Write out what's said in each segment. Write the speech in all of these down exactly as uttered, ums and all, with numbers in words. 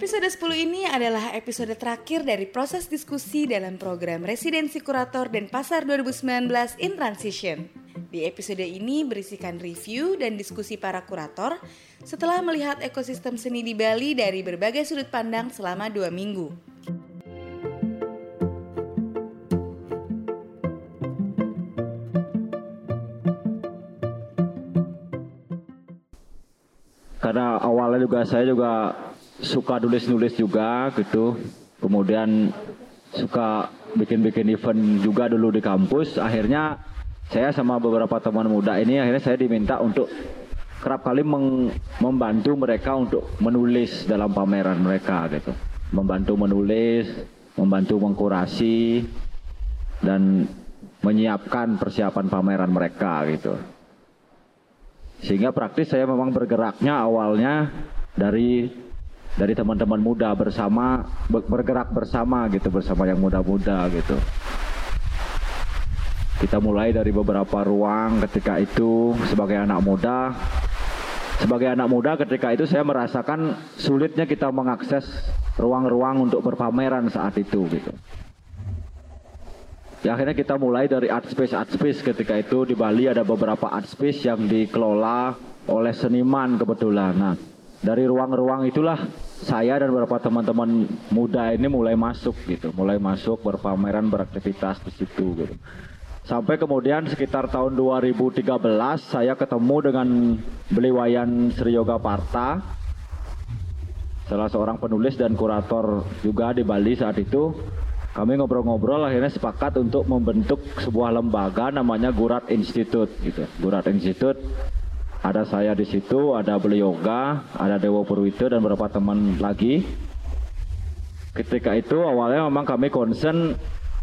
Episode sepuluh ini adalah episode terakhir dari proses diskusi dalam program Residensi Kurator Denpasar dua ribu sembilan belas in Transition. Di episode ini berisikan review dan diskusi para kurator setelah melihat ekosistem seni di Bali dari berbagai sudut pandang selama dua minggu. Karena awalnya juga saya juga suka nulis-nulis juga gitu, kemudian suka bikin-bikin event juga dulu di kampus. Akhirnya saya sama beberapa teman muda ini akhirnya saya diminta untuk kerap kali meng- membantu mereka untuk menulis dalam pameran mereka gitu, membantu menulis, membantu mengkurasi dan menyiapkan persiapan pameran mereka gitu. Sehingga praktis saya memang bergeraknya awalnya dari dari teman-teman muda bersama, bergerak bersama gitu, bersama yang muda-muda gitu. Kita mulai dari beberapa ruang ketika itu sebagai anak muda. Sebagai anak muda ketika itu saya merasakan sulitnya kita mengakses ruang-ruang untuk berpameran saat itu gitu. Ya, akhirnya kita mulai dari art space art space ketika itu di Bali ada beberapa art space yang dikelola oleh seniman kebetulan. Nah, dari ruang-ruang itulah saya dan beberapa teman-teman muda ini mulai masuk gitu, mulai masuk berpameran, beraktivitas di situ gitu. Sampai kemudian sekitar tahun dua ribu tiga belas saya ketemu dengan Beliwayan Sri Yoga Parta, salah seorang penulis dan kurator juga di Bali saat itu. Kami ngobrol-ngobrol akhirnya sepakat untuk membentuk sebuah lembaga namanya Gurat Institute gitu. Gurat Institute, ada saya di situ, ada beliau Yoga, ada Dewo Purwito dan beberapa teman lagi. Ketika itu awalnya memang kami concern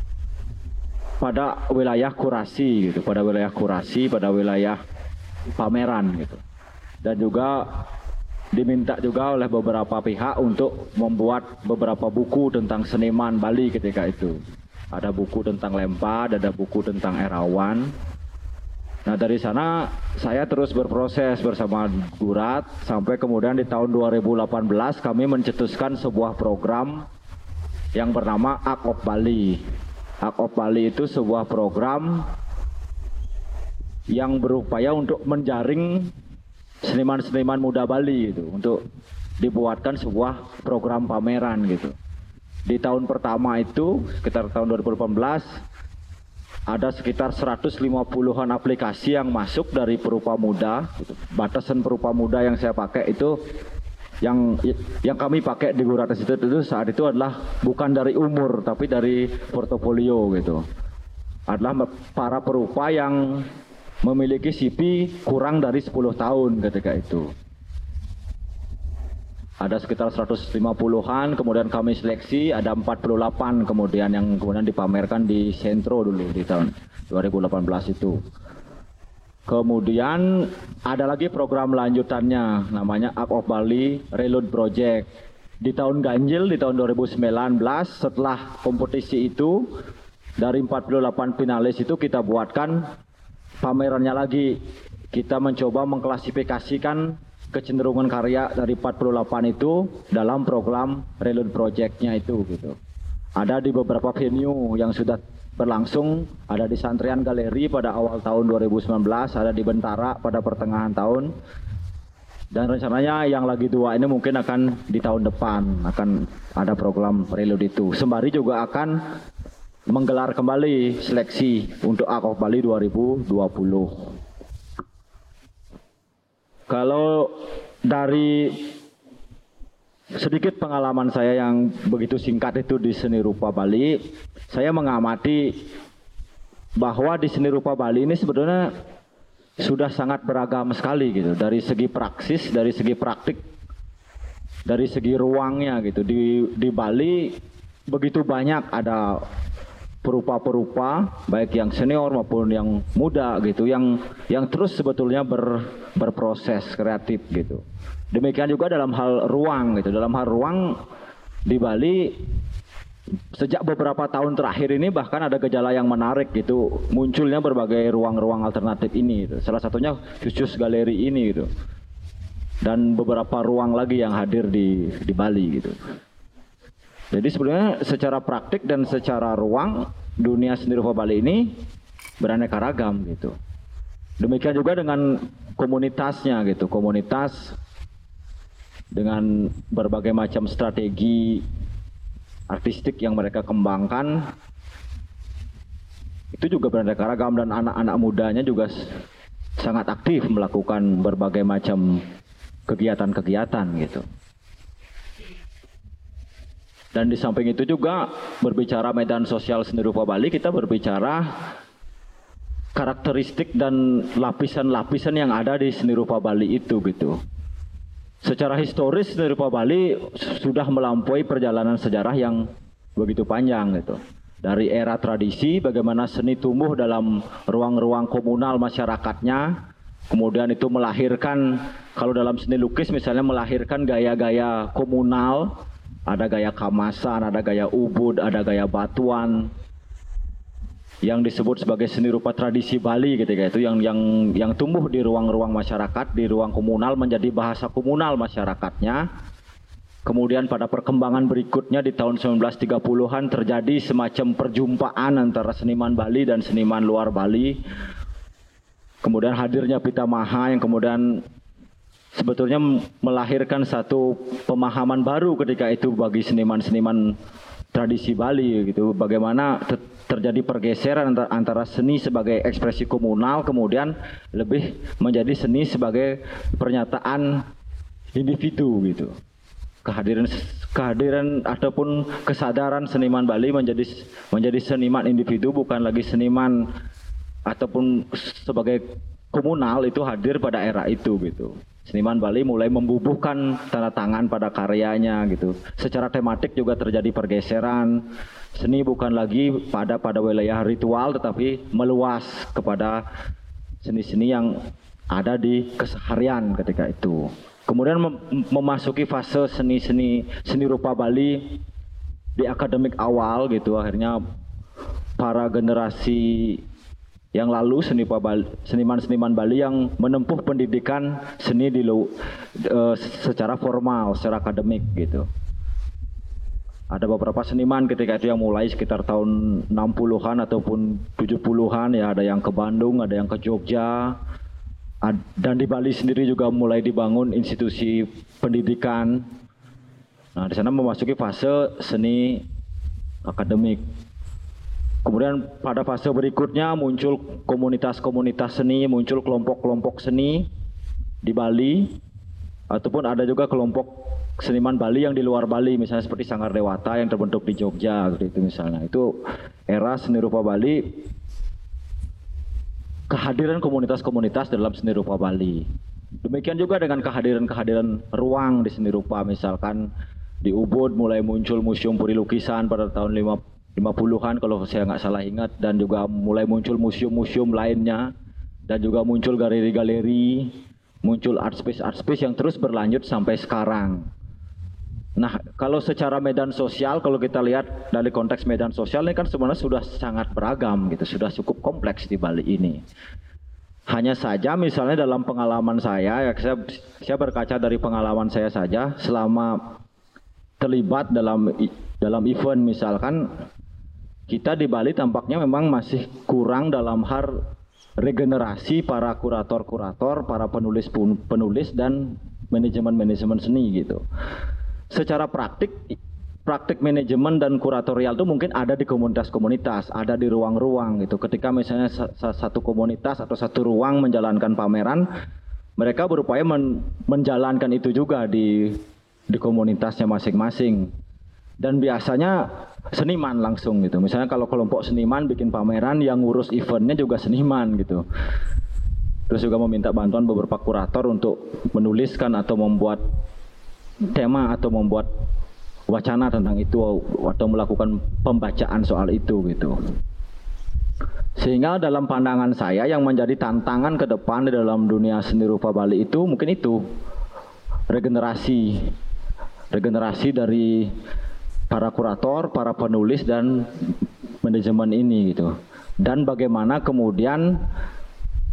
pada wilayah kurasi gitu, pada wilayah kurasi, pada wilayah pameran gitu. Dan juga diminta juga oleh beberapa pihak untuk membuat beberapa buku tentang seniman Bali ketika itu. Ada buku tentang Lempad, ada buku tentang Erawan. Nah, dari sana saya terus berproses bersama Gurat sampai kemudian di tahun dua ribu delapan belas kami mencetuskan sebuah program yang bernama Art of Bali. Art of Bali itu sebuah program yang berupaya untuk menjaring seniman-seniman muda Bali gitu, untuk dibuatkan sebuah program pameran gitu. Di tahun pertama itu sekitar tahun dua ribu delapan belas ada sekitar seratus lima puluhan aplikasi yang masuk dari Perupa Muda gitu. Batasan Perupa Muda yang saya pakai itu yang yang kami pakai di Gurat Institute itu saat itu adalah bukan dari umur tapi dari portofolio gitu. Adalah para perupa yang memiliki C P kurang dari sepuluh tahun ketika itu. Ada sekitar seratus lima puluhan, kemudian kami seleksi, ada empat puluh delapan kemudian yang kemudian dipamerkan di Sentro dulu di tahun dua ribu delapan belas itu. Kemudian ada lagi program lanjutannya namanya Art of Bali Reload Project. Di tahun ganjil di tahun dua ribu sembilan belas setelah kompetisi itu dari empat puluh delapan finalis itu kita buatkan pamerannya lagi. Kita mencoba mengklasifikasikan kecenderungan karya dari empat puluh delapan itu dalam program Reload Project-nya itu gitu. Ada di beberapa venue yang sudah berlangsung, ada di Santrian Galeri pada awal tahun dua ribu sembilan belas, ada di Bentara pada pertengahan tahun. Dan rencananya yang lagi dua ini mungkin akan di tahun depan akan ada program Reload itu. Sembari juga akan menggelar kembali seleksi untuk Art of Bali dua ribu dua puluh. Kalau dari sedikit pengalaman saya yang begitu singkat itu di seni rupa Bali, saya mengamati bahwa di seni rupa Bali ini sebetulnya sudah sangat beragam sekali gitu, dari segi praksis, dari segi praktik, dari segi ruangnya gitu. Di di Bali begitu banyak ada perupa-perupa baik yang senior maupun yang muda gitu yang yang terus sebetulnya ber, berproses kreatif gitu. Demikian juga dalam hal ruang gitu. Dalam hal ruang di Bali sejak beberapa tahun terakhir ini bahkan ada gejala yang menarik gitu, munculnya berbagai ruang-ruang alternatif ini gitu. Salah satunya khusus galeri ini gitu. dan beberapa ruang lagi yang hadir di di Bali gitu. Jadi sebenarnya secara praktik dan secara ruang dunia seni rupa Bali ini beraneka ragam gitu. Demikian juga dengan komunitasnya gitu, komunitas dengan berbagai macam strategi artistik yang mereka kembangkan itu juga beraneka ragam, dan anak-anak mudanya juga sangat aktif melakukan berbagai macam kegiatan-kegiatan gitu. Dan di samping itu juga berbicara medan sosial seni rupa Bali, kita berbicara karakteristik dan lapisan-lapisan yang ada di seni rupa Bali itu gitu. Secara historis seni rupa Bali sudah melampaui perjalanan sejarah yang begitu panjang gitu. Dari era tradisi, bagaimana seni tumbuh dalam ruang-ruang komunal masyarakatnya, kemudian itu melahirkan, kalau dalam seni lukis misalnya melahirkan gaya-gaya komunal, ada gaya kamasan, ada gaya ubud, ada gaya batuan, yang disebut sebagai seni rupa tradisi Bali ketika itu, yang yang yang tumbuh di ruang-ruang masyarakat, di ruang komunal, menjadi bahasa komunal masyarakatnya. Kemudian pada perkembangan berikutnya di tahun sembilan belas tiga puluhan terjadi semacam perjumpaan antara seniman Bali dan seniman luar Bali. Kemudian hadirnya Pitamaha yang kemudian sebetulnya melahirkan satu pemahaman baru ketika itu bagi seniman-seniman tradisi Bali gitu. Bagaimana ter terjadi pergeseran antara, antara seni sebagai ekspresi komunal kemudian lebih menjadi seni sebagai pernyataan individu gitu. Kehadiran kehadiran ataupun kesadaran seniman Bali menjadi menjadi seniman individu, bukan lagi seniman ataupun sebagai komunal, itu hadir pada era itu gitu. Seniman Bali mulai membubuhkan tanda tangan pada karyanya gitu. Secara tematik juga terjadi pergeseran. Seni bukan lagi pada pada wilayah ritual tetapi meluas kepada seni-seni yang ada di keseharian ketika itu. Kemudian mem memasuki fase seni-seni seni rupa Bali di akademik awal gitu. Akhirnya para generasi yang lalu seniman-seniman Bali yang menempuh pendidikan seni di uh, secara formal, secara akademik gitu. Ada beberapa seniman ketika itu yang mulai sekitar tahun enam puluhan ataupun tujuh puluhan ya, ada yang ke Bandung, ada yang ke Jogja. Dan di Bali sendiri juga mulai dibangun institusi pendidikan. Nah, di sana memasuki fase seni akademik. Kemudian pada fase berikutnya muncul komunitas-komunitas seni, muncul kelompok-kelompok seni di Bali, ataupun ada juga kelompok seniman Bali yang di luar Bali, misalnya seperti Sanggar Dewata yang terbentuk di Jogja, gitu misalnya. Itu era seni rupa Bali, kehadiran komunitas-komunitas dalam seni rupa Bali. Demikian juga dengan kehadiran-kehadiran ruang di seni rupa, misalkan di Ubud mulai muncul Museum Puri Lukisan pada tahun lima puluhan kalau saya nggak salah ingat, dan juga mulai muncul museum-museum lainnya, dan juga muncul galeri-galeri, muncul art space-art space yang terus berlanjut sampai sekarang. Nah, kalau secara medan sosial, kalau kita lihat dari konteks medan sosial ini kan sebenarnya sudah sangat beragam gitu, sudah cukup kompleks di Bali ini. Hanya saja misalnya dalam pengalaman saya, ya saya, saya berkaca dari pengalaman saya saja selama terlibat dalam dalam event misalkan, kita di Bali tampaknya memang masih kurang dalam hal regenerasi para kurator-kurator, para penulis-penulis dan manajemen-manajemen seni gitu. Secara praktik, praktik manajemen dan kuratorial itu mungkin ada di komunitas-komunitas, ada di ruang-ruang gitu. Ketika misalnya satu komunitas atau satu ruang menjalankan pameran, mereka berupaya men menjalankan itu juga di di komunitasnya masing-masing. Dan biasanya seniman langsung gitu. Misalnya kalau kelompok seniman bikin pameran, yang ngurus eventnya juga seniman gitu. Terus juga meminta bantuan beberapa kurator untuk menuliskan atau membuat tema atau membuat wacana tentang itu atau melakukan pembacaan soal itu gitu. Sehingga dalam pandangan saya yang menjadi tantangan ke depan di dalam dunia seni rupa Bali itu mungkin itu regenerasi regenerasi dari para kurator, para penulis dan manajemen ini gitu. Dan bagaimana kemudian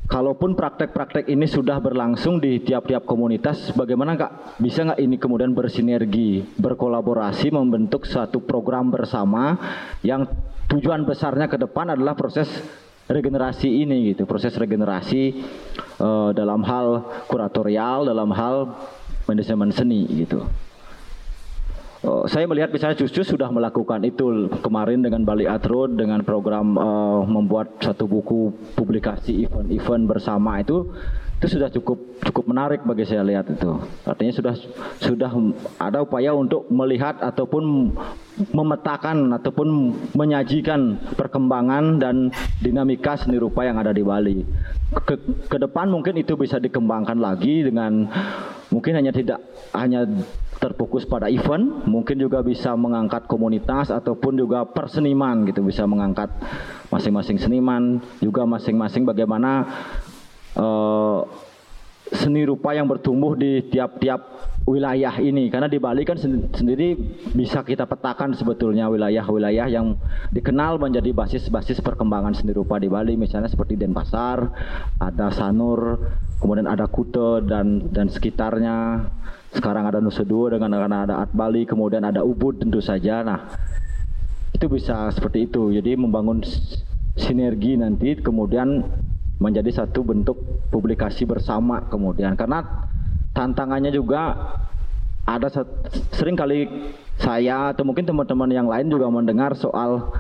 kalaupun praktek-praktek ini sudah berlangsung di tiap-tiap komunitas, bagaimana Kak, bisa nggak ini kemudian bersinergi, berkolaborasi, membentuk satu program bersama yang tujuan besarnya ke depan adalah proses regenerasi ini gitu, proses regenerasi uh, dalam hal kuratorial, dalam hal manajemen seni gitu. Uh, saya melihat misalnya Cus-Cus sudah melakukan itu kemarin dengan Bali Art Road dengan program uh, membuat satu buku publikasi event-event bersama itu itu sudah cukup cukup menarik bagi saya lihat itu. Artinya sudah sudah ada upaya untuk melihat ataupun memetakan ataupun menyajikan perkembangan dan dinamika seni rupa yang ada di Bali. Ke, ke depan mungkin itu bisa dikembangkan lagi dengan mungkin hanya tidak hanya terfokus pada event, mungkin juga bisa mengangkat komunitas ataupun juga perseniman gitu, bisa mengangkat masing-masing seniman, juga masing-masing bagaimana uh, seni rupa yang bertumbuh di tiap-tiap wilayah ini. Karena di Bali kan sendiri bisa kita petakan sebetulnya wilayah-wilayah yang dikenal menjadi basis-basis perkembangan seni rupa di Bali, misalnya seperti Denpasar, ada Sanur, kemudian ada Kuta dan dan sekitarnya. Sekarang ada Nusa Dua dengan ada Art Bali, kemudian ada Ubud tentu saja. Nah, itu bisa seperti itu. Jadi membangun sinergi nanti kemudian menjadi satu bentuk publikasi bersama kemudian. Karena tantangannya juga ada sering kali saya atau mungkin teman-teman yang lain juga mendengar soal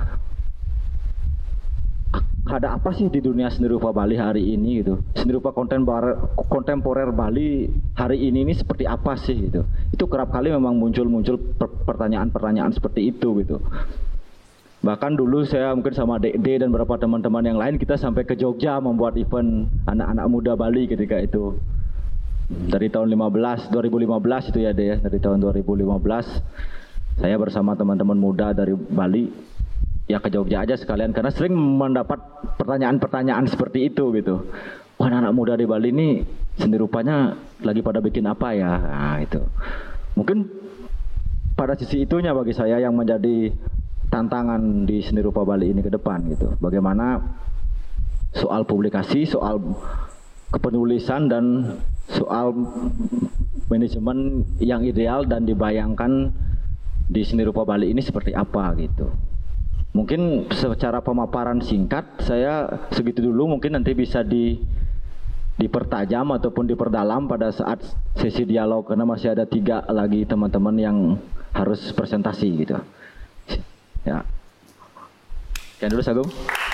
ada apa sih di dunia seni rupa Bali hari ini gitu. Seni rupa kontemporer, kontemporer Bali hari ini ini seperti apa sih gitu. Itu kerap kali memang muncul-muncul pertanyaan-pertanyaan seperti itu gitu. Bahkan dulu saya mungkin sama Dek D dan beberapa teman-teman yang lain kita sampai ke Jogja membuat event anak-anak muda Bali ketika itu. Dari tahun lima belas, dua ribu lima belas itu ya Dek ya, dari tahun dua ribu lima belas saya bersama teman-teman muda dari Bali ya ke Jogja aja sekalian karena sering mendapat pertanyaan-pertanyaan seperti itu gitu. Wah, anak muda di Bali ini seni rupanya lagi pada bikin apa ya? Nah, itu. Mungkin pada sisi itunya bagi saya yang menjadi tantangan di seni rupa Bali ini ke depan gitu. Bagaimana soal publikasi, soal kepenulisan dan soal manajemen yang ideal dan dibayangkan di seni rupa Bali ini seperti apa gitu. Mungkin secara pemaparan singkat saya segitu dulu, mungkin nanti bisa di dipertajam ataupun diperdalam pada saat sesi dialog karena masih ada tiga lagi teman-teman yang harus presentasi gitu. Ya. Sekian dulu Sagum.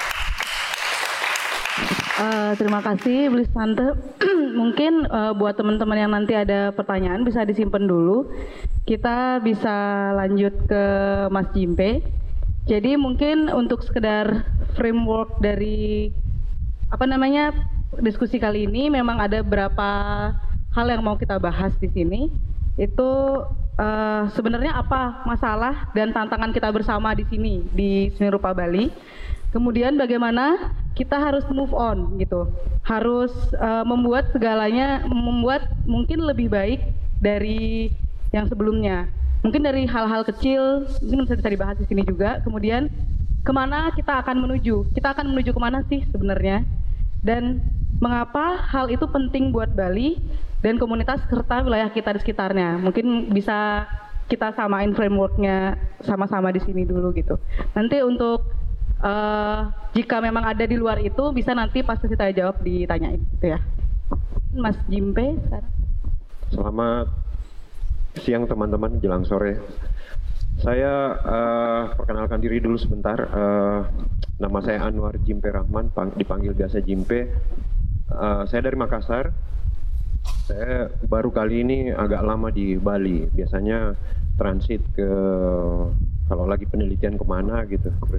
Uh, terima kasih Blis Tante. Mungkin uh, buat teman-teman yang nanti ada pertanyaan bisa disimpan dulu. Kita bisa lanjut ke Mas Jimpe. Jadi mungkin untuk sekedar framework dari apa namanya diskusi kali ini memang ada beberapa hal yang mau kita bahas di sini. Itu uh, sebenarnya apa masalah dan tantangan kita bersama di sini di Seni Rupa Bali. Kemudian bagaimana kita harus move on gitu. Harus uh, membuat segalanya membuat mungkin lebih baik dari yang sebelumnya. Mungkin dari hal-hal kecil, mungkin bisa dibahas di sini juga. Kemudian kemana kita akan menuju? Kita akan menuju kemana sih sebenarnya? Dan mengapa hal itu penting buat Bali dan komunitas serta wilayah kita di sekitarnya? Mungkin bisa kita samain frameworknya sama-sama di sini dulu gitu. Nanti untuk uh, jika memang ada di luar itu bisa nanti pas kita jawab ditanyain gitu ya. Mas Jimpe. Selamat siang teman-teman, jelang sore. Saya uh, perkenalkan diri dulu sebentar. Uh, nama saya Anwar Jimpe Rahman, dipanggil biasa Jimpe. Uh, saya dari Makassar. Saya baru kali ini agak lama di Bali. Biasanya transit ke kalau lagi penelitian kemana gitu. Terus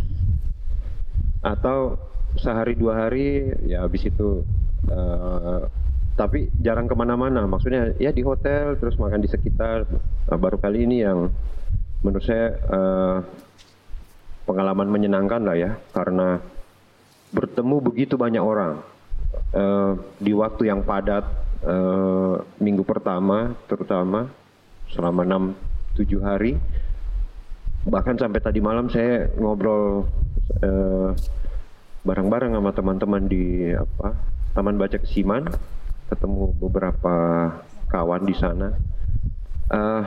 atau sehari dua hari ya habis itu. Uh, Tapi jarang kemana-mana, maksudnya ya di hotel, terus makan di sekitar. Nah, baru kali ini yang menurut saya uh, pengalaman menyenangkan lah ya, karena bertemu begitu banyak orang uh, di waktu yang padat, uh, minggu pertama terutama selama enam tujuh hari. Bahkan sampai tadi malam saya ngobrol uh, bareng-bareng sama teman-teman di apa Taman Baca Kesiman, ketemu beberapa kawan di sana. Uh,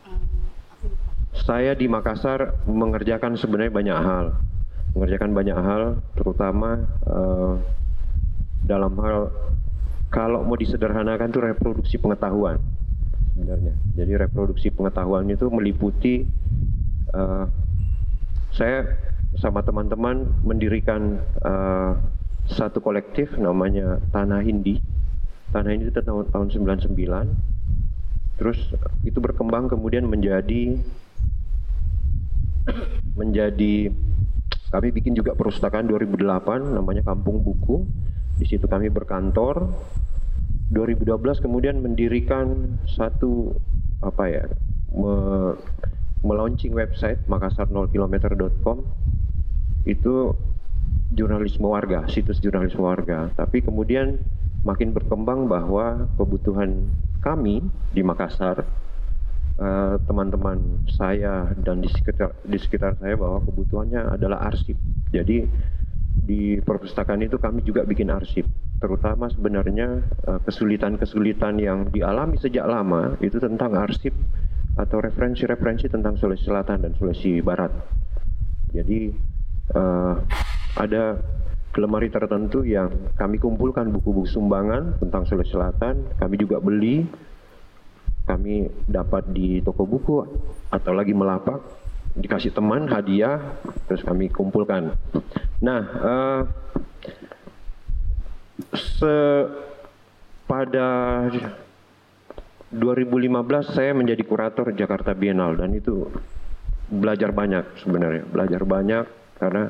saya di Makassar mengerjakan sebenarnya banyak hal, mengerjakan banyak hal, terutama uh, dalam hal kalau mau disederhanakan itu reproduksi pengetahuan sebenarnya. Jadi reproduksi pengetahuan itu meliputi uh, saya sama teman-teman mendirikan uh, satu kolektif namanya Tanah Hindi. Tanah Hindi itu tahun, tahun sembilan puluh sembilan. Terus itu berkembang kemudian menjadi menjadi kami bikin juga perpustakaan dua ribu delapan namanya Kampung Buku. Di situ kami berkantor. dua ribu dua belas kemudian mendirikan satu apa ya me, melaunching website makassar nol kilometer dot com. Itu jurnalisme warga, situs jurnalisme warga. Tapi kemudian makin berkembang bahwa kebutuhan kami di Makassar, uh, teman-teman saya dan di sekitar, di sekitar saya bahwa kebutuhannya adalah arsip. Jadi di perpustakaan itu kami juga bikin arsip. Terutama sebenarnya uh, kesulitan-kesulitan yang dialami sejak lama itu tentang arsip atau referensi-referensi tentang Sulawesi Selatan dan Sulawesi Barat. Jadi uh, ada lemari tertentu yang kami kumpulkan buku-buku sumbangan tentang Sulawesi Selatan, kami juga beli, kami dapat di toko buku atau lagi melapak, dikasih teman hadiah, terus kami kumpulkan. Nah, uh, se pada dua ribu lima belas saya menjadi kurator Jakarta Biennale dan itu belajar banyak sebenarnya, belajar banyak karena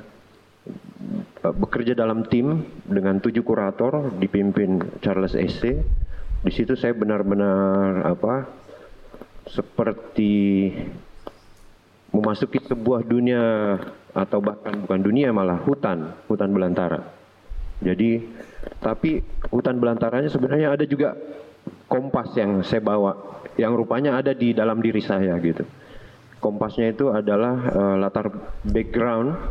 bekerja dalam tim dengan tujuh kurator dipimpin Charles Esse. Di situ saya benar-benar apa seperti memasuki sebuah dunia atau bahkan bukan dunia malah hutan, hutan belantara. Jadi tapi hutan belantaranya sebenarnya ada juga kompas yang saya bawa yang rupanya ada di dalam diri saya gitu. Kompasnya itu adalah uh, latar background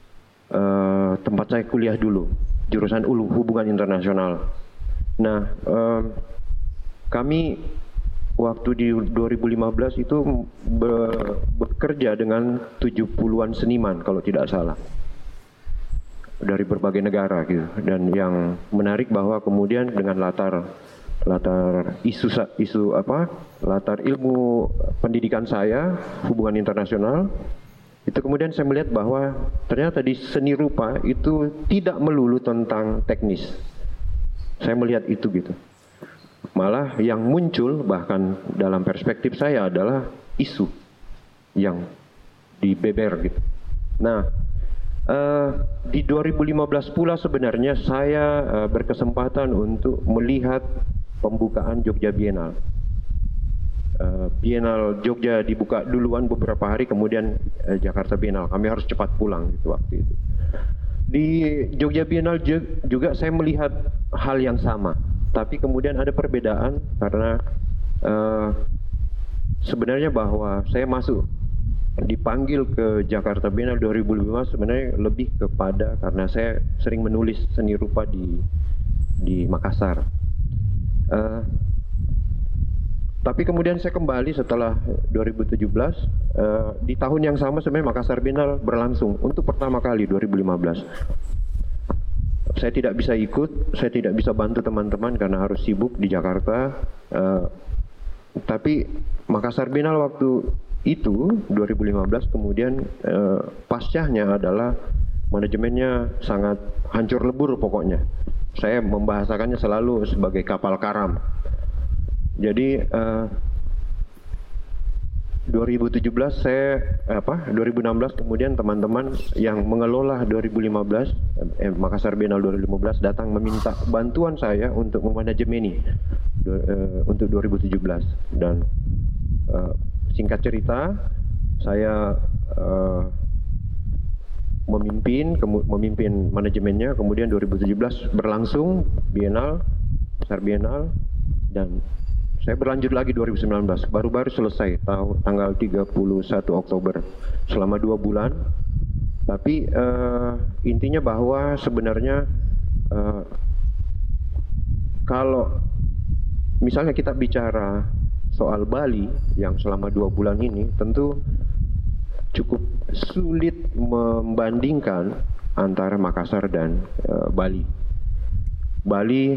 Uh, tempat saya kuliah dulu, jurusan U L U, Hubungan Internasional. Nah, um, kami waktu di dua ribu lima belas itu be bekerja dengan tujuh puluhan seniman kalau tidak salah dari berbagai negara gitu. Dan yang menarik bahwa kemudian dengan latar latar isu isu apa latar ilmu pendidikan saya hubungan internasional. Itu kemudian saya melihat bahwa ternyata di seni rupa itu tidak melulu tentang teknis. Saya melihat itu gitu. Malah yang muncul bahkan dalam perspektif saya adalah isu yang dibeber gitu. Nah, uh, di dua ribu lima belas pula sebenarnya saya uh, berkesempatan untuk melihat pembukaan Jogja Biennale. Uh, Biennale Jogja dibuka duluan beberapa hari, kemudian uh, Jakarta Biennale. Kami harus cepat pulang gitu waktu itu. Di Jogja Biennale juga saya melihat hal yang sama, tapi kemudian ada perbedaan karena uh, sebenarnya bahwa saya masuk dipanggil ke Jakarta Biennale dua ribu lima sebenarnya lebih kepada karena saya sering menulis seni rupa di di Makassar. Uh, Tapi kemudian saya kembali setelah dua ribu tujuh belas, uh, di tahun yang sama sebenarnya Makassar Biennale berlangsung untuk pertama kali dua ribu lima belas. Saya tidak bisa ikut, saya tidak bisa bantu teman-teman karena harus sibuk di Jakarta. Uh, tapi Makassar Biennale waktu itu dua ribu lima belas kemudian uh, pascanya adalah manajemennya sangat hancur lebur pokoknya. Saya membahasakannya selalu sebagai kapal karam. Jadi uh, dua ribu tujuh belas saya apa dua ribu enam belas kemudian teman-teman yang mengelola dua ribu lima belas eh, Makassar Biennale dua ribu lima belas datang meminta bantuan saya untuk memanajemeni uh, untuk dua ribu tujuh belas dan uh, singkat cerita saya uh, memimpin memimpin manajemennya, kemudian dua ribu tujuh belas berlangsung Biennale Makassar Biennale dan saya berlanjut lagi dua ribu sembilan belas, baru-baru selesai tahu tanggal tiga puluh satu Oktober selama dua bulan. Tapi uh, intinya bahwa sebenarnya uh, kalau misalnya kita bicara soal Bali yang selama dua bulan ini, tentu cukup sulit membandingkan antara Makassar dan uh, Bali. Bali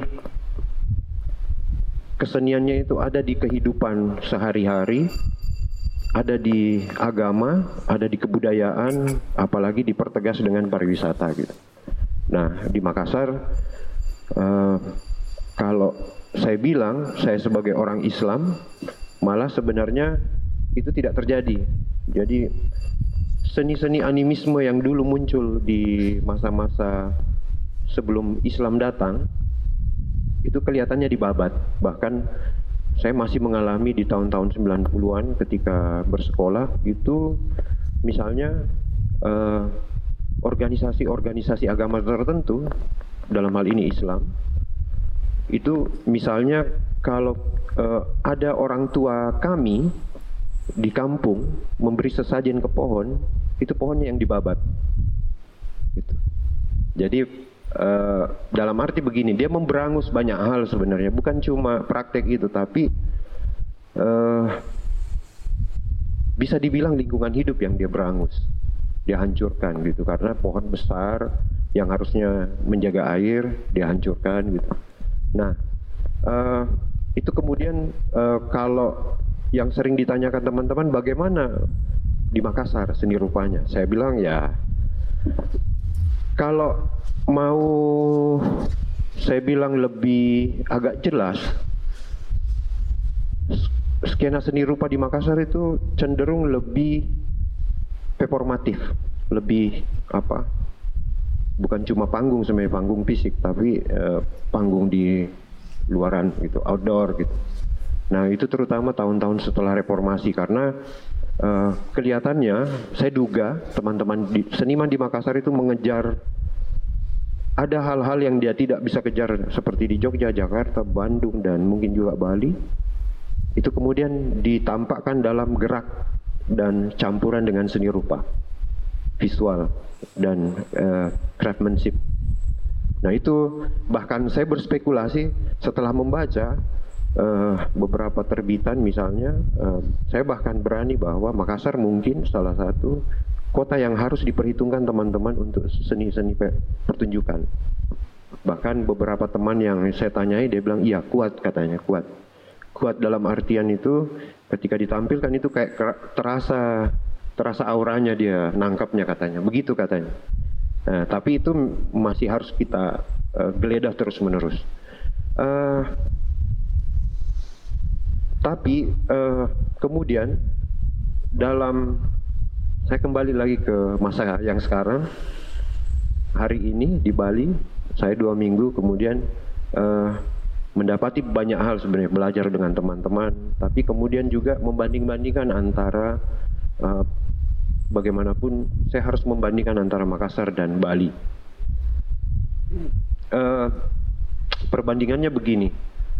keseniannya itu ada di kehidupan sehari-hari, ada di agama, ada di kebudayaan, apalagi dipertegas dengan pariwisata gitu. Nah, di Makassar uh, kalau saya bilang, saya sebagai orang Islam, malah sebenarnya itu tidak terjadi. Jadi seni-seni animisme yang dulu muncul di masa-masa sebelum Islam datang, itu kelihatannya dibabat. Bahkan saya masih mengalami di tahun-tahun sembilan puluhan ketika bersekolah, itu misalnya eh, organisasi-organisasi agama tertentu, dalam hal ini Islam, itu misalnya kalau eh, ada orang tua kami di kampung memberi sesajen ke pohon, itu pohonnya yang dibabat gitu. Jadi uh, dalam arti begini, dia memberangus banyak hal sebenarnya, bukan cuma praktek itu, tapi uh, bisa dibilang lingkungan hidup yang dia berangus, dia hancurkan gitu, karena pohon besar yang harusnya menjaga air dia hancurkan gitu. Nah uh, itu kemudian uh, kalau yang sering ditanyakan teman-teman, bagaimana di Makassar seni rupanya? Saya bilang ya, kalau mau saya bilang lebih agak jelas, skena seni rupa di Makassar itu cenderung lebih performatif, lebih apa? Bukan cuma panggung sebenarnya, panggung fisik, tapi eh, panggung di luaran gitu, outdoor gitu. Nah, itu terutama tahun-tahun setelah reformasi, karena uh, kelihatannya, saya duga teman-teman di, seniman di Makassar itu mengejar, ada hal-hal yang dia tidak bisa kejar seperti di Jogja, Jakarta, Bandung, dan mungkin juga Bali. Itu kemudian ditampakkan dalam gerak dan campuran dengan seni rupa, visual, dan uh, craftsmanship. Nah, itu bahkan saya berspekulasi setelah membaca Uh, beberapa terbitan misalnya, uh, saya bahkan berani bahwa Makassar mungkin salah satu kota yang harus diperhitungkan teman-teman untuk seni-seni pertunjukan. Bahkan beberapa teman yang saya tanyai, dia bilang iya kuat, katanya kuat. Kuat dalam artian itu ketika ditampilkan itu kayak terasa terasa auranya, dia nangkapnya katanya, begitu katanya. Nah, tapi itu masih harus kita uh, geledah terus menerus. Uh, Tapi uh, kemudian dalam, saya kembali lagi ke masa yang sekarang, hari ini di Bali, saya dua minggu kemudian uh, mendapati banyak hal sebenarnya, belajar dengan teman-teman, tapi kemudian juga membanding-bandingkan antara, uh, bagaimanapun saya harus membandingkan antara Makassar dan Bali. Uh, perbandingannya begini.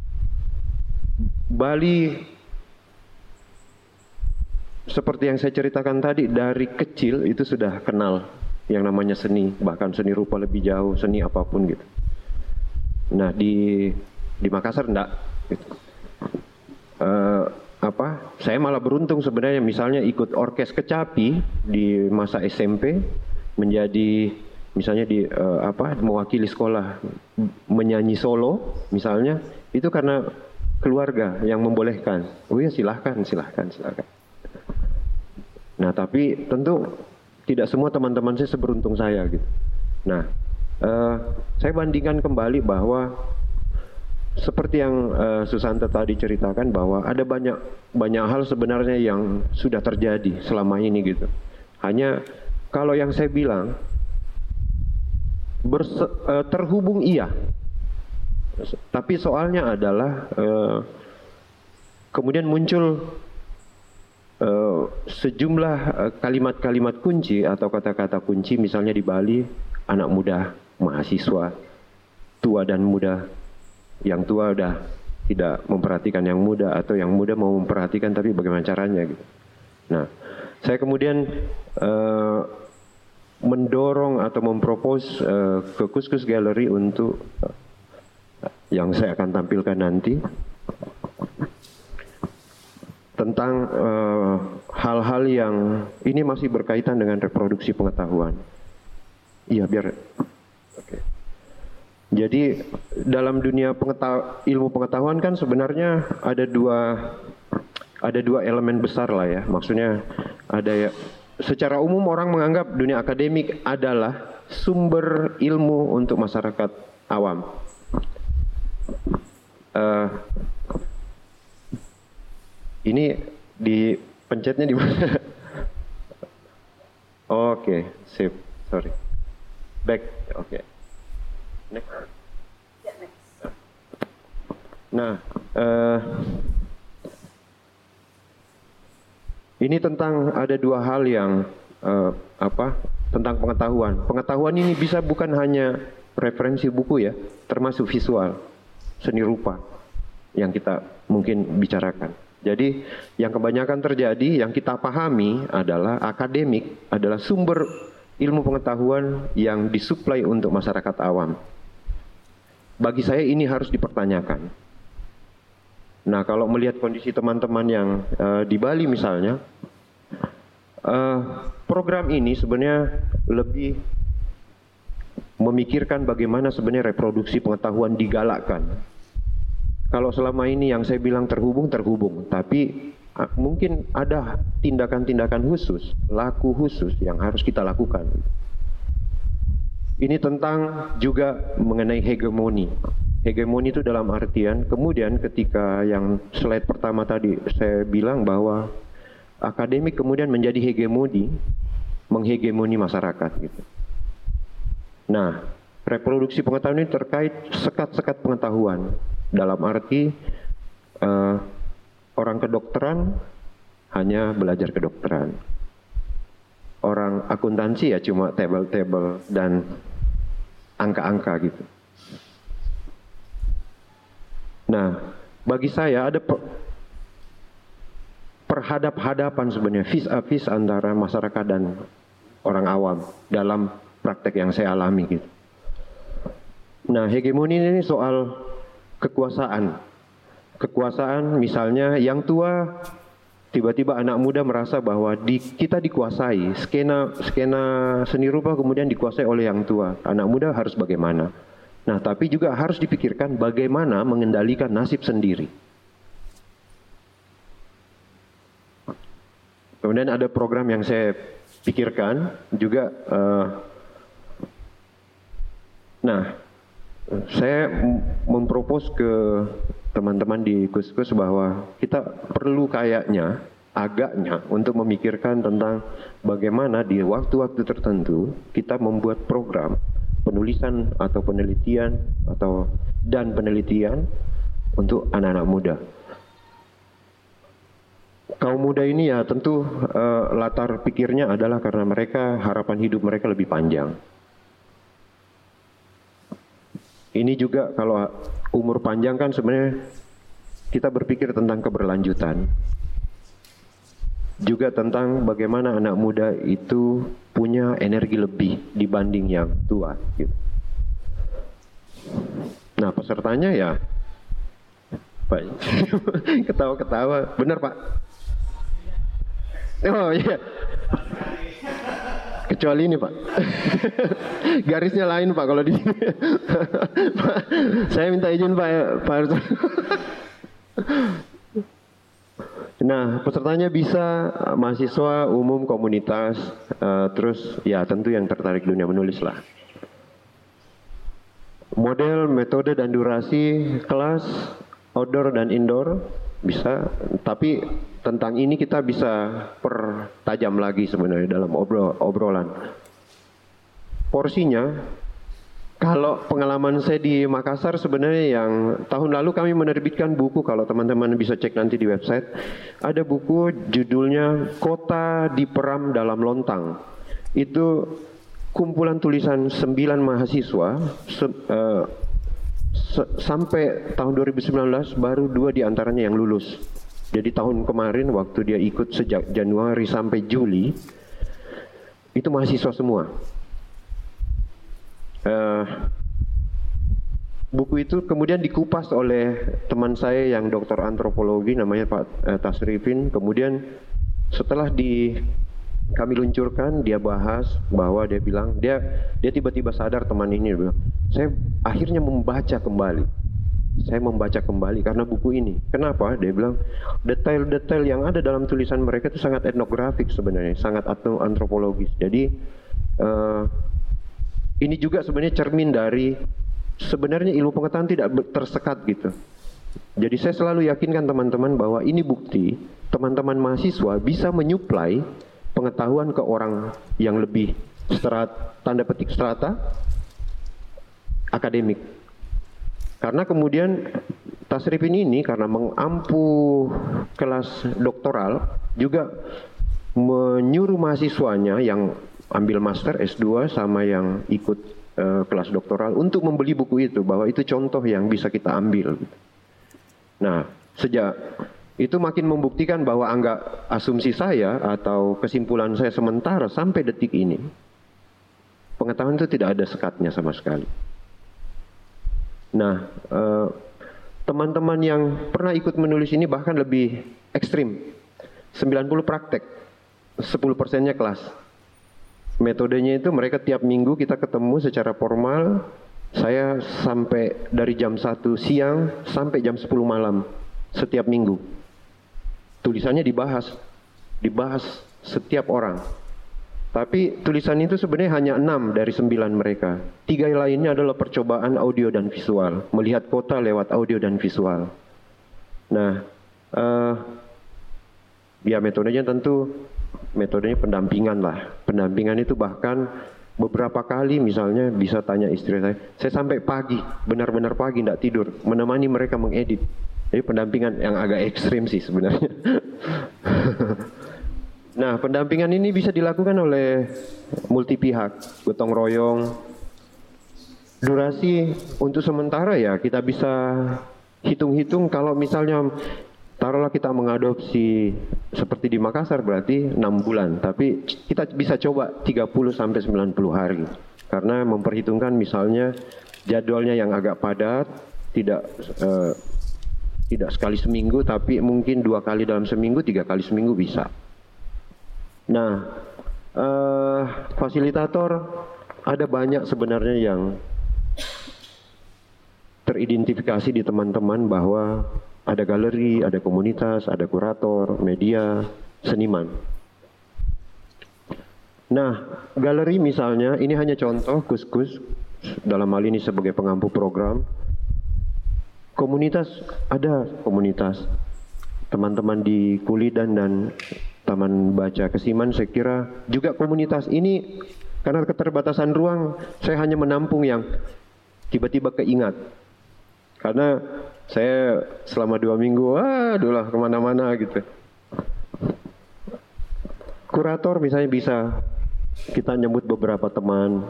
Bali, seperti yang saya ceritakan tadi, dari kecil itu sudah kenal yang namanya seni, bahkan seni rupa lebih jauh, seni apapun gitu. Nah, di di Makassar enggak gitu. Uh, apa? Saya malah beruntung sebenarnya, misalnya ikut orkes kecapi di masa S M P, menjadi misalnya di uh, apa? mewakili sekolah menyanyi solo misalnya, itu karena keluarga yang membolehkan. Oh ya, silahkan, silahkan, silahkan. Nah, tapi tentu tidak semua teman-teman saya seberuntung saya gitu. Nah, uh, saya bandingkan kembali bahwa seperti yang uh, Susanta tadi ceritakan, bahwa ada banyak banyak hal sebenarnya yang sudah terjadi selama ini gitu. Hanya kalau yang saya bilang berse, uh, terhubung iya. Tapi soalnya adalah uh, kemudian muncul uh, sejumlah uh, kalimat-kalimat kunci atau kata-kata kunci, misalnya di Bali, anak muda, mahasiswa, tua dan muda. Yang tua udah tidak memperhatikan yang muda, atau yang muda mau memperhatikan tapi bagaimana caranya gitu. Nah, saya kemudian uh, mendorong atau mempropos uh, ke Kuskus Gallery untuk uh, yang saya akan tampilkan nanti tentang uh, hal-hal yang ini masih berkaitan dengan reproduksi pengetahuan. Iya, biar. Oke. Jadi dalam dunia pengetahu, ilmu pengetahuan kan sebenarnya ada dua ada dua elemen besar lah ya. Maksudnya ada ya, secara umum orang menganggap dunia akademik adalah sumber ilmu untuk masyarakat awam. Uh, ini di pencetnya di mana? Oke, okay, sip, sorry. Back, oke. Okay. Next. Nah, uh, ini tentang ada dua hal yang uh, apa? Tentang pengetahuan. Pengetahuan ini bisa bukan hanya referensi buku ya, termasuk visual, seni rupa yang kita mungkin bicarakan. Jadi yang kebanyakan terjadi yang kita pahami adalah akademik adalah sumber ilmu pengetahuan yang disuplai untuk masyarakat awam. Bagi saya ini harus dipertanyakan. Nah, kalau melihat kondisi teman-teman yang uh, di Bali misalnya, uh, program ini sebenarnya lebih memikirkan bagaimana sebenarnya reproduksi pengetahuan digalakkan. Kalau selama ini yang saya bilang terhubung, terhubung. Tapi uh, mungkin ada tindakan-tindakan khusus, laku khusus yang harus kita lakukan. Ini tentang juga mengenai hegemoni. Hegemoni itu dalam artian, kemudian ketika yang slide pertama tadi saya bilang bahwa akademik kemudian menjadi hegemoni, menghegemoni masyarakat gitu. Nah, reproduksi pengetahuan ini terkait sekat-sekat pengetahuan. Dalam arti uh, orang kedokteran hanya belajar kedokteran. Orang akuntansi ya cuma tabel-tabel dan angka-angka gitu. Nah, bagi saya ada per perhadap-hadapan sebenarnya vis a vis antara masyarakat dan orang awam dalam praktek yang saya alami gitu. Nah, hegemoni ini soal kekuasaan. Kekuasaan misalnya yang tua tiba-tiba anak muda merasa bahwa di, kita dikuasai, skena skena seni rupa kemudian dikuasai oleh yang tua. Anak muda harus bagaimana? Nah, tapi juga harus dipikirkan bagaimana mengendalikan nasib sendiri. Kemudian ada program yang saya pikirkan juga. Uh, nah, saya mempropos ke teman-teman di Kuskus bahwa kita perlu kayaknya, agaknya untuk memikirkan tentang bagaimana di waktu-waktu tertentu kita membuat program penulisan atau penelitian atau dan penelitian untuk anak-anak muda. Kaum muda ini ya tentu uh, latar pikirnya adalah karena mereka harapan hidup mereka lebih panjang. Ini juga kalau umur panjang kan sebenarnya kita berpikir tentang keberlanjutan. Juga tentang bagaimana anak muda itu punya energi lebih dibanding yang tua gitu. Nah, pesertanya ya Pak ketawa-ketawa. Benar, Pak? Oh iya. Kecuali ini, Pak. Garisnya lain, Pak, kalau di sini. Pak, saya minta izin, Pak. Pak. Nah, pesertanya bisa mahasiswa, umum, komunitas, uh, terus ya tentu yang tertarik dunia menulis lah. Model, metode, dan durasi kelas outdoor dan indoor bisa, tapi tentang ini kita bisa pertajam lagi sebenarnya dalam obrol, obrolan. Porsinya, kalau pengalaman saya di Makassar sebenarnya yang tahun lalu kami menerbitkan buku, kalau teman-teman bisa cek nanti di website, ada buku judulnya Kota Diperam Dalam Lontang. Itu kumpulan tulisan sembilan mahasiswa se, uh, se, sampai tahun dua ribu sembilan belas baru dua diantaranya yang lulus. Jadi tahun kemarin waktu dia ikut sejak Januari sampai Juli, itu mahasiswa semua. Uh, buku itu kemudian dikupas oleh teman saya yang dokter antropologi namanya Pak eh, Tasrifin. Kemudian setelah di kami luncurkan, dia bahas bahwa dia bilang dia dia tiba-tiba sadar, teman ini dia bilang, saya akhirnya membaca kembali. Saya membaca kembali karena buku ini. Kenapa? Dia bilang detail-detail yang ada dalam tulisan mereka itu sangat etnografik sebenarnya, sangat antropologis. Jadi uh, ini juga sebenarnya cermin dari sebenarnya ilmu pengetahuan tidak tersekat gitu. Jadi saya selalu yakinkan teman-teman bahwa ini bukti teman-teman mahasiswa bisa menyuplai pengetahuan ke orang yang lebih strat, tanda petik strata akademik. Karena kemudian Tasrifin ini karena mengampu kelas doktoral juga menyuruh mahasiswanya yang ambil master S dua sama yang ikut uh, kelas doktoral untuk membeli buku itu, bahwa itu contoh yang bisa kita ambil. Nah, sejak itu makin membuktikan bahwa anggap asumsi saya atau kesimpulan saya sementara sampai detik ini, pengetahuan itu tidak ada sekatnya sama sekali. Nah, eh, teman-teman yang pernah ikut menulis ini bahkan lebih ekstrim, sembilan puluh praktek, sepuluh persennya kelas. Metodenya itu mereka tiap minggu kita ketemu secara formal, saya sampai dari jam satu siang sampai jam sepuluh malam setiap minggu. Tulisannya dibahas, dibahas setiap orang. Tapi tulisan itu sebenarnya hanya enam dari sembilan mereka. Tiga lainnya adalah percobaan audio dan visual, melihat kota lewat audio dan visual. Nah, uh, ya metodenya tentu metodenya pendampingan lah. Pendampingan itu bahkan beberapa kali misalnya bisa tanya istri saya, saya sampai pagi, benar-benar pagi tidak tidur, menemani mereka mengedit. Jadi pendampingan yang agak ekstrim sih sebenarnya. Nah, pendampingan ini bisa dilakukan oleh multi pihak, gotong royong. Durasi untuk sementara ya kita bisa hitung-hitung, kalau misalnya taruhlah kita mengadopsi seperti di Makassar berarti enam bulan, tapi kita bisa coba tiga puluh sampai sembilan puluh hari. Karena memperhitungkan misalnya jadwalnya yang agak padat, tidak eh, tidak sekali seminggu, tapi mungkin dua kali dalam seminggu, tiga kali seminggu bisa. Nah, eh, fasilitator ada banyak sebenarnya yang teridentifikasi di teman-teman bahwa ada galeri, ada komunitas, ada kurator, media, seniman. Nah, galeri misalnya, ini hanya contoh Gus-Gus, dalam hal ini sebagai pengampu program. Komunitas, ada komunitas. Teman-teman di Kulidan dan Taman Baca Kesiman, saya kira juga komunitas ini, karena keterbatasan ruang, saya hanya menampung yang tiba-tiba keingat. Karena saya selama dua minggu, waduh lah kemana-mana gitu. Kurator misalnya bisa kita nyebut beberapa teman,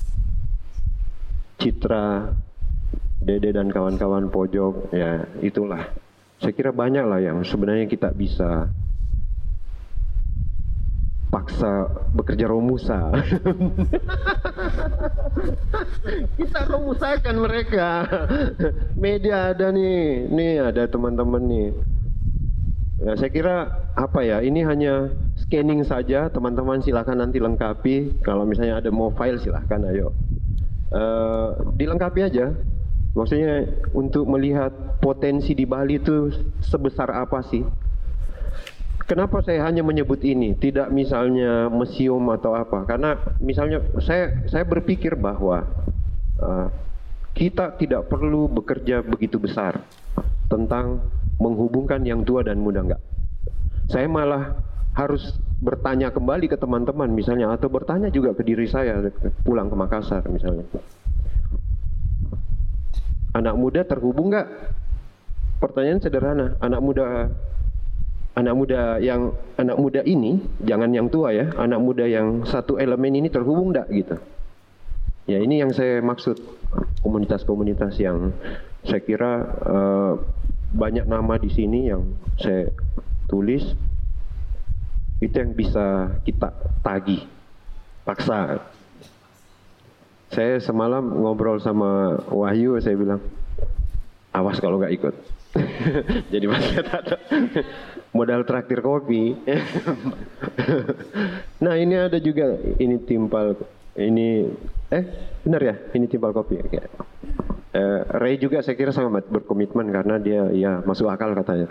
Citra, Dede dan kawan-kawan pojok, ya itulah. Saya kira banyak lah yang sebenarnya kita bisa paksa bekerja romusa. Kita romusakan mereka. Media ada nih, nih ada teman-teman nih. Nah, saya kira apa ya, ini hanya scanning saja, teman-teman silakan nanti lengkapi. Kalau misalnya ada mau file silahkan, ayo. Uh, dilengkapi aja. Maksudnya untuk melihat potensi di Bali itu sebesar apa sih? Kenapa saya hanya menyebut ini, tidak misalnya museum atau apa? Karena misalnya saya saya berpikir bahwa uh, kita tidak perlu bekerja begitu besar tentang menghubungkan yang tua dan muda, enggak. Saya malah harus bertanya kembali ke teman-teman misalnya, atau bertanya juga ke diri saya pulang ke Makassar misalnya. Anak muda terhubung nggak? Pertanyaan sederhana. Anak muda, anak muda yang anak muda ini, jangan yang tua ya. Anak muda yang satu elemen ini terhubung nggak gitu? Ya ini yang saya maksud, komunitas-komunitas yang saya kira uh, banyak nama di sini yang saya tulis, itu yang bisa kita tagih, paksa. Saya semalam ngobrol sama Wahyu, saya bilang, awas kalau nggak ikut. Jadi Mas kata modal traktir kopi. Nah ini ada juga ini timpal ini eh benar ya ini timpal kopi. Uh, Ray juga saya kira sangat berkomitmen karena dia ya masuk akal katanya.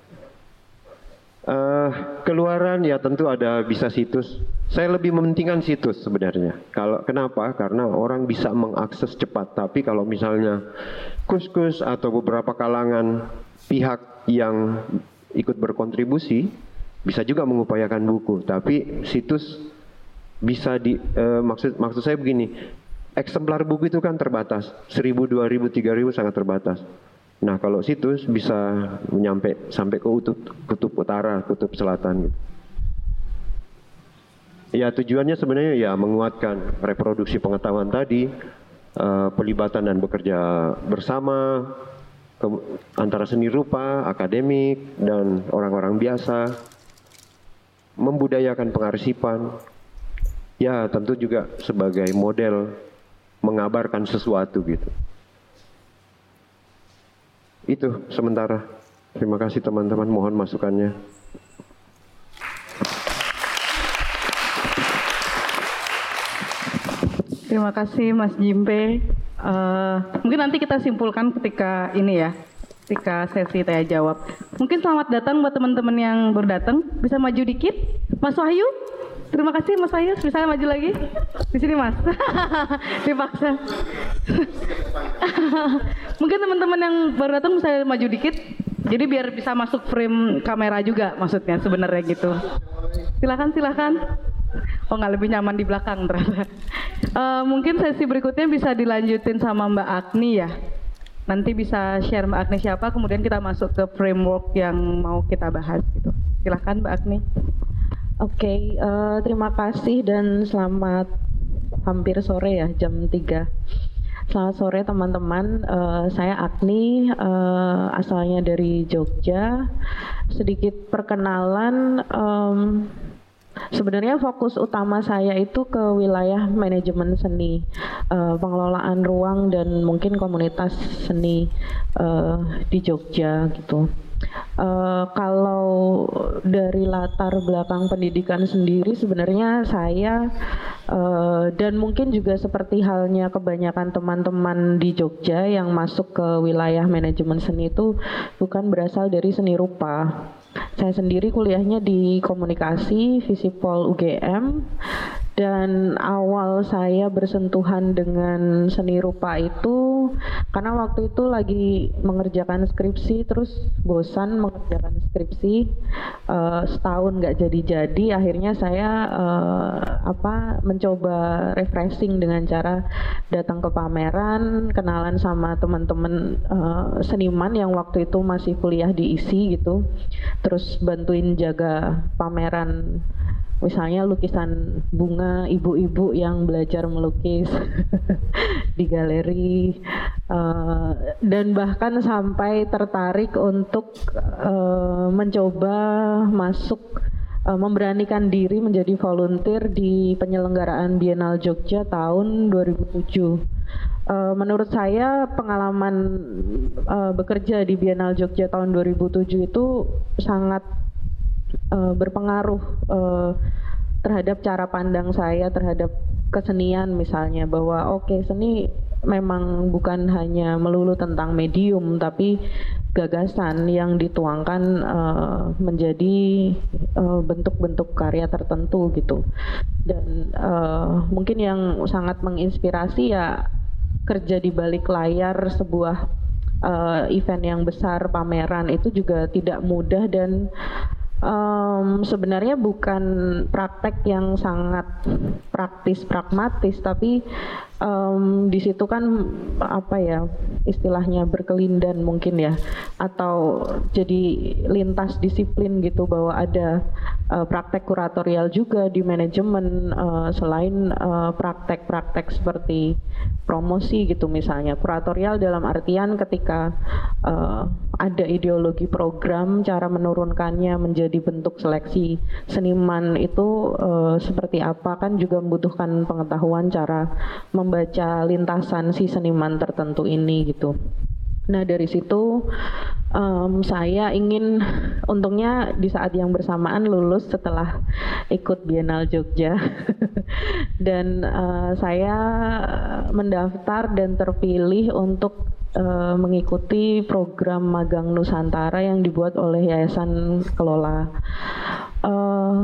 Uh, keluaran ya tentu ada bisa situs. Saya lebih mementingkan situs sebenarnya. Kalau kenapa? Karena orang bisa mengakses cepat. Tapi kalau misalnya kus-kus atau beberapa kalangan pihak yang ikut berkontribusi bisa juga mengupayakan buku. Tapi situs bisa di uh, maksud maksud saya begini. Eksemplar buku itu kan terbatas. Seribu, dua ribu, tiga ribu sangat terbatas. Nah kalau situs bisa menyampai sampai ke kutub, kutub utara, kutub selatan gitu. Ya tujuannya sebenarnya ya menguatkan reproduksi pengetahuan tadi, uh, pelibatan dan bekerja bersama ke, antara seni rupa, akademik dan orang-orang biasa, membudayakan pengarsipan. Ya tentu juga sebagai model mengabarkan sesuatu gitu. Itu sementara. Terima kasih teman-teman, mohon masukannya. Terima kasih Mas Jimpe. Uh, mungkin nanti kita simpulkan ketika ini ya, ketika sesi tanya jawab. Mungkin selamat datang buat teman-teman yang baru datang. Bisa maju dikit, Mas Wahyu. Terima kasih Mas Wahyu, bisa maju lagi? Di sini Mas, dipaksa. Mungkin teman-teman yang baru datang bisa maju dikit, jadi biar bisa masuk frame kamera juga maksudnya sebenarnya gitu. Silakan silakan. Oh nggak lebih nyaman di belakang ternyata. Uh, mungkin sesi berikutnya bisa dilanjutin sama Mbak Agni ya. Nanti bisa share Mbak Agni siapa, kemudian kita masuk ke framework yang mau kita bahas gitu. Silakan Mbak Agni. Oke, okay, uh, terima kasih dan selamat hampir sore ya, jam tiga. Selamat sore teman-teman, uh, saya Agni, uh, asalnya dari Jogja. Sedikit perkenalan, um, sebenarnya fokus utama saya itu ke wilayah manajemen seni, uh, pengelolaan ruang dan mungkin komunitas seni uh, di Jogja gitu. Uh, kalau dari latar belakang pendidikan sendiri sebenarnya saya uh, dan mungkin juga seperti halnya kebanyakan teman-teman di Jogja yang masuk ke wilayah manajemen seni itu bukan berasal dari seni rupa. Saya sendiri kuliahnya di komunikasi Visipol U G M dan awal saya bersentuhan dengan seni rupa itu karena waktu itu lagi mengerjakan skripsi terus bosan mengerjakan skripsi uh, setahun nggak jadi-jadi akhirnya saya uh, apa mencoba refreshing dengan cara datang ke pameran kenalan sama teman-teman uh, seniman yang waktu itu masih kuliah di I S I gitu terus bantuin jaga pameran misalnya lukisan bunga ibu-ibu yang belajar melukis di galeri uh, dan bahkan sampai tertarik untuk uh, mencoba masuk uh, memberanikan diri menjadi volunteer di penyelenggaraan Biennale Jogja tahun dua ribu tujuh. Uh, menurut saya pengalaman uh, bekerja di Biennale Jogja tahun dua ribu tujuh itu sangat Uh, berpengaruh uh, terhadap cara pandang saya terhadap kesenian misalnya bahwa oke okay, seni memang bukan hanya melulu tentang medium tapi gagasan yang dituangkan uh, menjadi uh, bentuk-bentuk karya tertentu gitu dan uh, mungkin yang sangat menginspirasi ya kerja di balik layar sebuah uh, event yang besar pameran itu juga tidak mudah dan Um, sebenarnya bukan praktek yang sangat praktis pragmatis tapi um, di situ kan apa ya istilahnya berkelindan mungkin ya atau jadi lintas disiplin gitu bahwa ada uh, praktek kuratorial juga di manajemen, uh, selain uh, praktek-praktek seperti promosi gitu misalnya. Kuratorial dalam artian ketika uh, ada ideologi program, cara menurunkannya menjadi bentuk seleksi seniman itu uh, seperti apa, kan juga membutuhkan pengetahuan cara membaca lintasan si seniman tertentu ini gitu. Nah dari situ um, saya ingin, untungnya di saat yang bersamaan lulus setelah ikut Biennale Jogja dan uh, saya mendaftar dan terpilih untuk uh, mengikuti program magang Nusantara yang dibuat oleh Yayasan Kelola. Uh,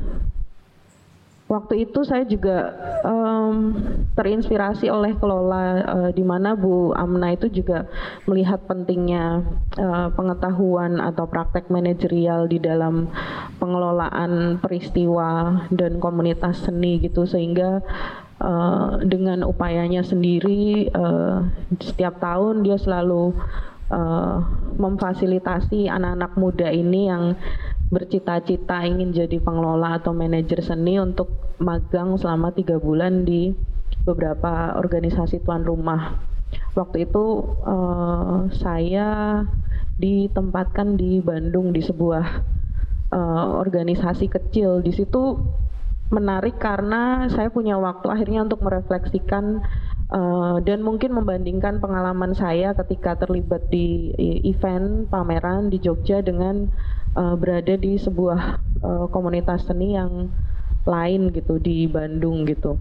Waktu itu saya juga um, terinspirasi oleh Kelola, uh, di mana Bu Amna itu juga melihat pentingnya uh, pengetahuan atau praktek manajerial di dalam pengelolaan peristiwa dan komunitas seni gitu, sehingga uh, dengan upayanya sendiri uh, setiap tahun dia selalu uh, memfasilitasi anak-anak muda ini yang bercita-cita ingin jadi pengelola atau manajer seni untuk magang selama tiga bulan di beberapa organisasi tuan rumah. Waktu itu uh, saya ditempatkan di Bandung di sebuah uh, organisasi kecil. Di situ menarik karena saya punya waktu akhirnya untuk merefleksikan uh, dan mungkin membandingkan pengalaman saya ketika terlibat di event pameran di Jogja dengan uh, berada di sebuah uh, komunitas seni yang lain gitu di Bandung gitu.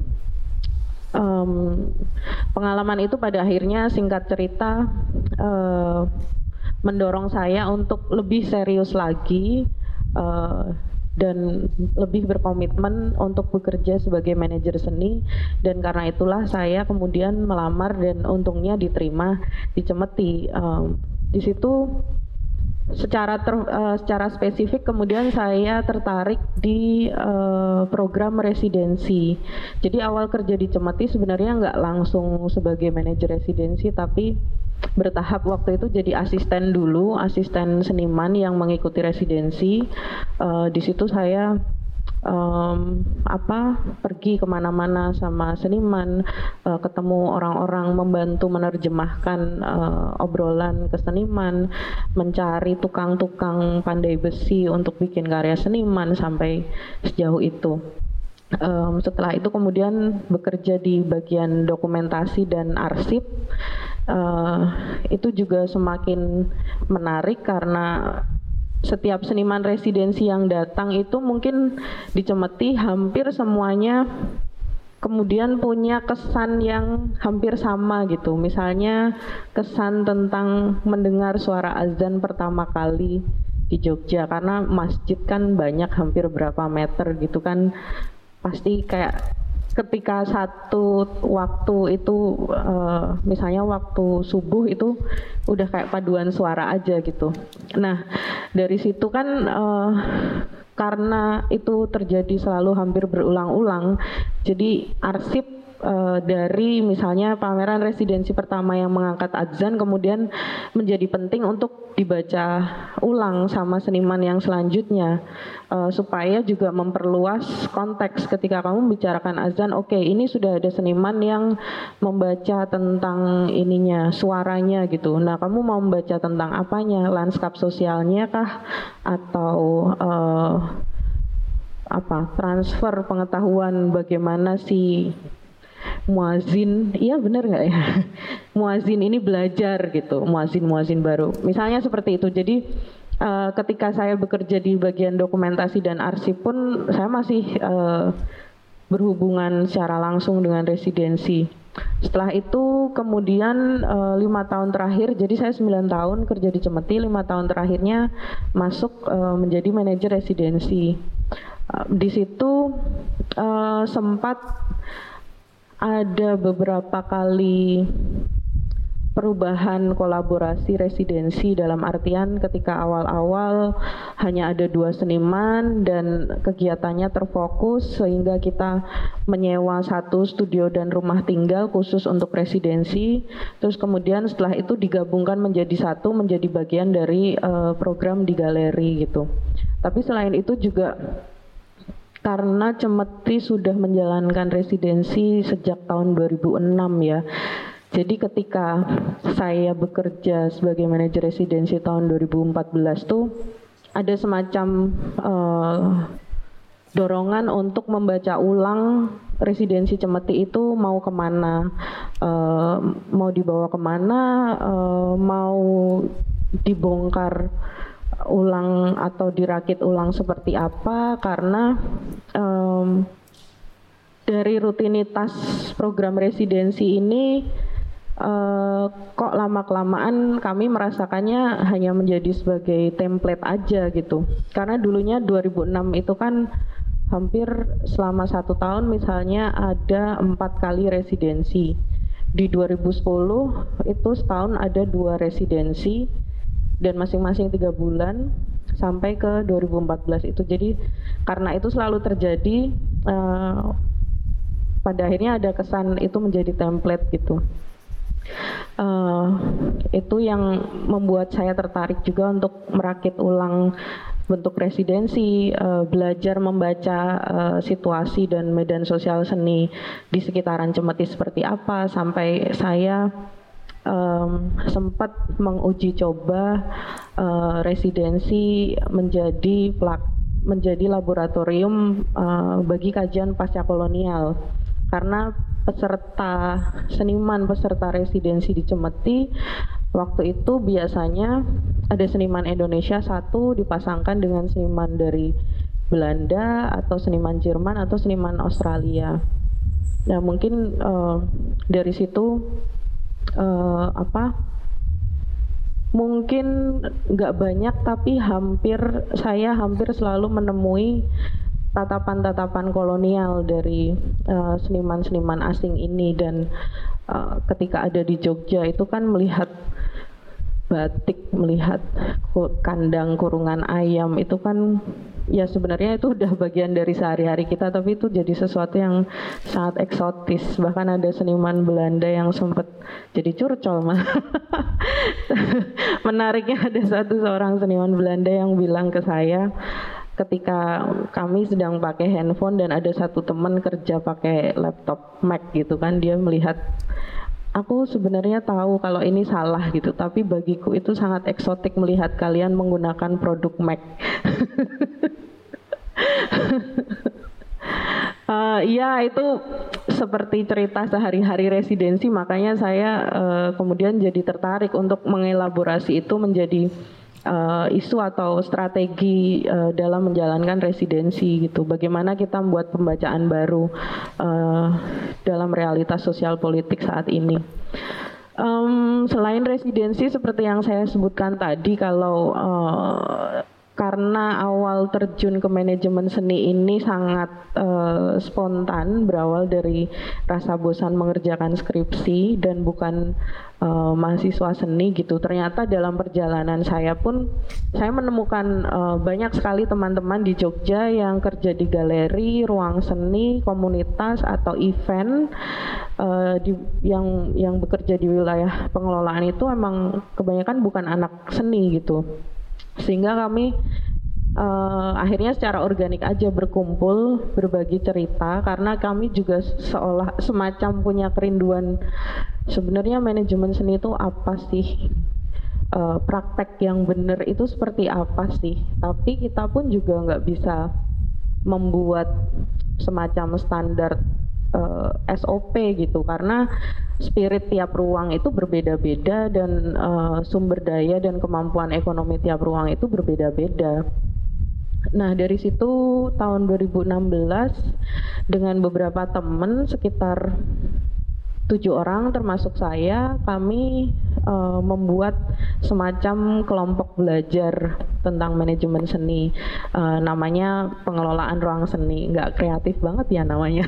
Um, pengalaman itu pada akhirnya singkat cerita uh, mendorong saya untuk lebih serius lagi uh, dan lebih berkomitmen untuk bekerja sebagai manajer seni, dan karena itulah saya kemudian melamar dan untungnya diterima di Cemeti. Um, di situ secara ter, uh, secara spesifik kemudian saya tertarik di uh, program residensi. Jadi awal kerja di Cemeti sebenarnya nggak langsung sebagai manajer residensi, tapi bertahap waktu itu jadi asisten dulu, asisten seniman yang mengikuti residensi. Uh, di situ saya um, apa pergi kemana-mana sama seniman, uh, ketemu orang-orang, membantu menerjemahkan uh, obrolan ke seniman, mencari tukang-tukang pandai besi untuk bikin karya seniman sampai sejauh itu. Um, setelah itu kemudian bekerja di bagian dokumentasi dan arsip. Uh, itu juga semakin menarik karena setiap seniman residensi yang datang itu mungkin di Cemeti hampir semuanya kemudian punya kesan yang hampir sama gitu. Misalnya kesan tentang mendengar suara azan pertama kali di Jogja, karena masjid kan banyak, hampir berapa meter gitu kan, pasti kayak ketika satu waktu itu uh, misalnya waktu subuh itu udah kayak paduan suara aja gitu. Nah dari situ kan uh, karena itu terjadi selalu hampir berulang-ulang, jadi arsip uh, dari misalnya pameran residensi pertama yang mengangkat azan kemudian menjadi penting untuk dibaca ulang sama seniman yang selanjutnya, uh, supaya juga memperluas konteks ketika kamu membicarakan azan. Oke, okay, ini sudah ada seniman yang membaca tentang ininya, suaranya gitu. Nah, kamu mau membaca tentang apanya? Lanskap sosialnya kah? Atau uh, apa? Transfer pengetahuan bagaimana si muazin, iya benar nggak ya? Muazin ini belajar gitu, muazin-muazin baru. Misalnya seperti itu. Jadi uh, ketika saya bekerja di bagian dokumentasi dan arsip pun saya masih uh, berhubungan secara langsung dengan residensi. Setelah itu kemudian uh, lima tahun terakhir, jadi saya sembilan tahun kerja di Cemeti, lima tahun terakhirnya masuk uh, menjadi manajer residensi. Uh, di situ uh, sempat ada beberapa kali perubahan kolaborasi residensi, dalam artian ketika awal-awal hanya ada dua seniman dan kegiatannya terfokus sehingga kita menyewa satu studio dan rumah tinggal khusus untuk residensi, terus kemudian setelah itu digabungkan menjadi satu, menjadi bagian dari uh, program di galeri gitu. Tapi selain itu juga karena Cemeti sudah menjalankan residensi sejak tahun dua ribu enam ya. Jadi ketika saya bekerja sebagai manajer residensi tahun dua ribu empat belas tuh ada semacam uh, dorongan untuk membaca ulang residensi Cemeti itu mau kemana, uh, mau dibawa kemana, uh, mau dibongkar ulang atau dirakit ulang seperti apa, karena um, dari rutinitas program residensi ini Uh, kok lama-kelamaan kami merasakannya hanya menjadi sebagai template aja gitu. Karena dulunya dua ribu enam itu kan hampir selama satu tahun misalnya ada empat kali residensi. Di dua ribu sepuluh itu setahun ada dua residensi dan masing-masing tiga bulan sampai ke dua ribu empat belas itu. Jadi karena itu selalu terjadi, uh, pada akhirnya ada kesan itu menjadi template gitu. Uh, itu yang membuat saya tertarik juga untuk merakit ulang bentuk residensi, uh, belajar membaca uh, situasi dan medan sosial seni di sekitaran Cemeti seperti apa, sampai saya um, sempat menguji coba uh, residensi menjadi plak, menjadi laboratorium uh, bagi kajian pasca kolonial, karena peserta seniman peserta residensi di Cemeti waktu itu biasanya ada seniman Indonesia satu dipasangkan dengan seniman dari Belanda atau seniman Jerman atau seniman Australia. Nah mungkin uh, dari situ uh, apa mungkin nggak banyak tapi hampir saya hampir selalu menemui tatapan-tatapan kolonial dari uh, seniman-seniman asing ini, dan uh, ketika ada di Jogja itu kan melihat batik, melihat kandang kurungan ayam itu kan ya sebenarnya itu udah bagian dari sehari-hari kita, tapi itu jadi sesuatu yang sangat eksotis. Bahkan ada seniman Belanda yang sempat jadi curcol mah. Menariknya ada satu seorang seniman Belanda yang bilang ke saya, ketika kami sedang pakai handphone dan ada satu teman kerja pakai laptop Mac gitu kan, dia melihat aku sebenarnya tahu kalau ini salah gitu, tapi bagiku itu sangat eksotik melihat kalian menggunakan produk Mac. uh, ya itu seperti cerita sehari-hari residensi, makanya saya uh, kemudian jadi tertarik untuk mengelaborasi itu menjadi Uh, isu atau strategi uh, dalam menjalankan residensi gitu. Bagaimana kita membuat pembacaan baru uh, dalam realitas sosial politik saat ini. Um, selain residensi seperti yang saya sebutkan tadi, kalau uh, karena awal terjun ke manajemen seni ini sangat uh, spontan, berawal dari rasa bosan mengerjakan skripsi dan bukan uh, mahasiswa seni gitu. Ternyata dalam perjalanan saya pun saya menemukan uh, banyak sekali teman-teman di Jogja yang kerja di galeri, ruang seni, komunitas atau event uh, di, yang yang bekerja di wilayah pengelolaan itu emang kebanyakan bukan anak seni gitu. Sehingga kami uh, akhirnya secara organik aja berkumpul, berbagi cerita, karena kami juga seolah semacam punya kerinduan sebenarnya manajemen seni itu apa sih, uh, praktek yang benar itu seperti apa sih. Tapi kita pun juga nggak bisa membuat semacam standar uh, S O P gitu, karena spirit tiap ruang itu berbeda-beda dan uh, sumber daya dan kemampuan ekonomi tiap ruang itu berbeda-beda. Nah dari situ tahun dua ribu enam belas dengan beberapa teman sekitar tujuh orang termasuk saya, kami uh, membuat semacam kelompok belajar tentang manajemen seni, uh, namanya pengelolaan ruang seni. Nggak kreatif banget ya namanya.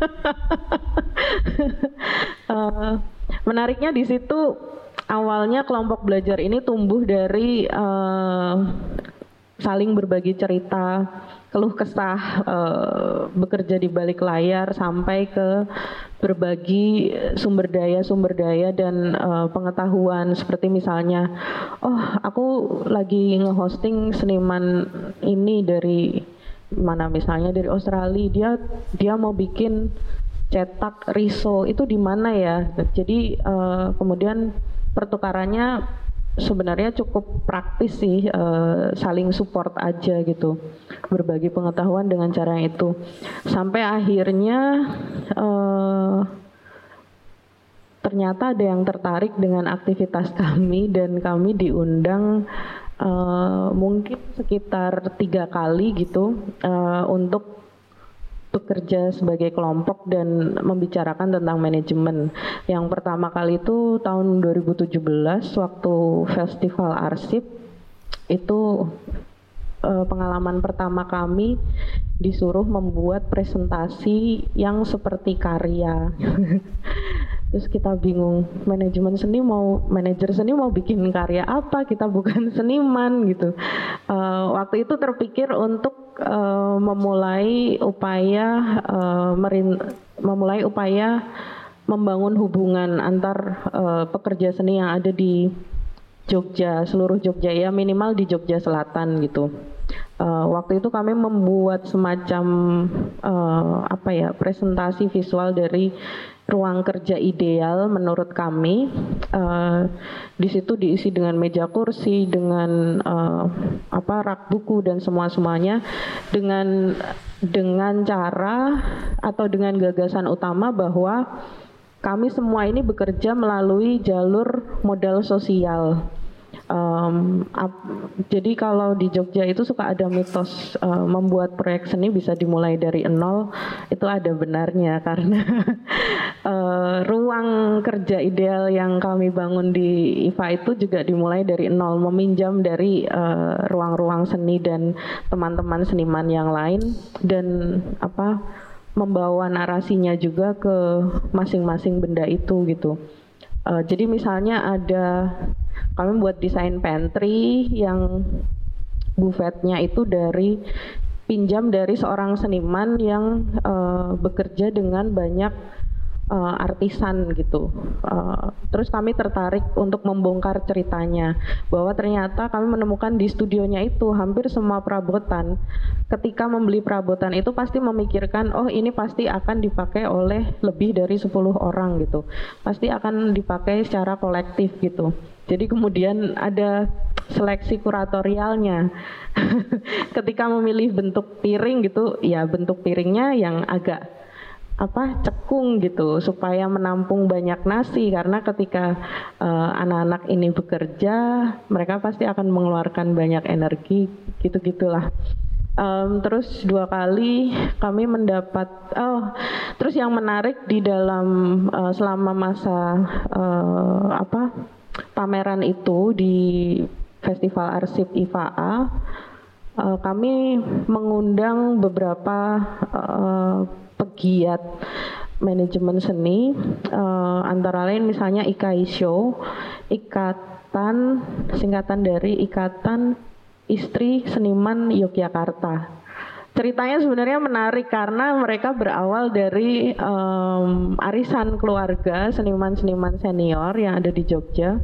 uh, menariknya di situ awalnya kelompok belajar ini tumbuh dari uh, saling berbagi cerita, keluh kesah, uh, bekerja di balik layar, sampai ke berbagi sumber daya sumber daya dan uh, pengetahuan, seperti misalnya, oh aku lagi nge-hosting seniman ini dari mana misalnya dari Australia dia dia mau bikin cetak riso itu di mana ya. Jadi uh, kemudian pertukarannya sebenarnya cukup praktis sih, uh, saling support aja gitu, berbagi pengetahuan dengan cara itu sampai akhirnya uh, ternyata ada yang tertarik dengan aktivitas kami dan kami diundang Uh, mungkin sekitar tiga kali gitu uh, untuk bekerja sebagai kelompok dan membicarakan tentang manajemen. Yang pertama kali itu tahun dua ribu tujuh belas waktu Festival Arsip, itu uh, pengalaman pertama kami disuruh membuat presentasi yang seperti karya. Terus kita bingung, manajemen seni mau, manajer seni mau bikin karya apa, kita bukan seniman gitu. Uh, waktu itu terpikir untuk uh, memulai upaya uh, merin, memulai upaya membangun hubungan antar uh, pekerja seni yang ada di Jogja, seluruh Jogja ya, minimal di Jogja Selatan gitu. Uh, waktu itu kami membuat semacam uh, apa ya, presentasi visual dari ruang kerja ideal menurut kami. Uh, di situ diisi dengan meja kursi, dengan uh, apa rak buku dan semua semuanya dengan dengan cara atau dengan gagasan utama bahwa kami semua ini bekerja melalui jalur modal sosial. Um, ap, jadi kalau di Jogja itu suka ada mitos uh, membuat proyek seni bisa dimulai dari nol, itu ada benarnya karena uh, ruang kerja ideal yang kami bangun di I F A itu juga dimulai dari nol, meminjam dari uh, ruang-ruang seni dan teman-teman seniman yang lain dan apa membawa narasinya juga ke masing-masing benda itu gitu. Uh, jadi misalnya ada, kami buat desain pantry yang buffetnya itu dari pinjam dari seorang seniman yang uh, bekerja dengan banyak uh, artisan gitu. Uh, terus kami tertarik untuk membongkar ceritanya bahwa ternyata kami menemukan di studionya itu hampir semua perabotan. Ketika membeli perabotan itu pasti memikirkan, oh ini pasti akan dipakai oleh lebih dari sepuluh orang gitu. Pasti akan dipakai secara kolektif gitu. Jadi kemudian ada seleksi kuratorialnya. Ketika memilih bentuk piring gitu, ya bentuk piringnya yang agak apa cekung gitu supaya menampung banyak nasi, karena ketika uh, anak-anak ini bekerja mereka pasti akan mengeluarkan banyak energi gitu-gitulah. Um, terus dua kali kami mendapat, oh terus yang menarik di dalam uh, selama masa uh, apa pameran itu di Festival Arsip I F A, uh, kami mengundang beberapa uh, pegiat manajemen seni, uh, antara lain misalnya I K I S H O, ikatan singkatan dari Ikatan Istri Seniman Yogyakarta. Ceritanya sebenarnya menarik karena mereka berawal dari um, arisan keluarga seniman-seniman senior yang ada di Jogja.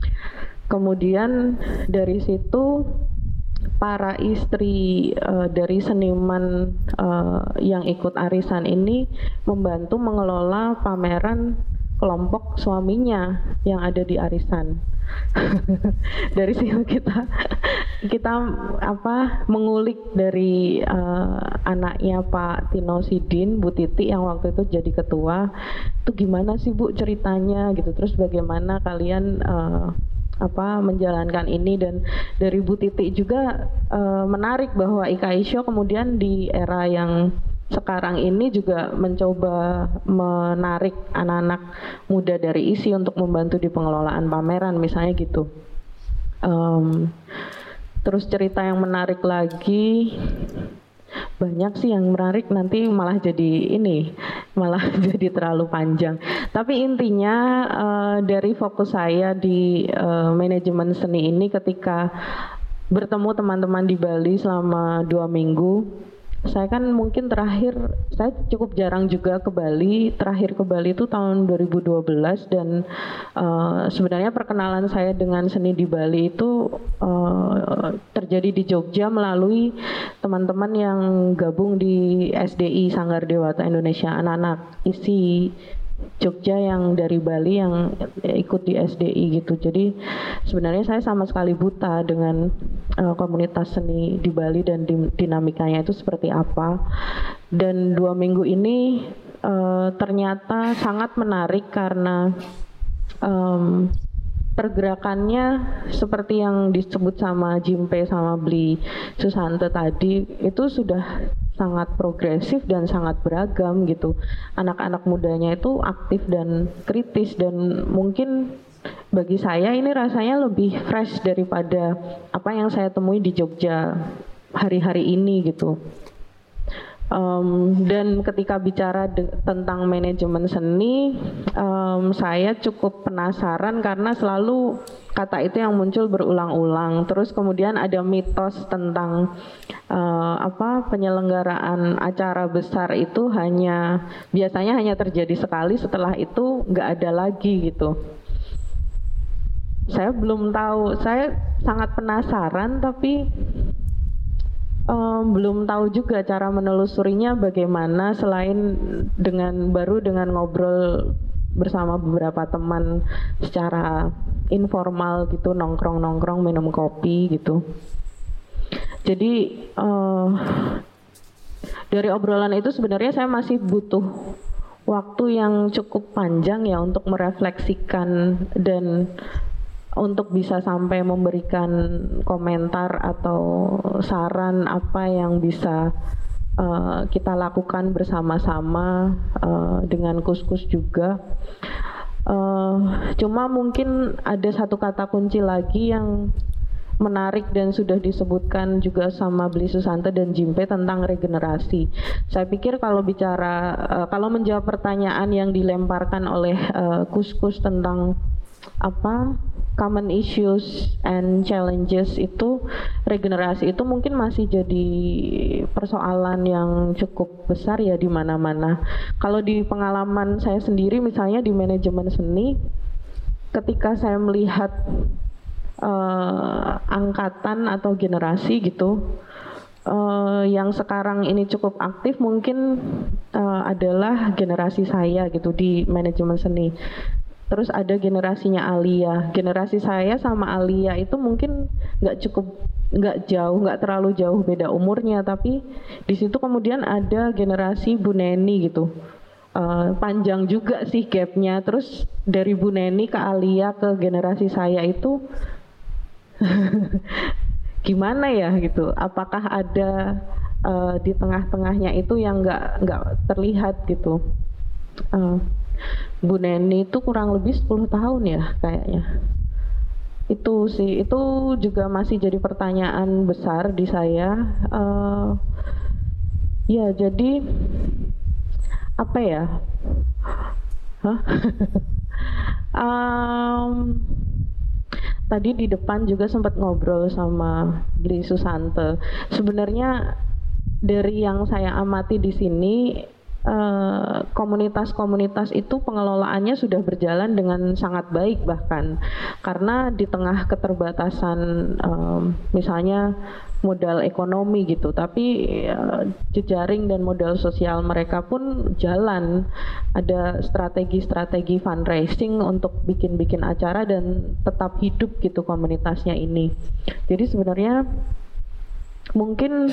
Kemudian dari situ para istri uh, dari seniman uh, yang ikut arisan ini membantu mengelola pameran kelompok suaminya yang ada di arisan. Dari situ kita kita apa mengulik dari uh, anaknya Pak Tino Sidin, Bu Titi yang waktu itu jadi ketua, itu gimana sih Bu ceritanya gitu, terus bagaimana kalian uh, apa menjalankan ini, dan dari Bu Titi juga uh, menarik bahwa I K I S H O kemudian di era yang sekarang ini juga mencoba menarik anak-anak muda dari I S I untuk membantu di pengelolaan pameran misalnya gitu. Um, terus cerita yang menarik lagi banyak sih yang menarik, nanti malah jadi ini malah jadi terlalu panjang. Tapi intinya uh, dari fokus saya di uh, manajemen seni ini ketika bertemu teman-teman di Bali selama dua minggu, Saya kan mungkin terakhir, saya cukup jarang juga ke Bali. Terakhir ke Bali itu tahun dua ribu dua belas dan uh, sebenarnya perkenalan saya dengan seni di Bali itu uh, terjadi di Jogja melalui teman-teman yang gabung di S D I Sanggar Dewata Indonesia, anak-anak isi Jogja yang dari Bali yang ikut di S D I gitu. Jadi sebenarnya saya sama sekali buta dengan uh, komunitas seni di Bali dan di, dinamikanya itu seperti apa. Dan dua minggu ini uh, ternyata sangat menarik karena um, pergerakannya seperti yang disebut sama Jimpe sama Bli Susanto tadi itu sudah sangat progresif dan sangat beragam gitu. Anak-anak mudanya itu aktif dan kritis dan mungkin bagi saya ini rasanya lebih fresh daripada apa yang saya temui di Jogja hari-hari ini gitu. Um, dan ketika bicara de- tentang manajemen seni, um, saya cukup penasaran karena selalu kata itu yang muncul berulang-ulang. Terus kemudian ada mitos tentang uh, apa penyelenggaraan acara besar itu hanya biasanya hanya terjadi sekali, setelah itu nggak ada lagi gitu. Saya belum tahu, saya sangat penasaran tapi Um, belum tahu juga cara menelusurinya bagaimana selain dengan baru dengan ngobrol bersama beberapa teman secara informal gitu, nongkrong-nongkrong minum kopi gitu. Jadi uh, dari obrolan itu sebenarnya saya masih butuh waktu yang cukup panjang ya untuk merefleksikan dan untuk bisa sampai memberikan komentar atau saran apa yang bisa uh, kita lakukan bersama-sama uh, dengan Kuskus juga. Uh, cuma mungkin ada satu kata kunci lagi yang menarik dan sudah disebutkan juga sama Bli Susanto dan Jimpe tentang regenerasi. Saya pikir kalau bicara, uh, kalau menjawab pertanyaan yang dilemparkan oleh uh, Kuskus tentang apa common issues and challenges itu, regenerasi itu mungkin masih jadi persoalan yang cukup besar ya di mana-mana. Kalau di pengalaman saya sendiri misalnya di manajemen seni, ketika saya melihat uh, angkatan atau generasi gitu uh, yang sekarang ini cukup aktif mungkin uh, adalah generasi saya gitu di manajemen seni. Terus ada generasinya Alia, generasi saya sama Alia itu mungkin nggak cukup, nggak jauh, nggak terlalu jauh beda umurnya, tapi di situ kemudian ada generasi Bu Neni gitu, uh, panjang juga sih gapnya. Terus dari Bu Neni ke Alia ke generasi saya itu gimana ya gitu? Apakah ada uh, di tengah-tengahnya itu yang nggak nggak terlihat gitu? Uh, Bu Neni itu kurang lebih sepuluh tahun ya kayaknya. Itu sih, itu juga masih jadi pertanyaan besar di saya. Uh, ya jadi apa ya? Huh? um, tadi di depan juga sempat ngobrol sama Bli Susanto. Sebenarnya dari yang saya amati di sini, Uh, komunitas-komunitas itu pengelolaannya sudah berjalan dengan sangat baik bahkan karena di tengah keterbatasan um, misalnya modal ekonomi gitu, tapi uh, jejaring dan modal sosial mereka pun jalan. Ada strategi-strategi fundraising untuk bikin-bikin acara dan tetap hidup gitu komunitasnya ini. Jadi sebenarnya mungkin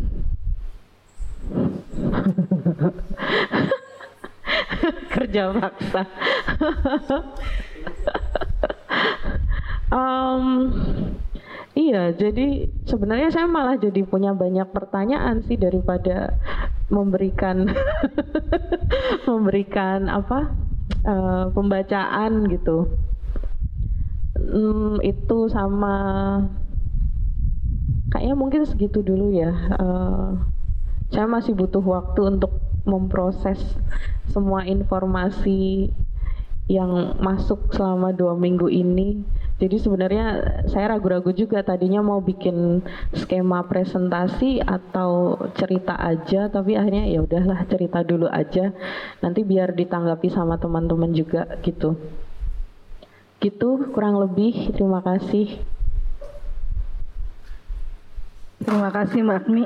kerja paksa. um, iya, jadi sebenarnya saya malah jadi punya banyak pertanyaan sih daripada memberikan memberikan apa uh, pembacaan gitu. Um, itu sama kayaknya mungkin segitu dulu ya. Uh, Saya masih butuh waktu untuk memproses semua informasi yang masuk selama dua minggu ini Jadi sebenarnya saya ragu-ragu juga tadinya mau bikin skema presentasi atau cerita aja, tapi akhirnya ya udahlah cerita dulu aja. Nanti biar ditanggapi sama teman-teman juga gitu. Gitu kurang lebih. Terima kasih. Terima kasih Mbak Agni.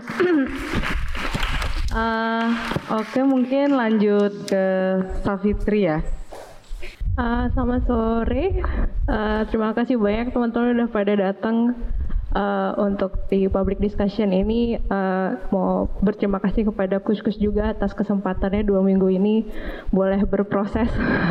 uh, Oke, okay, mungkin lanjut ke Savitri ya. Uh, selamat sore, uh, terima kasih banyak teman-teman udah pada datang uh, untuk di public discussion ini. Uh, mau berterima kasih kepada Kuskus juga atas kesempatannya dua minggu ini boleh berproses.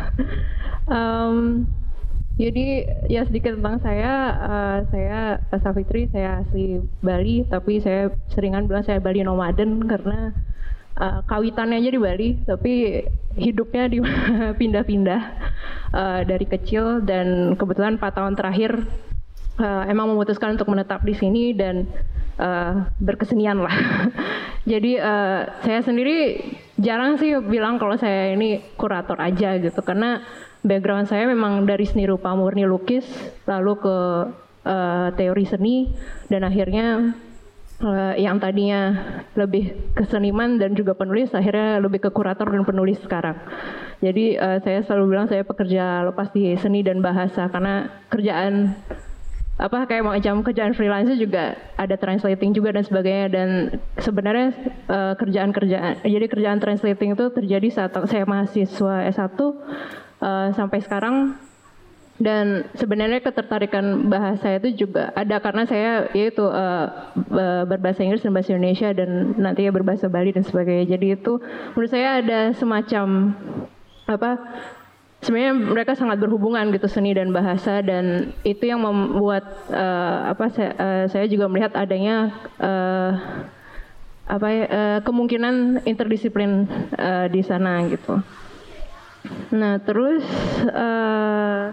um, jadi ya sedikit tentang saya, uh, saya Savitri, saya asli Bali, tapi saya seringan bilang saya Bali nomaden karena Uh, kawitannya aja di Bali, tapi hidupnya di pindah-pindah uh, dari kecil, dan kebetulan empat tahun terakhir uh, emang memutuskan untuk menetap di sini dan uh, berkesenian lah. Jadi uh, saya sendiri jarang sih bilang kalau saya ini kurator aja gitu, karena background saya memang dari seni rupa murni lukis, lalu ke uh, teori seni, dan akhirnya Uh, yang tadinya lebih ke seniman dan juga penulis, akhirnya lebih ke kurator dan penulis sekarang. Jadi uh, saya selalu bilang saya pekerja lepas di seni dan bahasa, karena kerjaan apa kayak macam kerjaan freelance juga ada translating juga dan sebagainya, dan sebenarnya uh, kerjaan-kerjaan jadi kerjaan translating itu terjadi saat saya mahasiswa S satu uh, sampai sekarang. Dan sebenarnya ketertarikan bahasa itu juga ada karena saya yaitu uh, berbahasa Inggris dan bahasa Indonesia, dan nantinya berbahasa Bali dan sebagainya. Jadi itu menurut saya ada semacam apa, sebenarnya mereka sangat berhubungan gitu, seni dan bahasa, dan itu yang membuat uh, apa saya, uh, saya juga melihat adanya uh, apa ya, uh, kemungkinan interdisiplin uh, di sana gitu. Nah terus uh,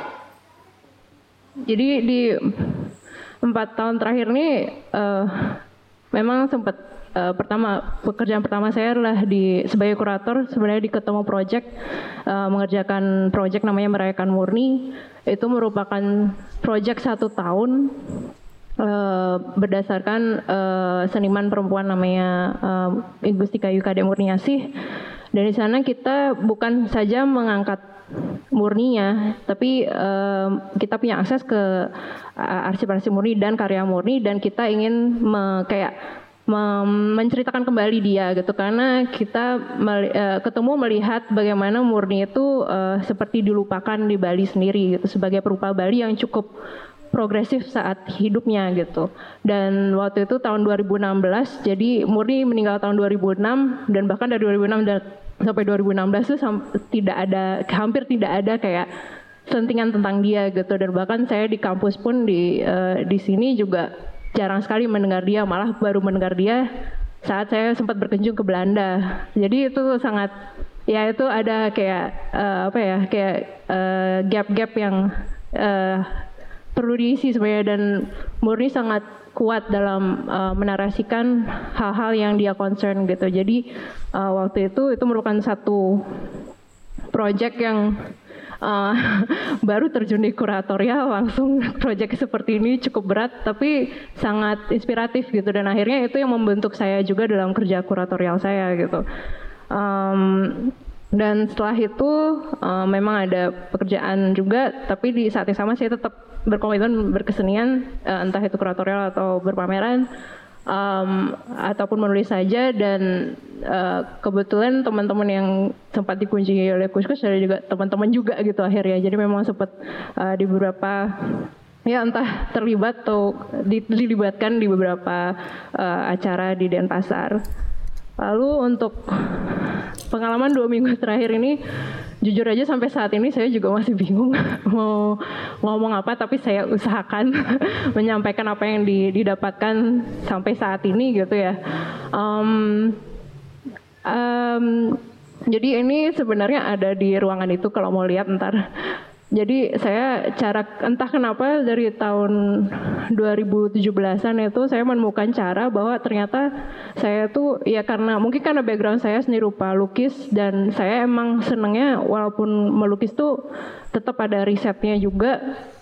jadi di empat tahun terakhir ini uh, memang sempat uh, pertama pekerjaan pertama saya adalah di sebagai kurator sebenarnya di Ketemu Project, uh, mengerjakan project namanya Merayakan Murni. Itu merupakan project satu tahun uh, berdasarkan uh, seniman perempuan namanya uh, Igustika Yukade Murniasih. Dan di sana kita bukan saja mengangkat murninya, tapi um, kita punya akses ke arsip-arsip murni dan karya murni, dan kita ingin me, kayak me, menceritakan kembali dia gitu, karena kita meli, uh, ketemu melihat bagaimana murni itu uh, seperti dilupakan di Bali sendiri gitu, sebagai perupa Bali yang cukup progresif saat hidupnya gitu. Dan waktu itu tahun dua ribu enam belas, jadi Murni meninggal tahun dua ribu enam, dan bahkan dari dua ribu enam dan sampai dua ribu enam belas itu tidak ada, hampir tidak ada kayak sentingan tentang dia gitu. Dan bahkan saya di kampus pun di uh, di sini juga jarang sekali mendengar dia, malah baru mendengar dia saat saya sempat berkunjung ke Belanda. Jadi itu sangat, ya itu ada kayak uh, apa ya, kayak uh, gap-gap yang uh, perlu diisi sebenarnya, dan Murni sangat kuat dalam uh, menarasikan hal-hal yang dia concern gitu. Jadi uh, waktu itu itu merupakan satu project yang uh, baru terjun di kuratorial, langsung project seperti ini cukup berat tapi sangat inspiratif gitu, dan akhirnya itu yang membentuk saya juga dalam kerja kuratorial saya gitu. Um, Dan setelah itu uh, memang ada pekerjaan juga, tapi di saat yang sama saya tetap berkomitmen berkesenian, uh, entah itu kuratorial atau berpameran, um, ataupun menulis saja. Dan uh, kebetulan teman-teman yang sempat dikunjungi oleh Kuskus ada juga teman-teman juga gitu akhirnya. Jadi memang sempat uh, di beberapa, ya entah terlibat atau dilibatkan di beberapa uh, acara di Denpasar. Lalu untuk pengalaman dua minggu terakhir ini, jujur aja sampai saat ini saya juga masih bingung mau ngomong apa, tapi saya usahakan menyampaikan apa yang didapatkan sampai saat ini gitu ya. Um, um, jadi ini sebenarnya ada di ruangan itu kalau mau lihat ntar. Jadi saya cara entah kenapa dari tahun dua ribu tujuh belasan itu saya menemukan cara bahwa ternyata saya tuh ya karena mungkin karena background saya seni rupa lukis, dan saya emang senengnya walaupun melukis tuh tetap ada risetnya juga.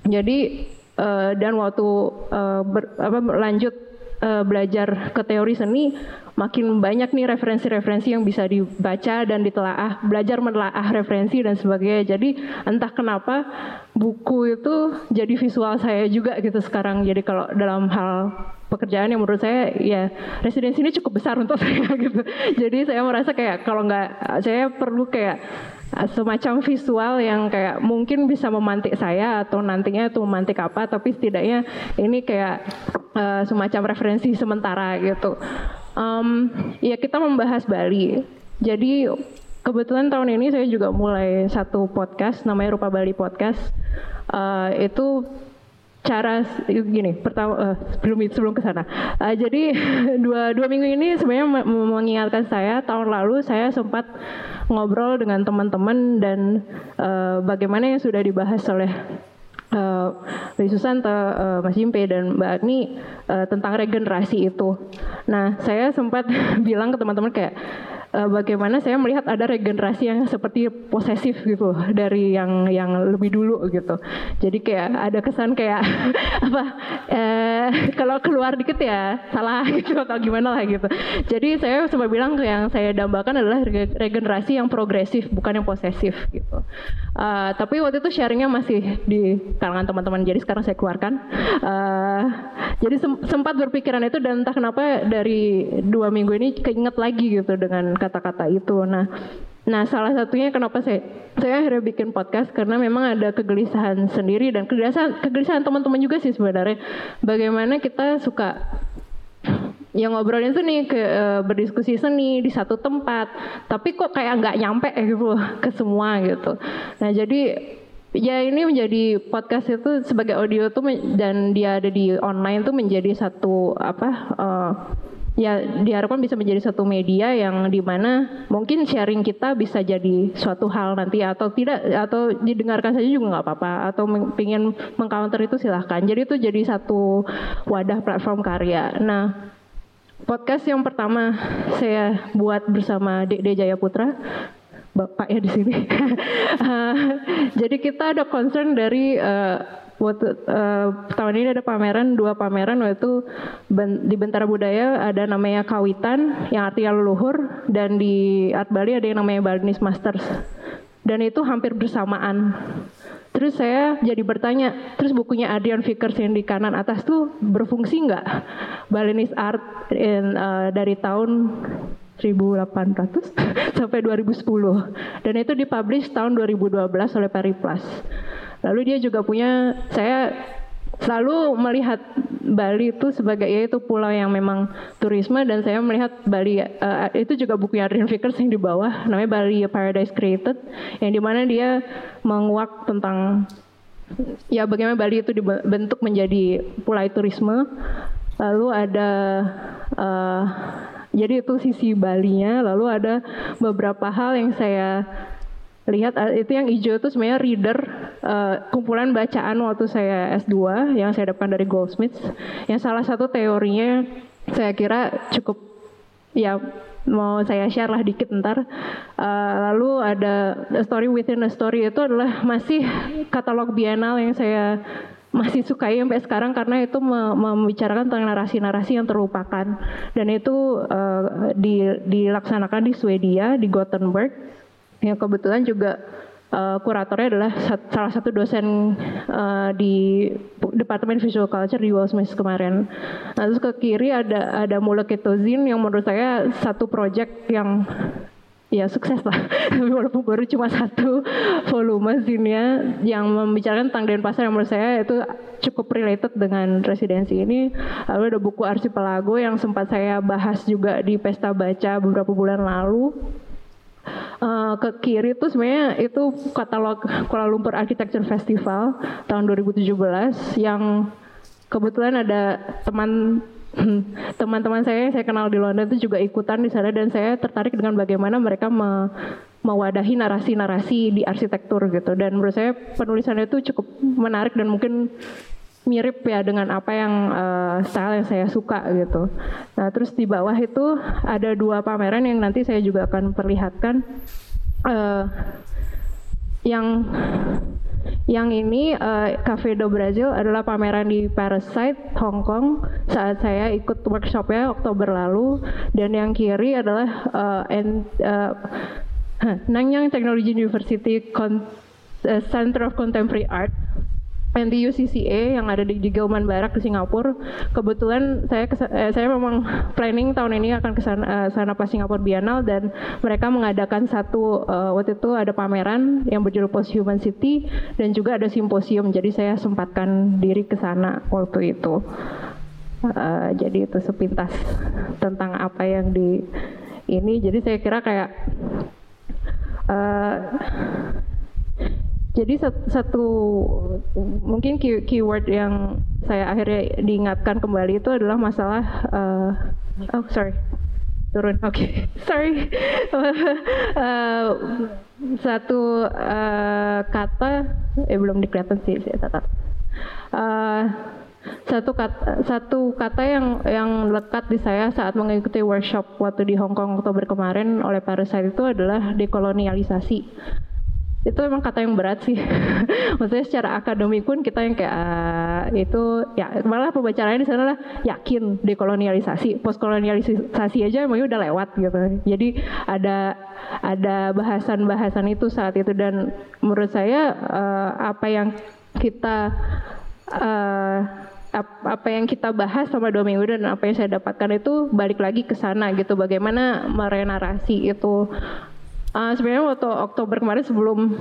Jadi uh, dan waktu uh, ber, apa, lanjut uh, belajar ke teori seni, makin banyak nih referensi-referensi yang bisa dibaca dan ditelaah, belajar menelaah referensi dan sebagainya. Jadi entah kenapa buku itu jadi visual saya juga gitu sekarang. Jadi kalau dalam hal pekerjaan yang menurut saya ya residensi ini cukup besar untuk saya gitu. Jadi saya merasa kayak kalau nggak, saya perlu kayak semacam visual yang kayak mungkin bisa memantik saya atau nantinya itu memantik apa, tapi setidaknya ini kayak uh, semacam referensi sementara gitu. Um, ya kita membahas Bali. Jadi kebetulan tahun ini saya juga mulai satu podcast namanya Rupa Bali Podcast. Uh, itu cara gini pertama uh, sebelum sebelum ke sana. Uh, jadi dua dua minggu ini sebenarnya mengingatkan saya tahun lalu saya sempat ngobrol dengan teman-teman dan uh, bagaimana yang sudah dibahas oleh uh, Mbak Susanto, uh, Mas Jimpe dan Mbak Agni uh, tentang regenerasi itu. Nah, saya sempat bilang ke teman-teman kayak uh, bagaimana saya melihat ada regenerasi yang seperti posesif gitu dari yang yang lebih dulu gitu. Jadi kayak ada kesan kayak apa eh, kalau keluar dikit ya salah gitu atau gimana lah gitu. Jadi saya sempat bilang yang saya dambakan adalah regenerasi yang progresif bukan yang posesif gitu. Uh, tapi waktu itu sharingnya masih di kalangan teman-teman, jadi sekarang saya keluarkan. Uh, jadi sem- sempat berpikiran itu dan entah kenapa dari dua minggu ini keinget lagi gitu dengan kata-kata itu. Nah, nah salah satunya kenapa saya saya akhirnya bikin podcast karena memang ada kegelisahan sendiri dan kegelisahan kegelisahan teman-teman juga sih sebenarnya. Bagaimana kita suka yang ngobrolin tuh nih ke uh, berdiskusi seni di satu tempat, tapi kok kayak nggak nyampe gitu ke semua gitu. Nah jadi ya ini menjadi podcast itu sebagai audio tuh dan dia ada di online tuh menjadi satu apa uh, ya diharapkan bisa menjadi satu media yang dimana mungkin sharing kita bisa jadi suatu hal nanti atau tidak atau didengarkan saja juga nggak apa-apa atau pengen mengcounter itu silahkan. Jadi itu jadi satu wadah platform karya. Nah podcast yang pertama saya buat bersama Dede Jayaputra, Bapak ya di sini. uh, jadi kita ada concern dari uh, waktu uh, tahun ini ada pameran, dua pameran yaitu ben, di Bentara Budaya ada namanya Kawitan yang artinya leluhur dan di Art Bali ada yang namanya Balinese Masters. Dan itu hampir bersamaan. Terus saya jadi bertanya, terus bukunya Adrian Vickers yang di kanan atas tuh berfungsi nggak? Balinese Art in, uh, dari tahun seribu delapan ratus sampai dua ribu sepuluh. Dan itu dipublish tahun dua ribu dua belas oleh Periplus. Lalu dia juga punya, saya selalu melihat Bali itu sebagai yaitu pulau yang memang turisme dan saya melihat Bali uh, itu juga buku Adrian Vickers yang di bawah namanya Bali Paradise Created yang dimana dia menguak tentang ya bagaimana Bali itu dibentuk menjadi pulau turisme. Lalu ada uh, jadi itu sisi Balinya, lalu ada beberapa hal yang saya lihat itu yang hijau itu sebenarnya reader uh, kumpulan bacaan waktu saya S dua yang saya dapatkan dari Goldsmiths yang salah satu teorinya saya kira cukup ya mau saya share lah dikit ntar. Uh, lalu ada A Story Within a Story itu adalah masih katalog bienal yang saya masih sukai sampai sekarang karena itu membicarakan tentang narasi-narasi yang terlupakan dan itu uh, di, dilaksanakan di Swedia di Gothenburg. Yang kebetulan juga uh, kuratornya adalah sat, salah satu dosen uh, di Departemen Visual Culture di Goldsmiths kemarin. Nah, terus ke kiri ada ada Muleketozin yang menurut saya satu project yang ya sukses lah, walaupun baru cuma satu volume zine yang membicarakan tentang Denpasar yang menurut saya itu cukup related dengan residensi ini. Lalu ada buku Archipelago yang sempat saya bahas juga di Pesta Baca beberapa bulan lalu. Uh, ke kiri itu sebenarnya itu katalog Kuala Lumpur Architecture Festival tahun dua ribu tujuh belas yang kebetulan ada teman teman-teman saya yang saya kenal di London itu juga ikutan di sana dan saya tertarik dengan bagaimana mereka me, mewadahi narasi-narasi di arsitektur gitu dan menurut saya penulisannya itu cukup menarik dan mungkin mirip ya dengan apa yang uh, style yang saya suka gitu. Nah terus di bawah itu ada dua pameran yang nanti saya juga akan perlihatkan uh, yang Yang ini uh, Cafe do Brasil adalah pameran di Parasite, Hong Kong saat saya ikut workshopnya Oktober lalu. Dan yang kiri adalah uh, and, uh, Nanyang Technology University Con- uh, Center of Contemporary Art N T U C C A yang ada di, di Gilman Barak di Singapura. Kebetulan saya kesa- eh, saya memang planning tahun ini akan ke sana, uh, sana pas Singapura Biennale, dan mereka mengadakan satu uh, waktu itu ada pameran yang berjudul Post-Human City dan juga ada simposium. Jadi saya sempatkan diri ke sana waktu itu. Uh, jadi itu sepintas tentang apa yang di ini. Jadi saya kira kayak uh, jadi satu mungkin key, keyword yang saya akhirnya diingatkan kembali itu adalah masalah uh, oh sorry turun oke okay. sorry uh, satu uh, kata eh belum dikelihatan sih saya catat uh, satu kata satu kata yang yang lekat di saya saat mengikuti workshop waktu di Hong Kong Oktober kemarin oleh Parasite itu adalah dekolonialisasi. Itu memang kata yang berat sih. Maksudnya secara akademik pun kita yang kayak uh, itu ya malah pembacaannya di sana lah yakin dekolonialisasi, postkolonialisasi aja emangnya udah lewat gitu. Jadi ada ada bahasan-bahasan itu saat itu, dan menurut saya uh, apa yang kita uh, apa yang kita bahas selama dua minggu dan apa yang saya dapatkan itu balik lagi ke sana gitu, bagaimana merenarasi itu. Uh, sebenarnya waktu Oktober kemarin sebelum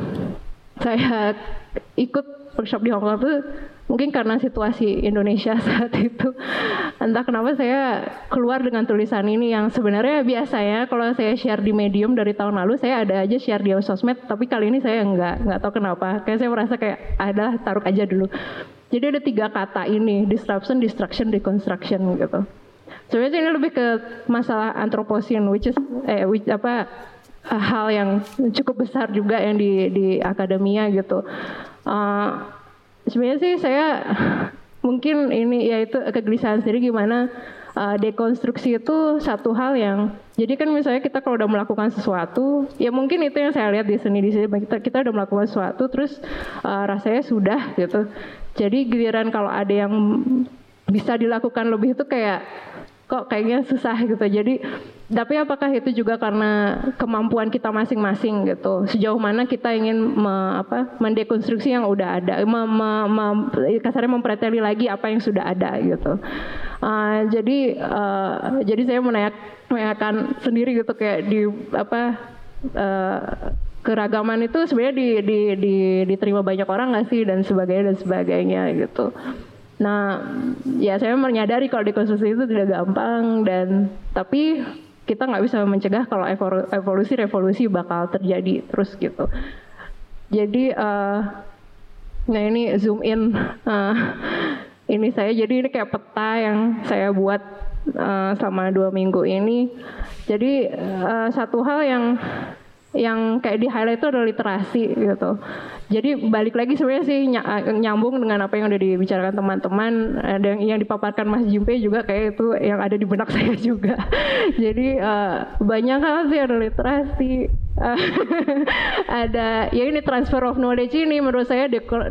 saya ikut workshop di Hong Kong itu mungkin karena situasi Indonesia saat itu, entah kenapa saya keluar dengan tulisan ini yang sebenarnya biasanya kalau saya share di Medium dari tahun lalu saya ada aja share di sosmed, tapi kali ini saya nggak nggak tahu kenapa, kayak saya merasa kayak ada taruh aja dulu. Jadi ada tiga kata ini, disruption, destruction, deconstruction gitu. Sebenarnya ini lebih ke masalah anthropocene, which is eh which, apa hal yang cukup besar juga yang di di akademia gitu. Uh, sebenarnya sih saya mungkin ini yaitu kegelisahan sendiri gimana uh, dekonstruksi itu satu hal yang, jadi kan misalnya kita kalau udah melakukan sesuatu, ya mungkin itu yang saya lihat di seni di sini kita kita udah melakukan sesuatu terus uh, rasanya sudah gitu. Jadi giliran kalau ada yang bisa dilakukan lebih itu kayak kok kayaknya susah gitu. Jadi tapi apakah itu juga karena kemampuan kita masing-masing gitu, sejauh mana kita ingin me, apa, mendekonstruksi yang udah ada, me, me, me, kasarnya mempreteli lagi apa yang sudah ada gitu. Uh, jadi uh, jadi saya menanyakan, menanyakan sendiri gitu kayak di apa uh, keragaman itu sebenarnya di, di, di, diterima banyak orang nggak sih dan sebagainya dan sebagainya gitu. Nah, ya saya menyadari kalau dekonstruksi itu tidak gampang, dan tapi kita nggak bisa mencegah kalau evolusi revolusi bakal terjadi terus gitu. Jadi, uh, nah ini zoom in, uh, ini saya jadi ini kayak peta yang saya buat uh, selama dua minggu ini. Jadi uh, satu hal yang yang kayak di highlight itu adalah literasi gitu. Jadi balik lagi sebenarnya sih nyambung dengan apa yang udah dibicarakan teman-teman, ada yang, yang dipaparkan Mas Jimpe juga kayak itu yang ada di benak saya juga. Jadi uh, banyak hal sih, ada literasi, uh, ada ya ini transfer of knowledge ini menurut saya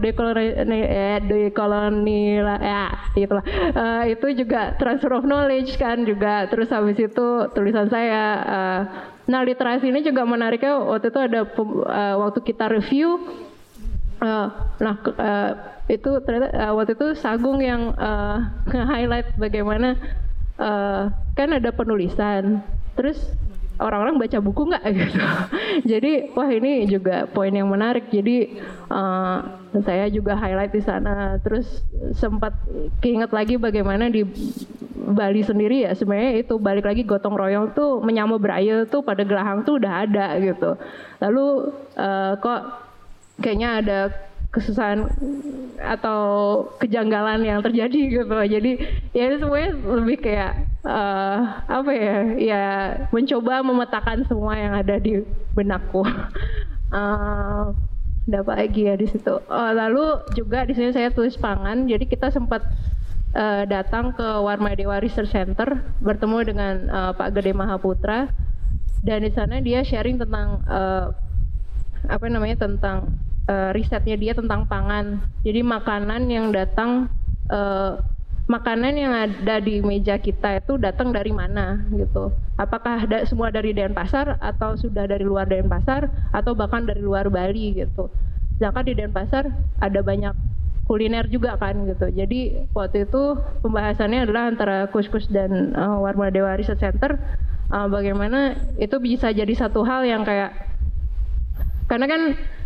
dekolonial ya itulah uh, itu juga transfer of knowledge kan juga. Terus habis itu tulisan saya. Uh, Nah literasi ini juga menariknya waktu itu ada uh, waktu kita review, uh, nah uh, itu ternyata uh, waktu itu Sagung yang uh, nge-highlight bagaimana uh, kan ada penulisan, terus orang-orang baca buku nggak gitu. Jadi wah ini juga poin yang menarik. Jadi uh, saya juga highlight di sana. Terus sempat keinget lagi bagaimana di Bali sendiri ya sebenarnya itu balik lagi gotong royong tuh menyambut braille tuh pada Gelahang tuh udah ada gitu. Lalu uh, kok kayaknya ada kesusahan atau kejanggalan yang terjadi gitu. Jadi ya itu semuanya lebih kayak uh, apa ya? Ya mencoba memetakan semua yang ada di benakku. Uh, ada apa lagi ya di situ? Uh, lalu juga di sini saya tulis pangan. Jadi kita sempat uh, datang ke Warmadewa Research Center bertemu dengan uh, Pak Gede Mahaputra, dan di sana dia sharing tentang uh, apa namanya tentang uh, risetnya dia tentang pangan. Jadi makanan yang datang uh, makanan yang ada di meja kita itu datang dari mana gitu. Apakah da- semua dari Denpasar atau sudah dari luar Denpasar atau bahkan dari luar Bali gitu. Sedangkan di Denpasar ada banyak kuliner juga kan gitu. Jadi waktu itu pembahasannya adalah antara Kuskus dan uh, Warmadewa Research Center, uh, bagaimana itu bisa jadi satu hal yang kayak, karena kan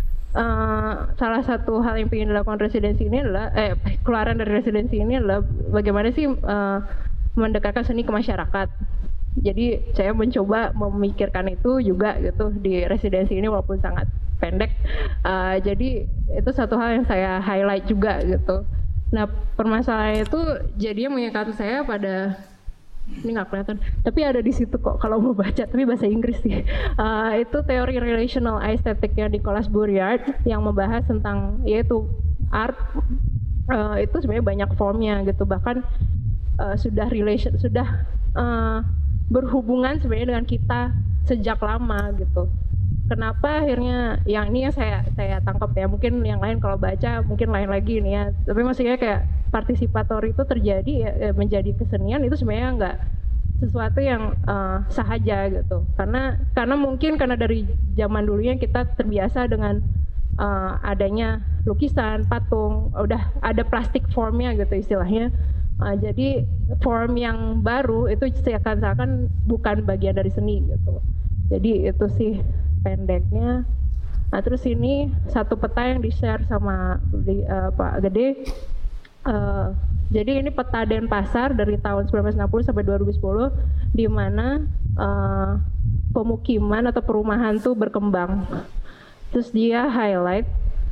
Uh, salah satu hal yang ingin dilakukan residensi ini adalah eh keluaran dari residensi ini adalah bagaimana sih uh, mendekatkan seni ke masyarakat. Jadi saya mencoba memikirkan itu juga gitu di residensi ini walaupun sangat pendek. Uh, jadi itu satu hal yang saya highlight juga gitu. Nah permasalahan itu jadinya mengingatkan saya pada, ini nggak kelihatan, tapi ada di situ kok kalau mau baca, tapi bahasa Inggris sih. Uh, itu teori relational aesthetic-nya Nicholas Bourriard yang membahas tentang yaitu art uh, itu sebenarnya banyak formnya gitu, bahkan uh, sudah relation sudah uh, berhubungan sebenarnya dengan kita sejak lama gitu. Kenapa akhirnya yang ini yang saya saya tangkap ya, mungkin yang lain kalau baca mungkin lain lagi nih ya, tapi maksudnya kayak partisipator itu terjadi ya, menjadi kesenian itu sebenarnya nggak sesuatu yang uh, sahaja gitu, karena karena mungkin karena dari zaman dulunya kita terbiasa dengan uh, adanya lukisan, patung, udah ada plastik formnya gitu istilahnya. Uh, jadi form yang baru itu seakan-akan bukan bagian dari seni gitu. Jadi itu sih pendeknya. Nah terus ini satu peta yang di-share sama di, uh, Pak Gede. Uh, jadi ini peta Denpasar dari tahun sembilan belas enam puluh sampai dua ribu sepuluh, di mana uh, pemukiman atau perumahan tuh berkembang. Terus dia highlight.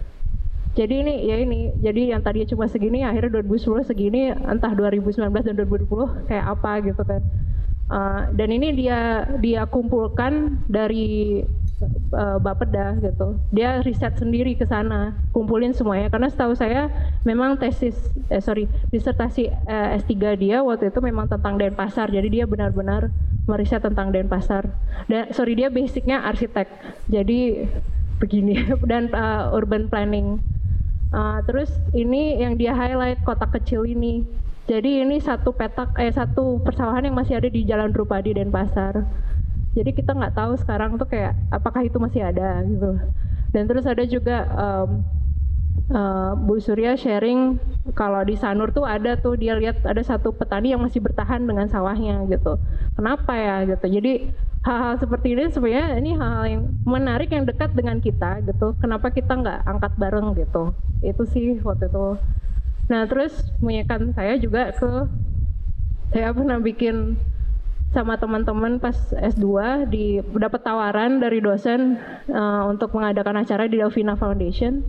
Jadi ini ya ini, jadi yang tadinya cuma segini akhirnya dua ribu sepuluh segini, entah dua ribu sembilan belas dan dua ribu dua puluh kayak apa gitu kan. Uh, dan ini dia dia kumpulkan dari uh, Bapeda gitu. Dia riset sendiri ke sana, kumpulin semuanya. Karena setahu saya memang tesis, eh sorry, disertasi eh, S tiga dia waktu itu memang tentang Denpasar. Jadi dia benar-benar meriset tentang Denpasar. Dan sorry dia basicnya arsitek. Jadi begini dan uh, urban planning. Uh, terus ini yang dia highlight kotak kecil ini. Jadi ini satu petak, eh satu persawahan yang masih ada di Jalan Drupadi Denpasar. Jadi kita nggak tahu sekarang tuh kayak apakah itu masih ada gitu. Dan terus ada juga um, uh, Bu Surya sharing kalau di Sanur tuh ada tuh dia lihat ada satu petani yang masih bertahan dengan sawahnya gitu. Kenapa ya gitu. Jadi hal-hal seperti ini sebenarnya ini hal-hal yang menarik yang dekat dengan kita gitu. Kenapa kita nggak angkat bareng gitu. Itu sih waktu itu. Nah terus mengingatkan saya juga ke, saya pernah bikin sama teman-teman pas S dua di dapat tawaran dari dosen uh, untuk mengadakan acara di Delfina Foundation.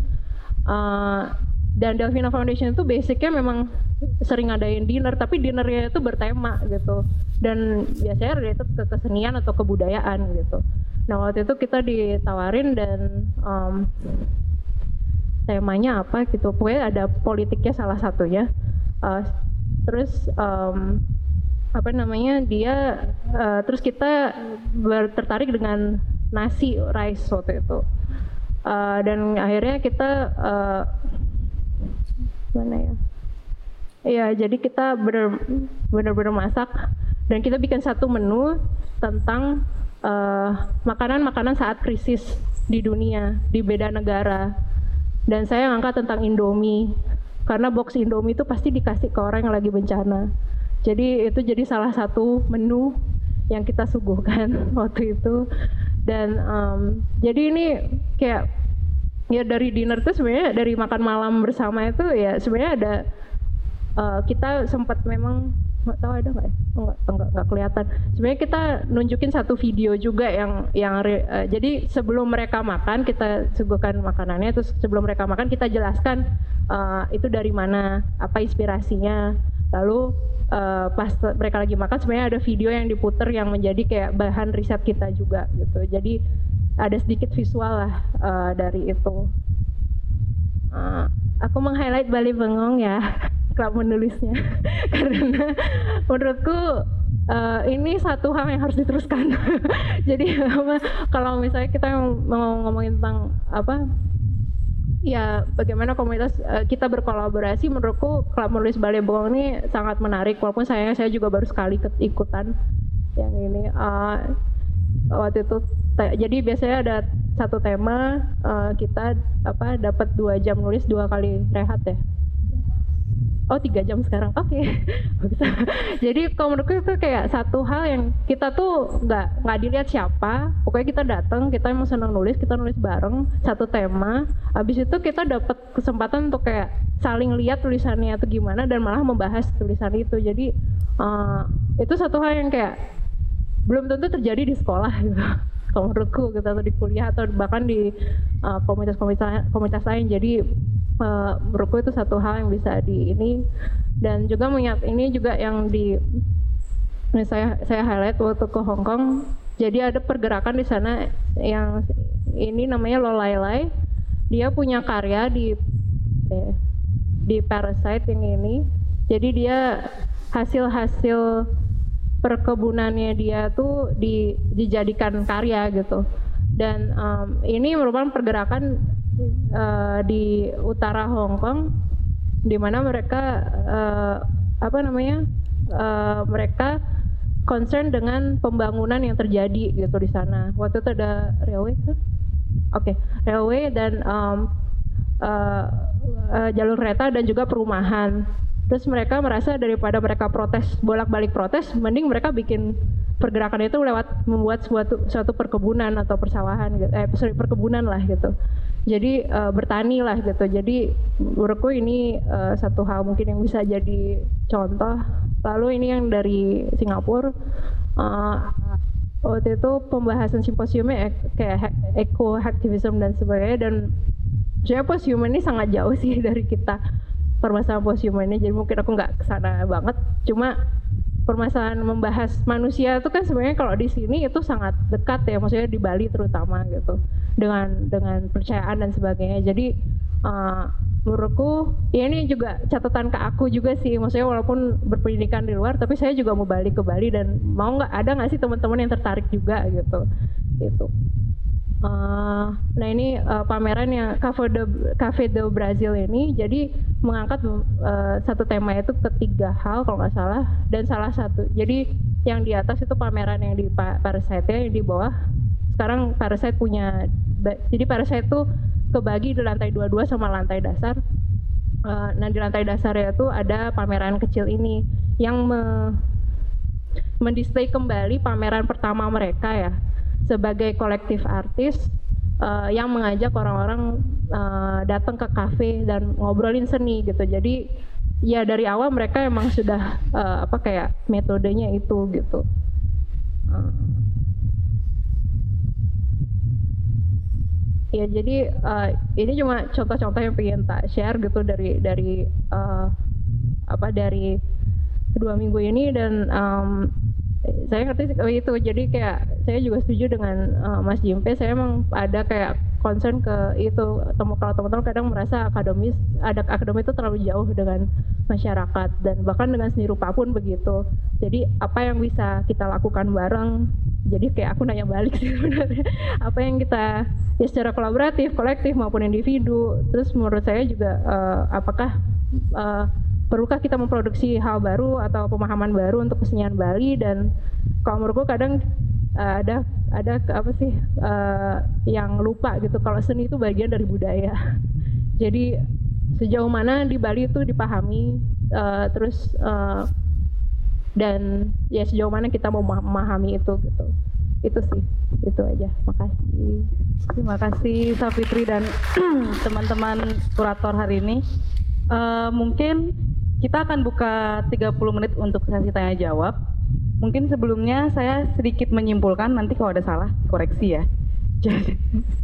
Uh, dan Delfina Foundation itu basicnya memang sering ngadain dinner, tapi dinnernya itu bertema gitu. Dan biasanya related ke kesenian atau kebudayaan gitu. Nah waktu itu kita ditawarin dan um, temanya apa gitu, pokoknya ada politiknya salah satunya. Uh, terus um, apa namanya dia uh, terus kita ber- tertarik dengan nasi rice waktu itu. Uh, dan akhirnya kita uh, mana ya? Iya, jadi kita benar-benar masak dan kita bikin satu menu tentang uh, makanan-makanan saat krisis di dunia di beda negara. Dan saya ngangkat tentang Indomie, karena box Indomie itu pasti dikasih ke orang yang lagi bencana. Jadi itu jadi salah satu menu yang kita suguhkan waktu itu. Dan um, jadi ini kayak ya dari dinner itu sebenarnya dari makan malam bersama itu ya sebenarnya ada uh, kita sempat memang nggak tahu ada nggak ya? Oh, nggak, nggak, nggak kelihatan. Sebenarnya kita nunjukin satu video juga yang yang uh, jadi sebelum mereka makan kita suguhkan makanannya, terus sebelum mereka makan kita jelaskan uh, itu dari mana, apa inspirasinya. Lalu uh, pas mereka lagi makan sebenarnya ada video yang diputer yang menjadi kayak bahan riset kita juga gitu. Jadi ada sedikit visual lah uh, dari itu. Uh, aku meng-highlight Bali Bengong ya. Klub menulisnya karena menurutku uh, ini satu hal yang harus diteruskan. Jadi kalau misalnya kita mau ngomongin tentang apa ya bagaimana komunitas uh, kita berkolaborasi. Menurutku Klub Menulis Balai Bengong ini sangat menarik, walaupun sayangnya saya juga baru sekali ikutan yang ini. Uh, waktu itu te- jadi biasanya ada satu tema, uh, kita apa dapat dua jam nulis, dua kali rehat ya. Oh tiga jam sekarang, oke. Okay. Jadi kalau menurutku itu kayak satu hal yang kita tuh nggak nggak dilihat siapa, pokoknya kita datang, kita emang senang nulis, kita nulis bareng satu tema. Habis itu kita dapat kesempatan untuk kayak saling lihat tulisannya atau gimana dan malah membahas tulisan itu. Jadi uh, itu satu hal yang kayak belum tentu terjadi di sekolah gitu. Kalau menurutku gitu, atau di kuliah atau bahkan di uh, komunitas-komunitas komunitas lain. Jadi uh, menurutku itu satu hal yang bisa di ini. Dan juga mengingat ini juga yang di ini saya saya highlight waktu ke Hong Kong. Jadi ada pergerakan di sana yang ini namanya Lolailai. Dia punya karya di eh, di Parasite yang ini. Jadi dia hasil-hasil perkebunannya dia tuh di, dijadikan karya gitu. Dan um, ini merupakan pergerakan uh, di utara Hong Kong, di mana mereka uh, apa namanya uh, mereka concern dengan pembangunan yang terjadi gitu di sana. Waktu itu ada railway, oke, okay. railway dan um, uh, uh, jalur kereta dan juga perumahan. Terus mereka merasa daripada mereka protes, bolak-balik protes, mending mereka bikin pergerakan itu lewat membuat suatu suatu perkebunan atau persawahan gitu. Eh sorry, perkebunan lah gitu. Jadi uh, bertani lah gitu. Jadi menurutku ini uh, satu hal mungkin yang bisa jadi contoh. Lalu ini yang dari Singapura, uh, waktu itu pembahasan simposiumnya ek, kayak eco-activism dan sebagainya, dan saya posium ini sangat jauh sih dari kita permasalahan posium ini, jadi mungkin aku nggak kesana banget. Cuma permasalahan membahas manusia itu kan sebenarnya kalau di sini itu sangat dekat ya, maksudnya di Bali terutama gitu, dengan dengan percayaan dan sebagainya. Jadi uh, menurutku ya ini juga catatan ke aku juga sih, maksudnya walaupun berpendidikan di luar, tapi saya juga mau balik ke Bali dan mau nggak ada nggak sih teman-teman yang tertarik juga gitu, gitu. Uh, nah ini uh, pameran yang Cafe de, Cafe de Brazil ini jadi mengangkat uh, satu tema itu ketiga hal kalau nggak salah, dan salah satu jadi yang di atas itu pameran yang di Parasite, yang di bawah sekarang Parasite punya, jadi Parasite itu kebagi di lantai dua puluh dua sama lantai dasar. Uh, nah di lantai dasarnya itu ada pameran kecil ini yang me, mendisplay kembali pameran pertama mereka ya, sebagai kolektif artis uh, yang mengajak orang-orang uh, datang ke kafe dan ngobrolin seni gitu. Jadi ya dari awal mereka emang sudah uh, apa kayak metodenya itu gitu. Uh, ya jadi uh, ini cuma contoh-contoh yang pengen tak share gitu dari dari uh, apa dari dua minggu ini. Dan um, saya ngerti oh itu, jadi kayak saya juga setuju dengan uh, Mas Jimpe. Saya emang ada kayak concern ke itu, temu kalau teman-teman kadang merasa akademis ada akademi itu terlalu jauh dengan masyarakat dan bahkan dengan seni rupa pun begitu. Jadi apa yang bisa kita lakukan bareng, jadi kayak aku nanya balik sih sebenarnya, apa yang kita ya secara kolaboratif, kolektif maupun individu. Terus menurut saya juga uh, apakah uh, perlukah kita memproduksi hal baru atau pemahaman baru untuk kesenian Bali. Dan kalau menurutku kadang uh, ada ada apa sih uh, yang lupa gitu kalau seni itu bagian dari budaya. Jadi sejauh mana di Bali itu dipahami, uh, terus uh, dan ya sejauh mana kita mau memahami itu gitu. Itu sih, itu aja. Makasih. Terima kasih Safitri dan teman-teman kurator hari ini. Uh, mungkin kita akan buka tiga puluh menit untuk sesi tanya jawab. Mungkin sebelumnya saya sedikit menyimpulkan, nanti kalau ada salah koreksi ya. Jadi,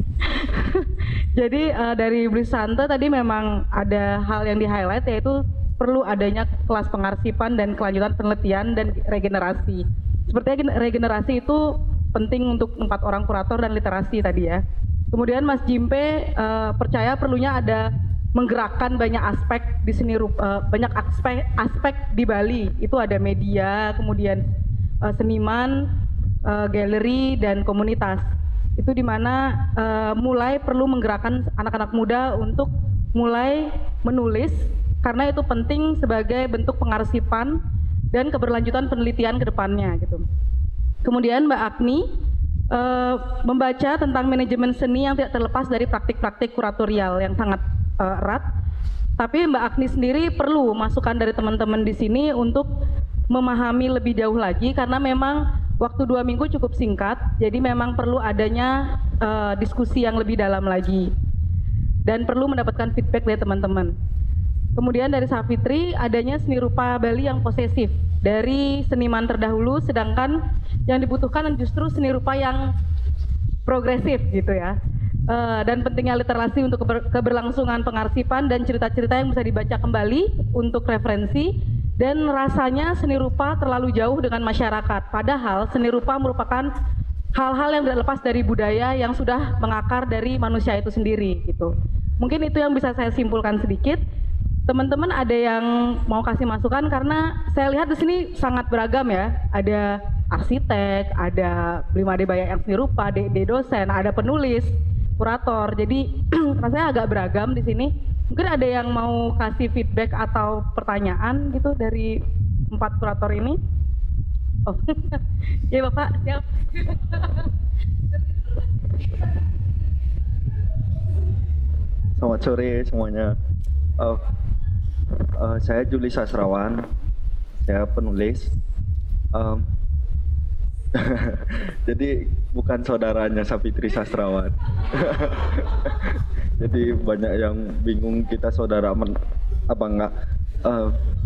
jadi uh, dari Blisante tadi memang ada hal yang di-highlight, yaitu perlu adanya kelas pengarsipan dan kelanjutan penelitian dan regenerasi. Sepertinya regenerasi itu penting untuk empat orang kurator dan literasi tadi ya. Kemudian Mas Jimpe uh, percaya perlunya ada menggerakkan banyak aspek di seni rupa, banyak aspek aspek di Bali. Itu ada media, kemudian uh, seniman, uh, galeri dan komunitas. Itu dimana uh, mulai perlu menggerakkan anak-anak muda untuk mulai menulis, karena itu penting sebagai bentuk pengarsipan dan keberlanjutan penelitian ke depannya gitu. Kemudian Mbak Agni uh, membaca tentang manajemen seni yang tidak terlepas dari praktik-praktik kuratorial yang sangat uh, erat. Tapi Mbak Agni sendiri perlu masukan dari teman-teman di sini untuk memahami lebih jauh lagi, karena memang waktu dua minggu cukup singkat, jadi memang perlu adanya uh, diskusi yang lebih dalam lagi dan perlu mendapatkan feedback dari teman-teman. Kemudian dari Safitri, adanya seni rupa Bali yang posesif dari seniman terdahulu, sedangkan yang dibutuhkan justru seni rupa yang progresif gitu ya. Uh, dan pentingnya literasi untuk keber keberlangsungan pengarsipan dan cerita-cerita yang bisa dibaca kembali untuk referensi, dan rasanya seni rupa terlalu jauh dengan masyarakat, padahal seni rupa merupakan hal-hal yang tidak lepas dari budaya yang sudah mengakar dari manusia itu sendiri gitu. Mungkin itu yang bisa saya simpulkan sedikit. Teman-teman ada yang mau kasih masukan, karena saya lihat di sini sangat beragam ya. Ada arsitek, ada lima D Bayak yang seni rupa, D D dosen, ada penulis, kurator. Jadi rasanya agak beragam di sini. Mungkin ada yang mau kasih feedback atau pertanyaan gitu dari empat kurator ini? Oh, ya Bapak, siap. Selamat sore semuanya. Uh, uh, saya Juli Sastrawan, saya penulis. Um, jadi bukan saudaranya Safitri Sastrawan. Jadi banyak yang bingung kita saudara men, apa enggak. Uh,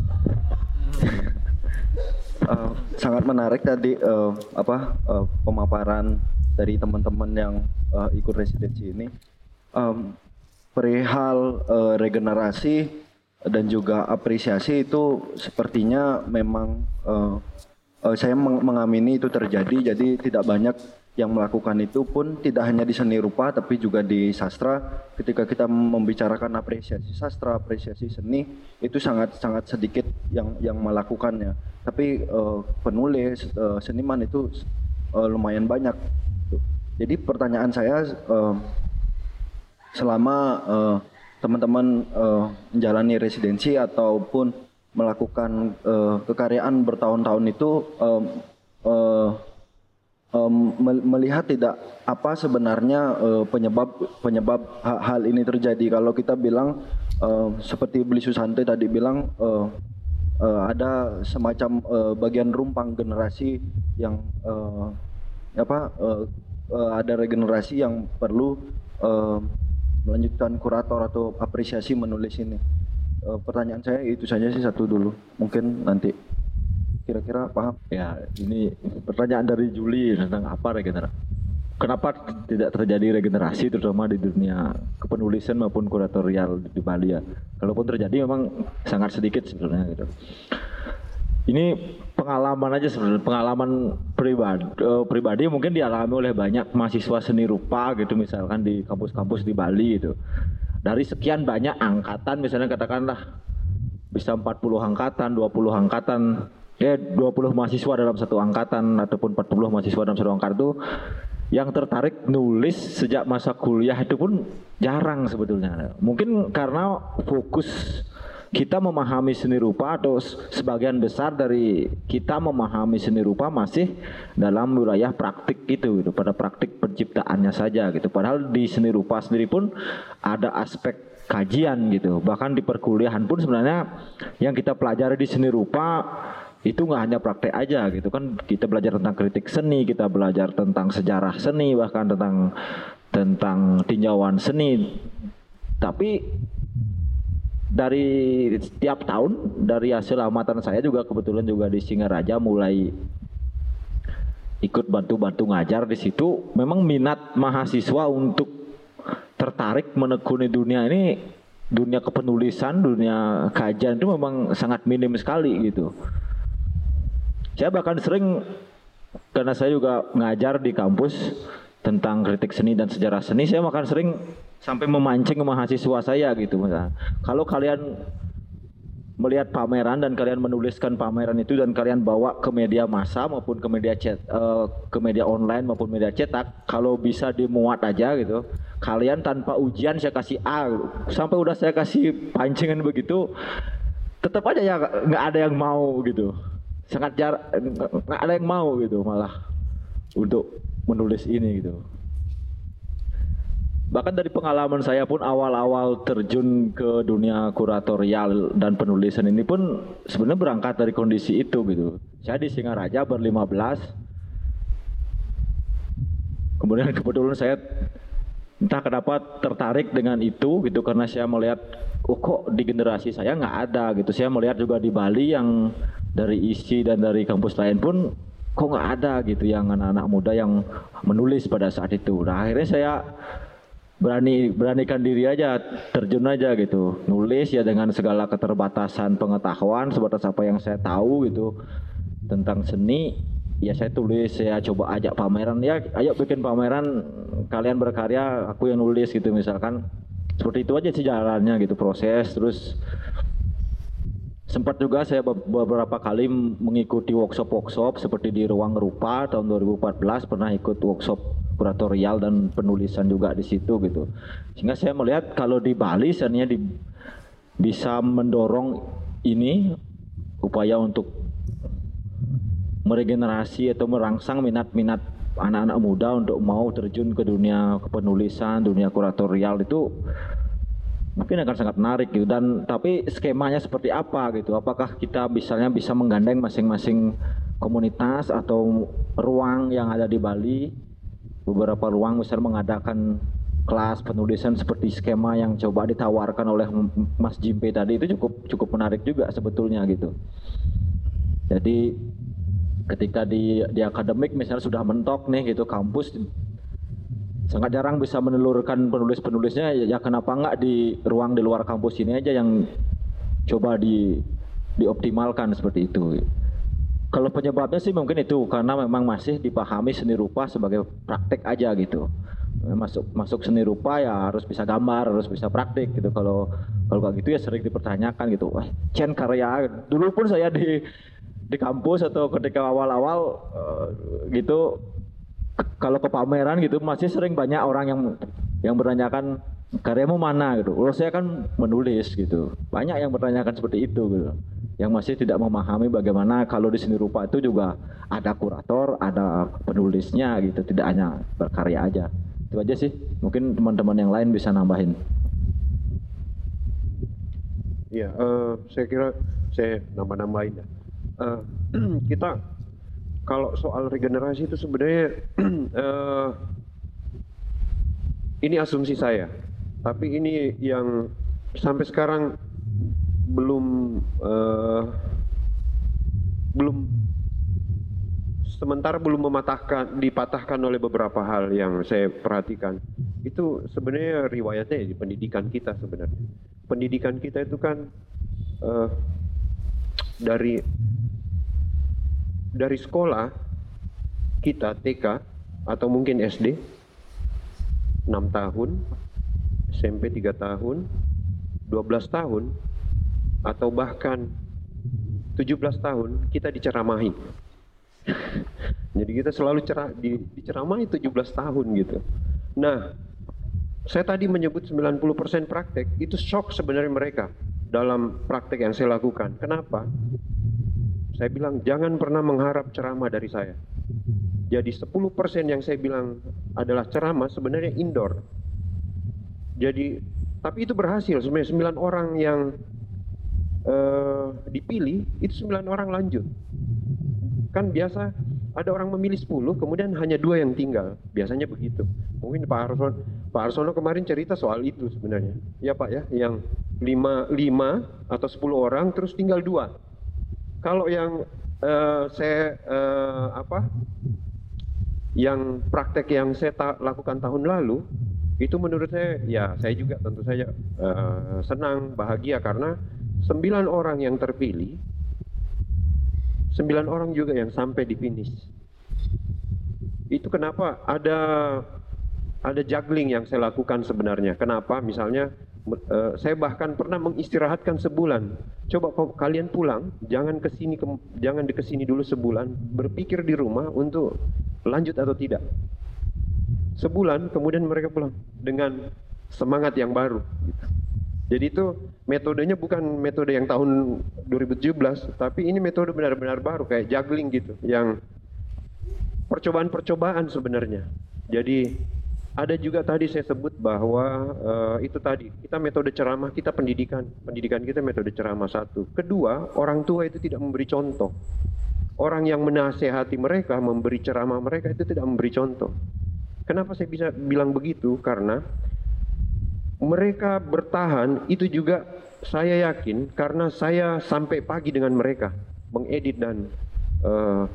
uh, sangat menarik tadi uh, apa uh, pemaparan dari teman-teman yang uh, ikut residensi ini. Um, perihal uh, regenerasi dan juga apresiasi itu sepertinya memang uh, uh, saya meng mengamini itu terjadi. Jadi tidak banyak yang melakukan itu, pun tidak hanya di seni rupa tapi juga di sastra. Ketika kita membicarakan apresiasi sastra, apresiasi seni, itu sangat sangat sedikit yang yang melakukannya. Tapi uh, penulis, uh, seniman itu uh, lumayan banyak. Jadi pertanyaan saya, uh, selama teman-teman uh, uh, menjalani residensi ataupun melakukan uh, kekaryaan bertahun-tahun itu, uh, uh, um, melihat tidak apa sebenarnya uh, penyebab penyebab hal ini terjadi. Kalau kita bilang uh, seperti Bli Susanti tadi bilang, uh, uh, ada semacam uh, bagian rumpang generasi yang uh, apa uh, uh, ada regenerasi yang perlu uh, melanjutkan kurator atau apresiasi menulis ini. Uh, pertanyaan saya itu saja sih, satu dulu. Mungkin nanti kira-kira paham. Ya, ini pertanyaan dari Juli tentang apa regenerasi. Kenapa tidak terjadi regenerasi terutama di dunia kepenulisan maupun kuratorial di Bali ya. Kalaupun terjadi memang sangat sedikit sebenarnya gitu. Ini pengalaman aja sebenarnya, pengalaman pribadi, uh, pribadi mungkin dialami oleh banyak mahasiswa seni rupa gitu, misalkan di kampus-kampus di Bali gitu. Dari sekian banyak angkatan, misalnya katakanlah bisa empat puluh angkatan, dua puluh angkatan, ya dua puluh mahasiswa dalam satu angkatan ataupun empat puluh mahasiswa dalam satu angkatan itu yang tertarik nulis sejak masa kuliah itu pun jarang sebetulnya. Mungkin karena fokus kita memahami seni rupa, atau sebagian besar dari kita memahami seni rupa masih dalam wilayah praktik gitu, gitu, pada praktik penciptaannya saja gitu. Padahal di seni rupa sendiri pun ada aspek kajian gitu. Bahkan di perkuliahan pun sebenarnya yang kita pelajari di seni rupa itu nggak hanya praktek aja gitu kan. Kita belajar tentang kritik seni, kita belajar tentang sejarah seni, bahkan tentang tentang tinjauan seni. Tapi dari setiap tahun, dari hasil amatan saya juga kebetulan juga di Singaraja mulai ikut bantu-bantu ngajar di situ. Memang minat mahasiswa untuk tertarik menekuni dunia ini, dunia kepenulisan, dunia kajian itu memang sangat minim sekali gitu. Saya bahkan sering, karena saya juga ngajar di kampus tentang kritik seni dan sejarah seni, saya bahkan sering sampai memancing mahasiswa saya gitu misalnya. Kalau kalian melihat pameran dan kalian menuliskan pameran itu dan kalian bawa ke media massa maupun ke media chat, uh, ke media online maupun media cetak, kalau bisa dimuat aja gitu. Kalian tanpa ujian saya kasih A, sampai udah saya kasih pancingan begitu, tetap aja ya nggak ada yang mau gitu. Sangat jar, nggak ada yang mau gitu malah untuk menulis ini gitu. Bahkan dari pengalaman saya pun awal-awal terjun ke dunia kuratorial dan penulisan ini pun sebenarnya berangkat dari kondisi itu gitu. Saya di Singaraja berlima belas, kemudian kebetulan saya entah kenapa tertarik dengan itu gitu, karena saya melihat oh kok di generasi saya nggak ada gitu. Saya melihat juga di Bali yang dari I S I dan dari kampus lain pun kok nggak ada gitu yang anak-anak muda yang menulis pada saat itu. Nah akhirnya saya berani beranikan diri aja, terjun aja gitu, nulis ya dengan segala keterbatasan pengetahuan, sebatas apa yang saya tahu gitu tentang seni, ya saya tulis, saya coba ajak pameran, ya ayo bikin pameran, kalian berkarya, aku yang nulis gitu misalkan, seperti itu aja sih jalannya gitu proses. Terus sempat juga saya beberapa kali mengikuti workshop-workshop seperti di Ruang Rupa tahun dua ribu empat belas, pernah ikut workshop kuratorial dan penulisan juga di situ gitu. Sehingga saya melihat kalau di Bali sebenarnya di, bisa mendorong ini upaya untuk meregenerasi atau merangsang minat-minat anak-anak muda untuk mau terjun ke dunia penulisan, dunia kuratorial itu mungkin akan sangat menarik gitu. Dan tapi skemanya seperti apa gitu? Apakah kita misalnya bisa menggandeng masing-masing komunitas atau ruang yang ada di Bali, beberapa ruang misalnya mengadakan kelas penulisan seperti skema yang coba ditawarkan oleh Mas Jimpe tadi, itu cukup cukup menarik juga sebetulnya gitu. Jadi ketika di di akademik misalnya sudah mentok nih gitu, kampus sangat jarang bisa menelurkan penulis-penulisnya, ya kenapa enggak di ruang di luar kampus ini aja yang coba di dioptimalkan seperti itu. Kalau penyebabnya sih mungkin itu karena memang masih dipahami seni rupa sebagai praktek aja gitu. Masuk masuk seni rupa ya harus bisa gambar, harus bisa praktik gitu. Kalau kalau kayak gitu ya sering dipertanyakan gitu. Wah, Chen karya. Dulu pun saya di di kampus atau ketika awal-awal uh, gitu, kalau ke pameran gitu masih sering banyak orang yang yang bertanyakan karyamu mana gitu. Kalau saya kan menulis gitu. Banyak yang bertanyakan seperti itu gitu. Yang masih tidak memahami bagaimana kalau di seni rupa itu juga ada kurator, ada penulisnya gitu, tidak hanya berkarya aja. Itu aja sih. Mungkin teman-teman yang lain bisa nambahin. Iya, uh, saya kira saya nambah-nambahin ya. Uh, kita kalau soal regenerasi itu sebenarnya uh, ini asumsi saya, tapi ini yang sampai sekarang belum uh, belum sementara belum mematahkan dipatahkan oleh beberapa hal yang saya perhatikan. Itu sebenarnya riwayatnya di pendidikan kita sebenarnya. Pendidikan kita itu kan uh, dari dari sekolah kita T K atau mungkin S D enam tahun, S M P tiga tahun, dua belas tahun, atau bahkan tujuh belas tahun kita diceramahi. Jadi kita selalu cerah, di, diceramahi tujuh belas tahun gitu. Nah, saya tadi menyebut sembilan puluh persen praktek, itu shock sebenarnya mereka dalam praktek yang saya lakukan. Kenapa? Saya bilang jangan pernah mengharap ceramah dari saya. Jadi sepuluh persen yang saya bilang adalah ceramah sebenarnya indoor. Jadi tapi itu berhasil sebenarnya. Sembilan orang yang uh, dipilih itu sembilan orang lanjut. Kan biasa ada orang memilih sepuluh, kemudian hanya dua yang tinggal. Biasanya begitu. Mungkin Pak Arsono, Pak Arsono kemarin cerita soal itu sebenarnya. Ya Pak ya, yang lima, lima atau sepuluh orang terus tinggal dua. Kalau yang uh, saya uh, apa, yang praktek yang saya ta lakukan tahun lalu, itu menurut saya, ya saya juga tentu saja uh, senang, bahagia karena sembilan orang yang terpilih, sembilan orang juga yang sampai di finish. Itu kenapa ada ada juggling yang saya lakukan sebenarnya. Kenapa? Misalnya Uh, saya bahkan pernah mengistirahatkan sebulan. Coba kalian pulang, jangan kesini, ke, jangan di kesini dulu sebulan, berpikir di rumah untuk lanjut atau tidak. Sebulan, kemudian mereka pulang dengan semangat yang baru. Gitu. Jadi itu metodenya bukan metode yang tahun dua ribu tujuh belas, tapi ini metode benar-benar baru, kayak juggling gitu, yang percobaan-percobaan sebenarnya. Jadi ada juga tadi saya sebut bahwa uh, itu tadi, kita metode ceramah, kita pendidikan. Pendidikan kita metode ceramah satu. Kedua, orang tua itu tidak memberi contoh. Orang yang menasehati mereka, memberi ceramah mereka itu tidak memberi contoh. Kenapa saya bisa bilang begitu? Karena mereka bertahan, itu juga saya yakin karena saya sampai pagi dengan mereka, mengedit dan uh,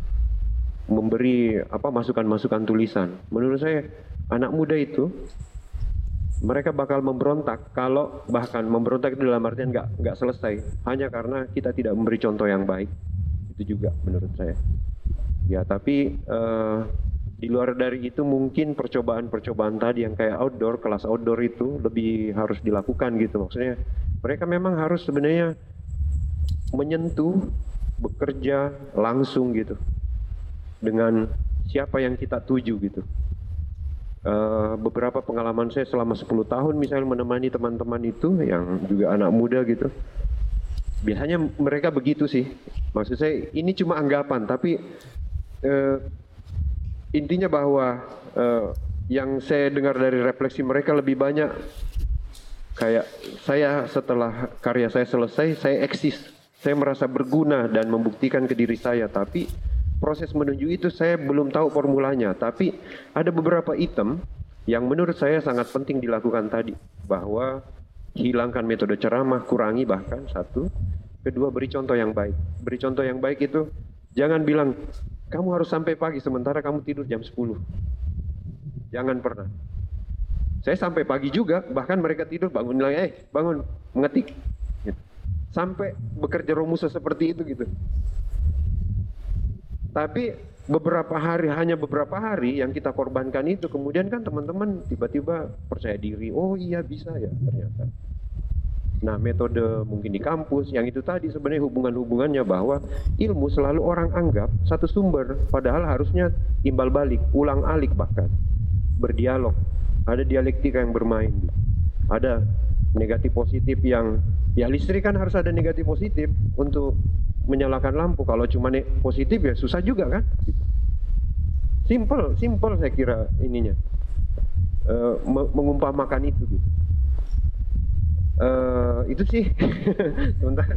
memberi apa masukan-masukan tulisan. Menurut saya anak muda itu mereka bakal memberontak kalau bahkan memberontak itu dalam artian nggak nggak selesai hanya karena kita tidak memberi contoh yang baik. Itu juga menurut saya. Ya tapi uh, di luar dari itu mungkin percobaan-percobaan tadi yang kayak outdoor, kelas outdoor itu lebih harus dilakukan gitu. Maksudnya mereka memang harus sebenarnya menyentuh, bekerja langsung gitu dengan siapa yang kita tuju gitu. Uh, beberapa pengalaman saya selama sepuluh tahun misalnya menemani teman-teman itu yang juga anak muda gitu. Biasanya mereka begitu sih. Maksud saya ini cuma anggapan, tapi uh, intinya bahwa uh, yang saya dengar dari refleksi mereka lebih banyak kayak saya setelah karya saya selesai, saya eksis. Saya merasa berguna dan membuktikan ke diri saya, tapi proses menuju itu saya belum tahu formulanya, tapi ada beberapa item yang menurut saya sangat penting dilakukan tadi, bahwa hilangkan metode ceramah, kurangi bahkan satu, kedua beri contoh yang baik. Beri contoh yang baik itu jangan bilang kamu harus sampai pagi sementara kamu tidur jam sepuluh. Jangan pernah. Saya sampai pagi juga, bahkan mereka tidur bangun lagi, eh bangun mengetik, gitu. Sampai bekerja rumusan seperti itu gitu. Tapi beberapa hari, hanya beberapa hari yang kita korbankan itu, kemudian kan teman-teman tiba-tiba percaya diri, oh iya bisa ya ternyata. Nah metode mungkin di kampus, yang itu tadi sebenarnya hubungan-hubungannya bahwa ilmu selalu orang anggap satu sumber, padahal harusnya timbal balik, ulang alik bahkan, berdialog, ada dialektika yang bermain, ada negatif positif yang, ya listrik kan harus ada negatif positif untuk menyalakan lampu. Kalau cuma positif ya susah juga kan gitu. Simple, simple saya kira ininya uh, mengumpamakan itu gitu. Uh, itu sih sebentar.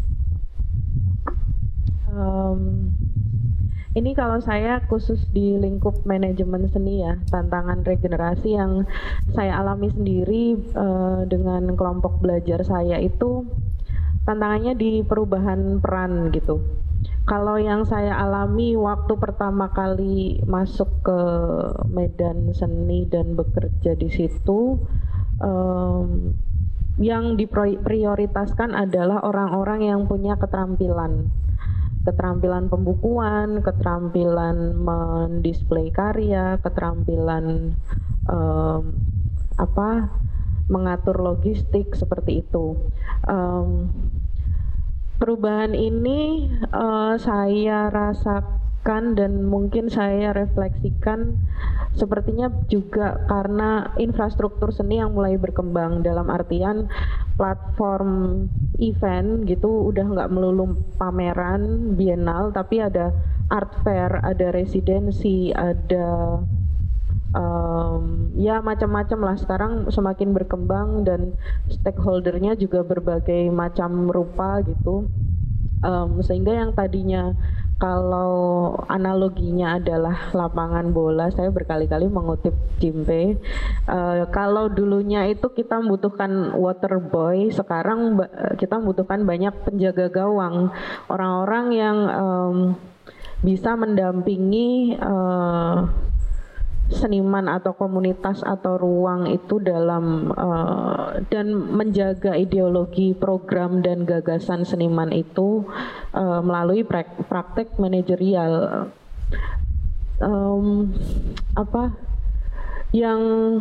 Um, ini kalau saya khusus di lingkup manajemen seni ya, tantangan regenerasi yang saya alami sendiri uh, dengan kelompok belajar saya itu tantangannya di perubahan peran gitu. Kalau yang saya alami waktu pertama kali masuk ke medan seni dan bekerja di situ, um, yang diprioritaskan adalah orang-orang yang punya keterampilan, keterampilan pembukuan, keterampilan mendisplay karya, keterampilan um, apa? mengatur logistik seperti itu. Um, perubahan ini uh, saya rasakan dan mungkin saya refleksikan sepertinya juga karena infrastruktur seni yang mulai berkembang, dalam artian platform event gitu udah nggak melulu pameran bienal, tapi ada art fair, ada residensi, ada Um, ya macam-macam lah. Sekarang semakin berkembang dan stakeholdernya juga berbagai macam rupa gitu, um, sehingga yang tadinya kalau analoginya adalah lapangan bola, saya berkali-kali mengutip Jimpe, uh, kalau dulunya itu kita membutuhkan water boy, sekarang kita membutuhkan banyak penjaga gawang, orang-orang yang um, bisa mendampingi uh, seniman atau komunitas atau ruang itu dalam uh, dan menjaga ideologi program dan gagasan seniman itu uh, melalui prak praktek manajerial. Um, apa yang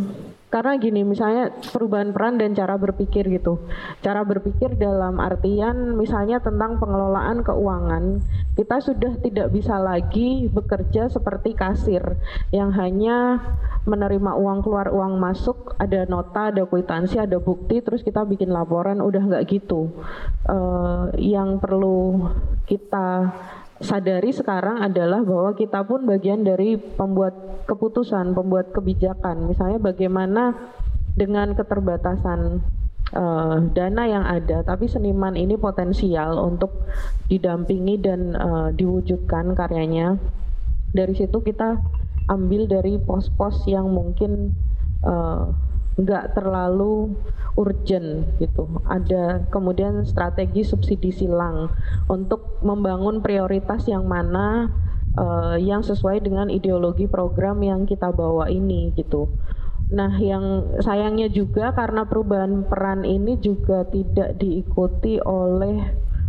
Karena gini, misalnya perubahan peran dan cara berpikir gitu. Cara berpikir dalam artian misalnya tentang pengelolaan keuangan, kita sudah tidak bisa lagi bekerja seperti kasir yang hanya menerima uang keluar uang masuk, ada nota, ada kwitansi, ada bukti, terus kita bikin laporan, udah nggak gitu. Uh, yang perlu kita sadari sekarang adalah bahwa kita pun bagian dari pembuat keputusan, pembuat kebijakan. Misalnya bagaimana dengan keterbatasan uh, dana yang ada, tapi seniman ini potensial untuk didampingi dan uh, diwujudkan karyanya. Dari situ kita ambil dari pos-pos yang mungkin uh, nggak terlalu urgent gitu. Ada kemudian strategi subsidi silang untuk membangun prioritas yang mana uh, yang sesuai dengan ideologi program yang kita bawa ini gitu. Nah, yang sayangnya juga karena perubahan peran ini juga tidak diikuti oleh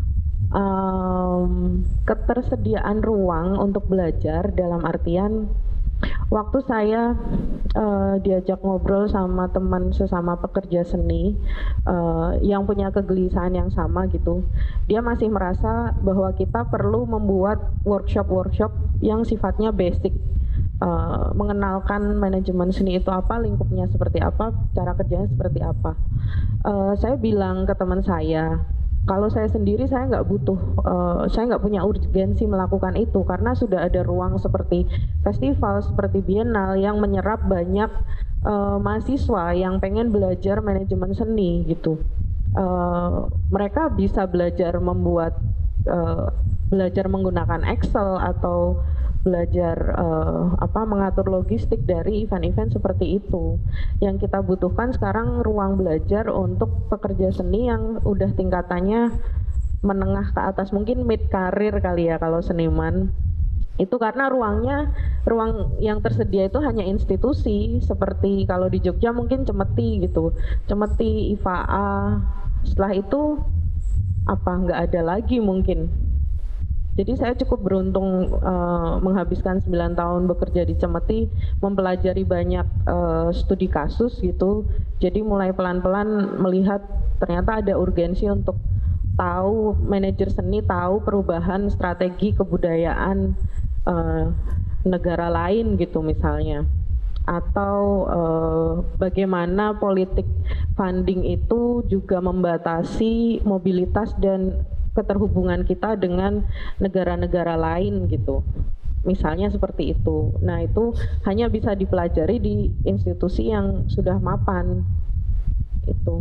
um, ketersediaan ruang untuk belajar, dalam artian waktu saya uh, diajak ngobrol sama teman sesama pekerja seni uh, yang punya kegelisahan yang sama gitu, dia masih merasa bahwa kita perlu membuat workshop-workshop yang sifatnya basic, uh, mengenalkan manajemen seni itu apa, lingkupnya seperti apa, cara kerjanya seperti apa. Uh, saya bilang ke teman saya, kalau saya sendiri saya nggak butuh, uh, saya nggak punya urgensi melakukan itu karena sudah ada ruang seperti festival, seperti bienal yang menyerap banyak uh, mahasiswa yang pengen belajar manajemen seni gitu. Uh, mereka bisa belajar membuat, uh, belajar menggunakan Excel atau belajar uh, apa mengatur logistik dari event-event seperti itu. Yang kita butuhkan sekarang ruang belajar untuk pekerja seni yang udah tingkatannya menengah ke atas, mungkin mid karir kali ya kalau seniman. Itu karena ruangnya, ruang yang tersedia itu hanya institusi, seperti kalau di Jogja mungkin Cemeti gitu, Cemeti, I F A A. Setelah itu apa nggak ada lagi mungkin. Jadi saya cukup beruntung uh, menghabiskan sembilan tahun bekerja di Cemeti, mempelajari banyak uh, studi kasus gitu. Jadi mulai pelan-pelan melihat ternyata ada urgensi untuk tahu manajer seni, tahu perubahan strategi kebudayaan uh, negara lain gitu misalnya. Atau uh, bagaimana politik funding itu juga membatasi mobilitas dan keterhubungan kita dengan negara-negara lain gitu, misalnya seperti itu. Nah, itu hanya bisa dipelajari di institusi yang sudah mapan itu.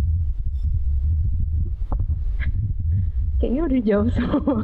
Kayaknya udah jawab semua.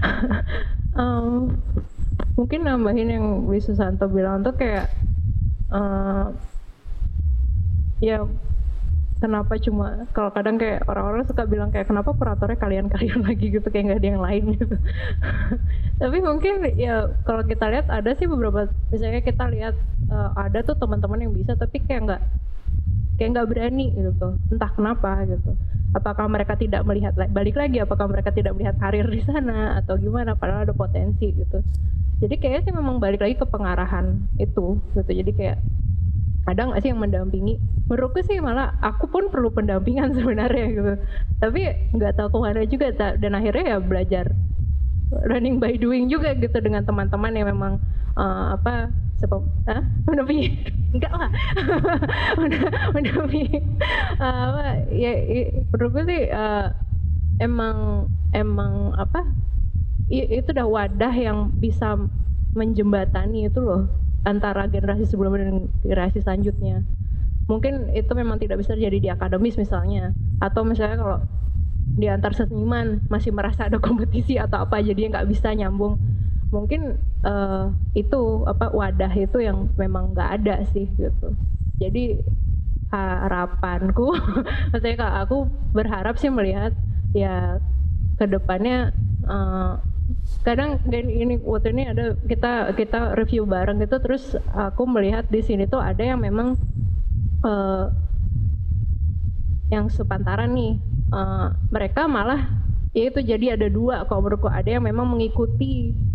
um, mungkin nambahin yang Wi Susanto bilang tuh kayak uh, ya kenapa cuma, kalau kadang kayak orang-orang suka bilang kayak kenapa kuratornya kalian-kalian lagi gitu, kayak nggak ada yang lain gitu. Tapi mungkin ya kalau kita lihat ada sih beberapa, misalnya kita lihat uh, ada tuh teman-teman yang bisa tapi kayak nggak kayak nggak berani gitu, entah kenapa gitu. Apakah mereka tidak melihat, balik lagi apakah mereka tidak melihat karir di sana atau gimana, padahal ada potensi gitu. Jadi kayaknya sih memang balik lagi ke pengarahan itu gitu. Jadi kayak ada nggak sih yang mendampingi? Menurutku sih malah aku pun perlu pendampingan sebenarnya gitu, tapi nggak tahu kemana juga, dan akhirnya ya belajar learning by doing juga gitu dengan teman-teman yang memang uh, apa sepem, ah, mendampingi enggak lah mendampingi uh, apa ya, ya menurutku sih uh, emang emang apa itu udah wadah yang bisa menjembatani itu loh antara generasi sebelumnya dan generasi selanjutnya. Mungkin itu memang tidak bisa terjadi di akademis misalnya, atau misalnya kalau di antar seniman masih merasa ada kompetisi atau apa, jadi nggak bisa nyambung. Mungkin uh, itu apa wadah itu yang memang nggak ada sih gitu. Jadi harapanku, maksudnya kalau aku berharap sih melihat ya kedepannya. Uh, kadang ini waktu ini ada kita kita review bareng gitu, terus aku melihat di sini tuh ada yang memang uh, yang sepantaran nih, uh, mereka malah ya itu jadi ada dua kalau menurutku, ada yang memang mengikuti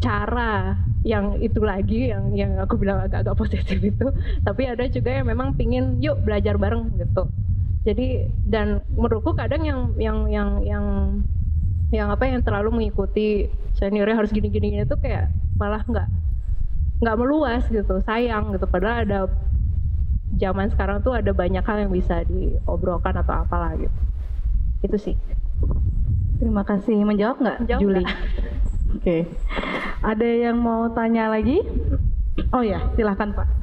cara yang itu lagi yang yang aku bilang agak-agak posesif itu, tapi ada juga yang memang pingin yuk belajar bareng gitu. Jadi dan menurutku kadang yang yang yang yang yang apa yang terlalu mengikuti seniornya harus gini-gini itu kayak malah nggak nggak meluas gitu, sayang gitu. Padahal ada zaman sekarang tuh ada banyak hal yang bisa diobrolkan atau apalah gitu. Itu sih. Terima kasih. Menjawab nggak, Menjawab Juli? nggak? Oke. Okay. Ada yang mau tanya lagi? Oh ya, silahkan Pak.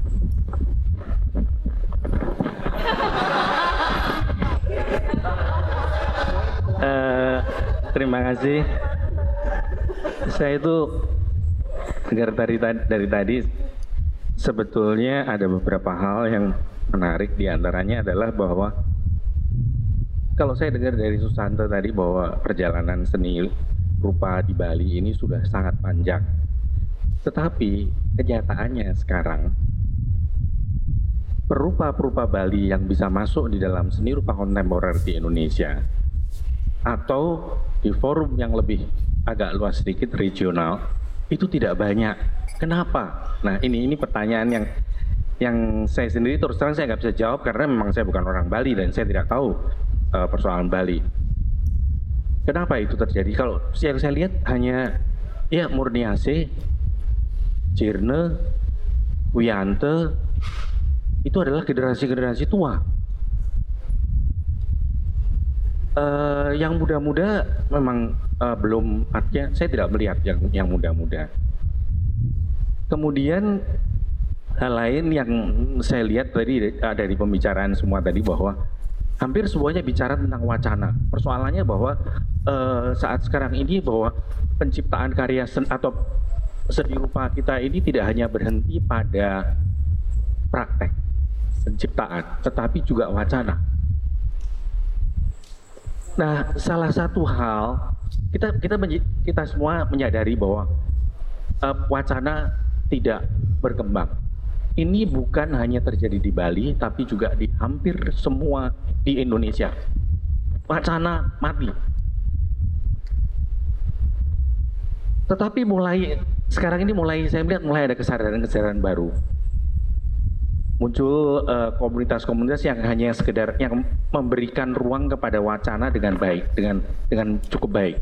Uh, terima kasih. Saya itu dengar dari, dari tadi sebetulnya ada beberapa hal yang menarik, diantaranya adalah bahwa kalau saya dengar dari Susanto tadi bahwa perjalanan seni rupa di Bali ini sudah sangat panjang, tetapi kenyataannya sekarang perupa-perupa Bali yang bisa masuk di dalam seni rupa kontemporer di Indonesia atau di forum yang lebih agak luas sedikit regional itu tidak banyak. Kenapa? Nah ini ini pertanyaan yang yang saya sendiri terus terang saya nggak bisa jawab karena memang saya bukan orang Bali dan saya tidak tahu uh, persoalan Bali. Kenapa itu terjadi? Kalau yang saya lihat hanya ya Murniase, Jirne, Wiyante itu adalah generasi-generasi tua. Uh, yang muda-muda memang uh, belum, artinya saya tidak melihat yang yang muda-muda. Kemudian hal lain yang saya lihat tadi uh, dari pembicaraan semua tadi bahwa hampir semuanya bicara tentang wacana. Persoalannya bahwa uh, saat sekarang ini bahwa penciptaan karya sen atau seni rupa kita ini tidak hanya berhenti pada praktek penciptaan, tetapi juga wacana. Nah, salah satu hal kita kita kita semua menyadari bahwa uh, wacana tidak berkembang. Ini bukan hanya terjadi di Bali, tapi juga di hampir semua di Indonesia. Wacana mati. Tetapi mulai sekarang ini mulai saya melihat mulai ada kesadaran-kesadaran baru. Muncul uh, komunitas-komunitas yang hanya sekedar yang memberikan ruang kepada wacana dengan baik, dengan dengan cukup baik.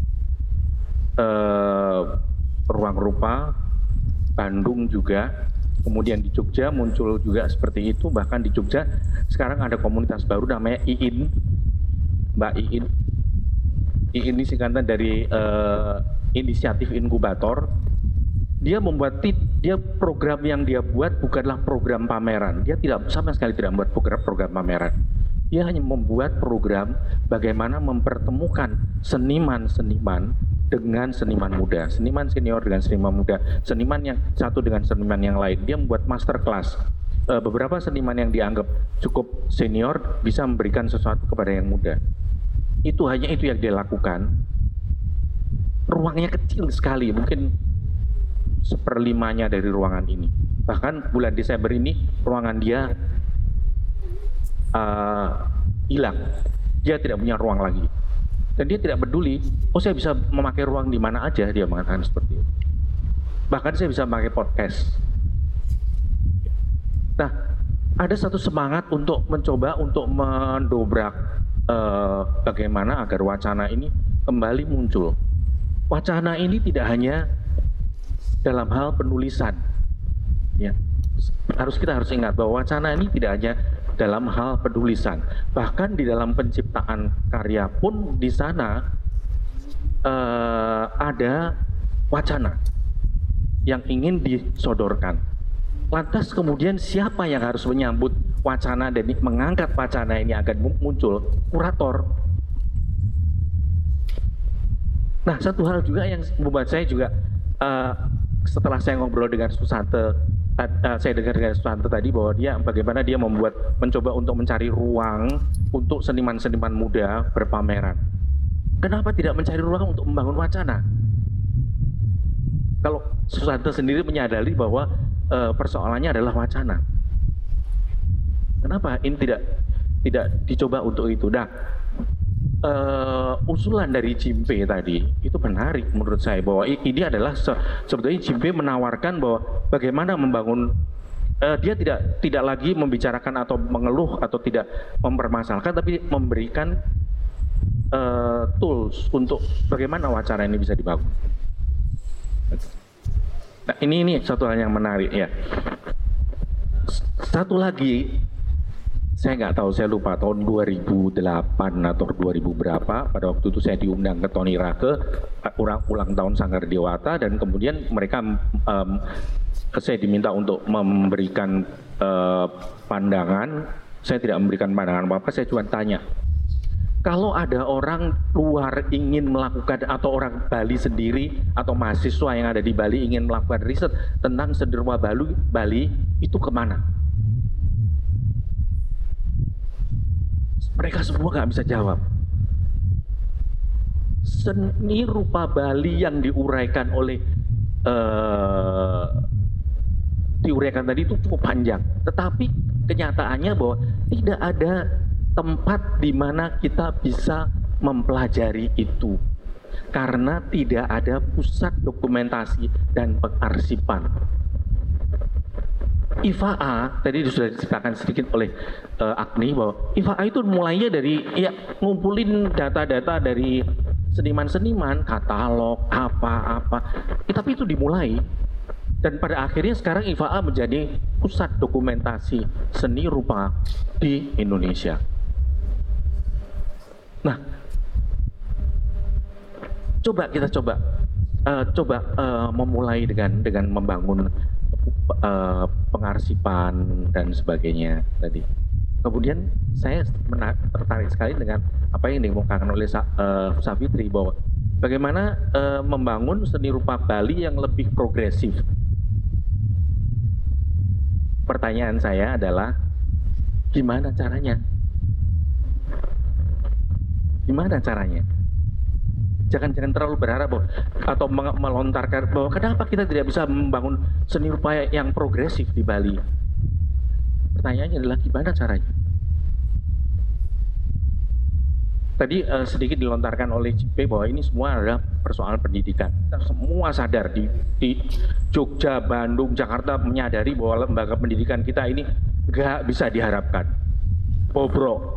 Uh, ruang rupa, Bandung juga, kemudian di Jogja muncul juga seperti itu. Bahkan di Jogja sekarang ada komunitas baru namanya I I N, Mbak I I N. I I N ini singkatan dari uh, Inisiatif Inkubator. Dia membuat tip, dia program yang dia buat bukanlah program pameran. Dia tidak sama sekali tidak membuat program, program pameran. Dia hanya membuat program bagaimana mempertemukan seniman-seniman dengan seniman muda, seniman senior dengan seniman muda, seniman yang satu dengan seniman yang lain. Dia membuat master class. E, beberapa seniman yang dianggap cukup senior bisa memberikan sesuatu kepada yang muda. Itu hanya itu yang dia lakukan. Ruangnya kecil sekali, mungkin seperlimanya dari ruangan ini. Bahkan bulan Desember ini ruangan dia uh, hilang. Dia tidak punya ruang lagi. Dan dia tidak peduli, oh saya bisa memakai ruang di mana aja, dia mengatakan seperti itu. Bahkan saya bisa memakai podcast. Nah, ada satu semangat untuk mencoba untuk mendobrak uh, bagaimana agar wacana ini kembali muncul. Wacana ini tidak hanya dalam hal penulisan, ya harus kita harus ingat bahwa wacana ini tidak hanya dalam hal penulisan, bahkan di dalam penciptaan karya pun di sana uh, ada wacana yang ingin disodorkan. Lantas kemudian siapa yang harus menyambut wacana dan mengangkat wacana ini agar muncul? Kurator. Nah, satu hal juga yang membuat saya juga uh, setelah saya ngobrol dengan Susanto, uh, saya dengar dengan Susanto tadi bahwa dia bagaimana dia membuat mencoba untuk mencari ruang untuk seniman-seniman muda berpameran. Kenapa tidak mencari ruang untuk membangun wacana? Kalau Susanto sendiri menyadari bahwa uh, persoalannya adalah wacana. Kenapa ini tidak tidak dicoba untuk itu? Nah, uh, usulan dari Jimpe tadi itu menarik menurut saya, bahwa ini adalah se sebetulnya Jimpe menawarkan bahwa bagaimana membangun, uh, dia tidak tidak lagi membicarakan atau mengeluh atau tidak mempermasalahkan, tapi memberikan uh, tools untuk bagaimana wacana ini bisa dibangun. Nah, ini ini satu hal yang menarik ya. Satu lagi, saya nggak tahu, saya lupa tahun dua ribu delapan atau dua ribu berapa, pada waktu itu saya diundang ke Tony Rake ulang, ulang tahun Sanggar Dewata, dan kemudian mereka um, saya diminta untuk memberikan uh, pandangan. Saya tidak memberikan pandangan apa-apa, saya cuma tanya, kalau ada orang luar ingin melakukan, atau orang Bali sendiri atau mahasiswa yang ada di Bali ingin melakukan riset tentang seni rupa Bali, Bali itu kemana? Mereka semua nggak bisa jawab. Seni rupa Bali yang diuraikan oleh uh, diuraikan tadi itu cukup panjang, tetapi kenyataannya bahwa tidak ada tempat di mana kita bisa mempelajari itu, karena tidak ada pusat dokumentasi dan pengarsipan. I F A A tadi sudah diceritakan sedikit oleh uh, Agni bahwa I F A A itu mulainya dari ya ngumpulin data-data dari seniman-seniman, katalog apa-apa, ya, tapi itu dimulai, dan pada akhirnya sekarang I F A A menjadi pusat dokumentasi seni rupa di Indonesia. Nah, coba kita coba uh, coba uh, memulai dengan dengan membangun uh, pengarsipan dan sebagainya tadi. Kemudian saya tertarik sekali dengan apa yang dikemukakan oleh uh, Savitri, bahwa bagaimana uh, membangun seni rupa Bali yang lebih progresif. Pertanyaan saya adalah, gimana caranya? Gimana caranya? Jangan-jangan terlalu berharap bahwa, atau melontarkan bahwa kenapa kita tidak bisa membangun seni rupa yang progresif di Bali. Pertanyaannya adalah gimana caranya? Tadi uh, sedikit dilontarkan oleh C P bahwa ini semua adalah persoalan pendidikan. Kita semua sadar di, di Jogja, Bandung, Jakarta menyadari bahwa lembaga pendidikan kita ini nggak bisa diharapkan. Bobrok.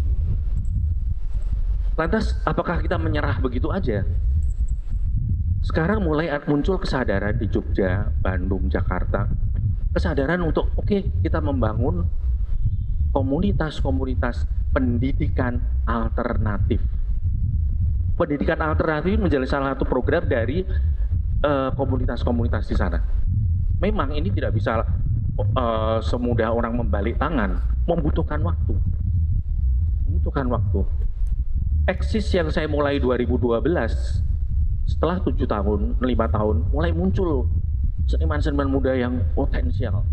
Lantas apakah kita menyerah begitu aja? Sekarang mulai muncul kesadaran di Jogja, Bandung, Jakarta, kesadaran untuk oke okay, kita membangun komunitas-komunitas pendidikan alternatif. Pendidikan alternatif menjadi salah satu program dari komunitas-komunitas uh, di sana. Memang ini tidak bisa uh, semudah orang membalik tangan, membutuhkan waktu, membutuhkan waktu. Eksis yang saya mulai dua ribu dua belas, setelah tujuh tahun, lima tahun, mulai muncul seniman-seniman muda yang potensial.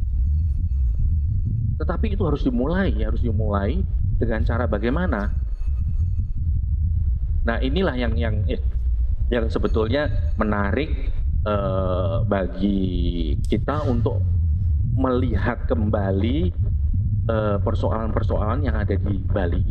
Tetapi itu harus dimulai, harus dimulai dengan cara bagaimana. Nah, inilah yang yang eh, yang sebetulnya menarik eh, bagi kita untuk melihat kembali persoalan-persoalan eh, yang ada di Bali.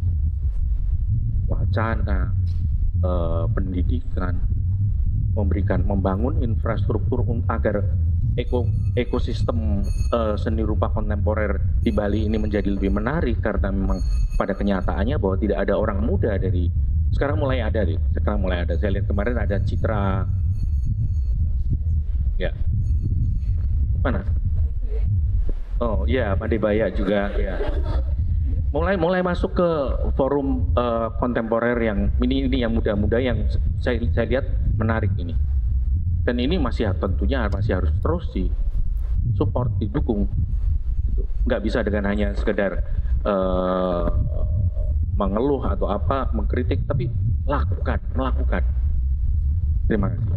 Wacana, eh, pendidikan, memberikan, membangun infrastruktur agar eko, ekosistem eh, seni rupa kontemporer di Bali ini menjadi lebih menarik, karena memang pada kenyataannya bahwa tidak ada orang muda dari sekarang mulai ada deh, sekarang mulai ada. Saya lihat kemarin ada Citra, ya, mana? Oh ya, Madebaya juga, ya. mulai mulai masuk ke forum uh, kontemporer yang ini ini yang muda-muda yang saya saya lihat menarik ini, dan ini masih tentunya masih harus terus di support, didukung, nggak bisa dengan hanya sekedar uh, mengeluh atau apa, mengkritik, tapi lakukan, melakukan. Terima kasih.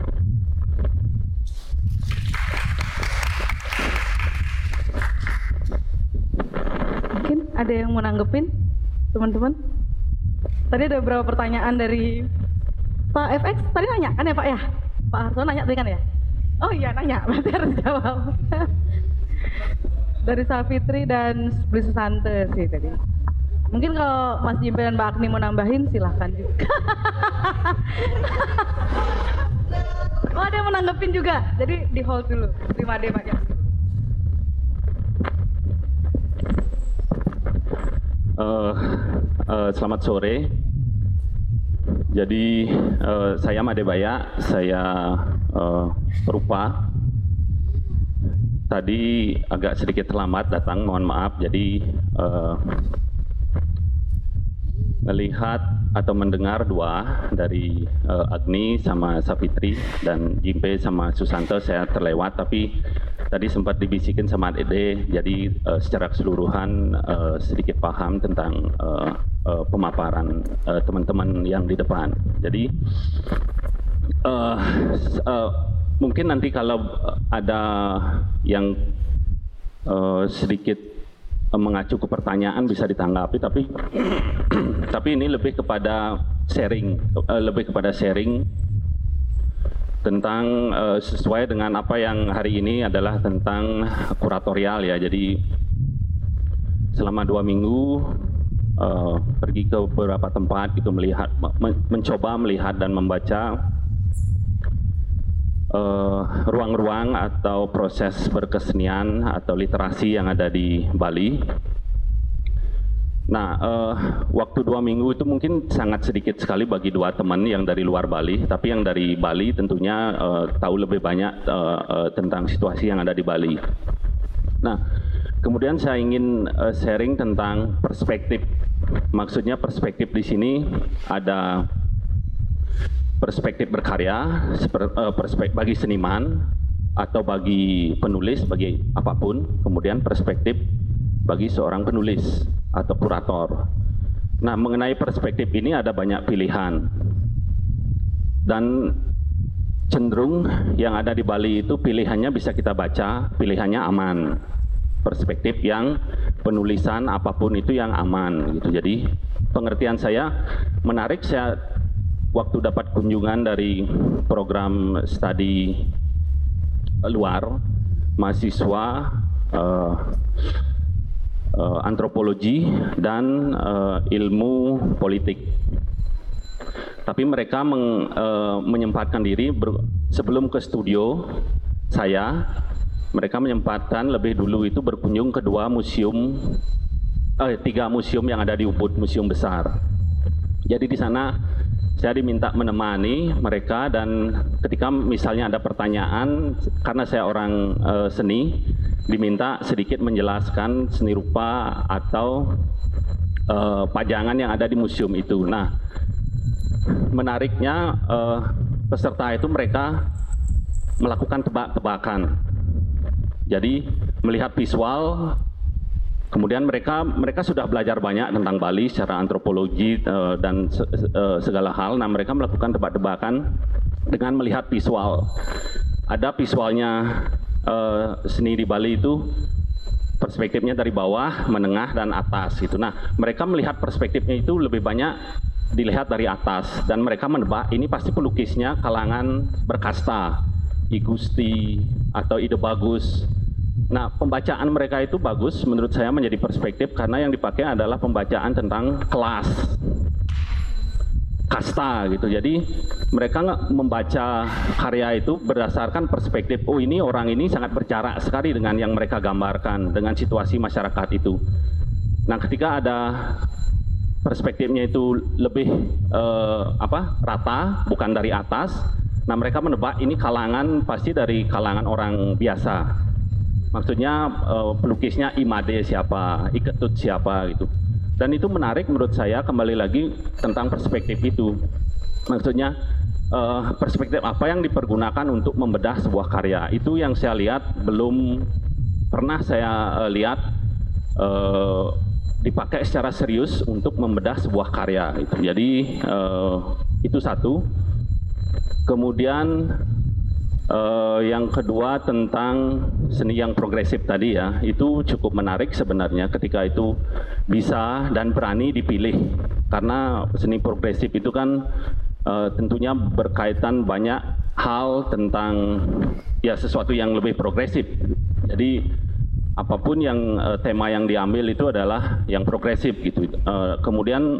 Mungkin ada yang mau nanggepin, teman-teman? Tadi ada beberapa pertanyaan dari Pak F X, tadi nanya kan ya Pak ya? Pak Harto nanya tadi kan ya? Oh iya nanya, berarti harus jawab. Dari Savitri dan Blissantes sih tadi. Mungkin kalau Mas Jimpe dan Mbak Agni mau nambahin silahkan juga. Oh, ada yang mau nanggepin juga, jadi di hold dulu. Terima kasih banyak. Uh, uh, selamat sore. Jadi uh, saya Madebaya, saya uh, perupa. Tadi agak sedikit terlambat datang, mohon maaf. Jadi uh, melihat atau mendengar dua dari uh, Agni sama Safitri dan Jimpe sama Susanto saya terlewat, tapi tadi sempat dibisikin sama Dede, jadi uh, secara keseluruhan uh, sedikit paham tentang uh, uh, pemaparan uh, teman-teman yang di depan. Jadi uh, uh, mungkin nanti kalau ada yang uh, sedikit mengacu ke pertanyaan bisa ditanggapi, tapi tapi ini lebih kepada sharing, lebih kepada sharing tentang uh, sesuai dengan apa yang hari ini adalah tentang kuratorial ya. Jadi selama dua minggu uh, pergi ke beberapa tempat gitu, melihat, men mencoba melihat dan membaca ruang-ruang uh, atau proses berkesenian atau literasi yang ada di Bali. Nah, uh, waktu dua minggu itu mungkin sangat sedikit sekali bagi dua teman yang dari luar Bali, tapi yang dari Bali tentunya uh, tahu lebih banyak uh, uh, tentang situasi yang ada di Bali. Nah, kemudian saya ingin uh, sharing tentang perspektif. Maksudnya perspektif di sini ada perspektif berkarya, perspektif bagi seniman atau bagi penulis, bagi apapun, kemudian perspektif bagi seorang penulis atau kurator. Nah, mengenai perspektif ini ada banyak pilihan dan cenderung yang ada di Bali itu pilihannya bisa kita baca, pilihannya aman. Perspektif yang penulisan apapun itu yang aman gitu. Jadi pengertian saya menarik, saya waktu dapat kunjungan dari program studi luar, mahasiswa uh, uh, antropologi dan uh, ilmu politik. Tapi mereka meng, uh, menyempatkan diri ber, sebelum ke studio saya, mereka menyempatkan lebih dulu itu berkunjung ke dua museum, eh, tiga museum yang ada di Ubud, museum besar. Jadi di sana saya diminta menemani mereka, dan ketika misalnya ada pertanyaan, karena saya orang e, seni, diminta sedikit menjelaskan seni rupa atau e, pajangan yang ada di museum itu. Nah, menariknya e, peserta itu mereka melakukan tebak-tebakan. Jadi melihat visual. Kemudian mereka mereka sudah belajar banyak tentang Bali secara antropologi uh, dan se, uh, segala hal. Nah, mereka melakukan tebak-tebakan dengan melihat visual. Ada visualnya uh, seni di Bali itu perspektifnya dari bawah, menengah, dan atas gitu. Nah, mereka melihat perspektifnya itu lebih banyak dilihat dari atas, dan mereka menebak ini pasti pelukisnya kalangan berkasta, I Gusti atau Ide Bagus. Nah, pembacaan mereka itu bagus menurut saya menjadi perspektif karena yang dipakai adalah pembacaan tentang kelas, kasta gitu. Jadi mereka membaca karya itu berdasarkan perspektif, oh ini orang ini sangat berjarak sekali dengan yang mereka gambarkan, dengan situasi masyarakat itu. Nah, ketika ada perspektifnya itu lebih eh, apa rata, bukan dari atas, nah mereka menebak ini kalangan pasti dari kalangan orang biasa. Maksudnya uh, pelukisnya Imade siapa, Iketut siapa gitu. Dan itu menarik menurut saya, kembali lagi tentang perspektif itu. Maksudnya uh, perspektif apa yang dipergunakan untuk membedah sebuah karya. Itu yang saya lihat belum pernah saya uh, lihat uh, dipakai secara serius untuk membedah sebuah karya. Gitu. Jadi uh, itu satu. Kemudian Uh, yang kedua tentang seni yang progresif tadi ya, itu cukup menarik sebenarnya ketika itu bisa dan berani dipilih, karena seni progresif itu kan uh, tentunya berkaitan banyak hal tentang ya sesuatu yang lebih progresif. Jadi apapun yang uh, tema yang diambil itu adalah yang progresif gitu. Uh, kemudian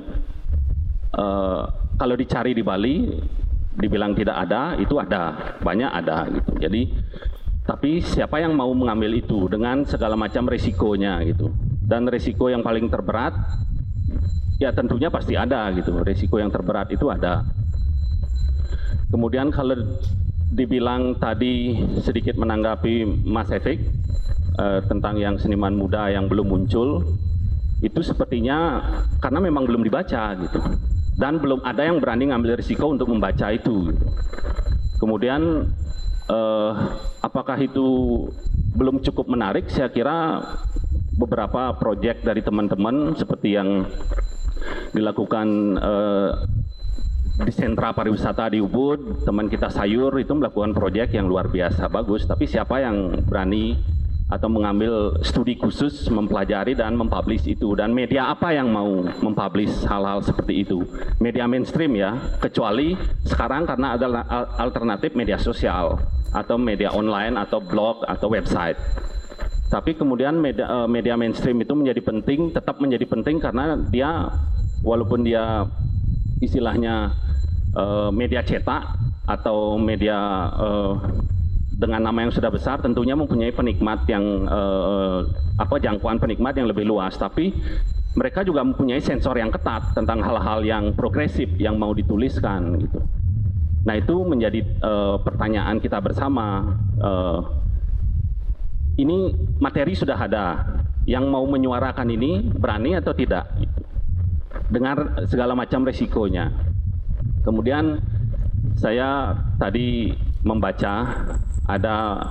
uh, kalau dicari di Bali, dibilang tidak ada, itu ada, banyak ada gitu. Jadi, tapi siapa yang mau mengambil itu dengan segala macam resikonya gitu. Dan resiko yang paling terberat, ya tentunya pasti ada gitu. Resiko yang terberat itu ada. Kemudian kalau dibilang tadi sedikit menanggapi Mas Efik eh, tentang yang seniman muda yang belum muncul, itu sepertinya karena memang belum dibaca gitu, dan belum ada yang berani ngambil risiko untuk membaca itu. Gitu. Kemudian eh, apakah itu belum cukup menarik? Saya kira beberapa proyek dari teman-teman seperti yang dilakukan eh, di sentra pariwisata di Ubud, teman kita Sayur itu melakukan proyek yang luar biasa bagus, tapi siapa yang berani atau mengambil studi khusus mempelajari dan mempublish itu, dan media apa yang mau mempublish hal-hal seperti itu? Media mainstream ya, kecuali sekarang karena ada alternatif media sosial atau media online atau blog atau website. Tapi kemudian media, media mainstream itu menjadi penting, tetap menjadi penting karena dia walaupun dia istilahnya uh, media cetak atau media uh, dengan nama yang sudah besar, tentunya mempunyai penikmat yang uh, apa jangkauan penikmat yang lebih luas, tapi mereka juga mempunyai sensor yang ketat tentang hal-hal yang progresif yang mau dituliskan gitu. Nah, itu menjadi uh, pertanyaan kita bersama. Uh, ini materi sudah ada, yang mau menyuarakan ini berani atau tidak? Gitu. Dengar segala macam resikonya. Kemudian saya tadi membaca ada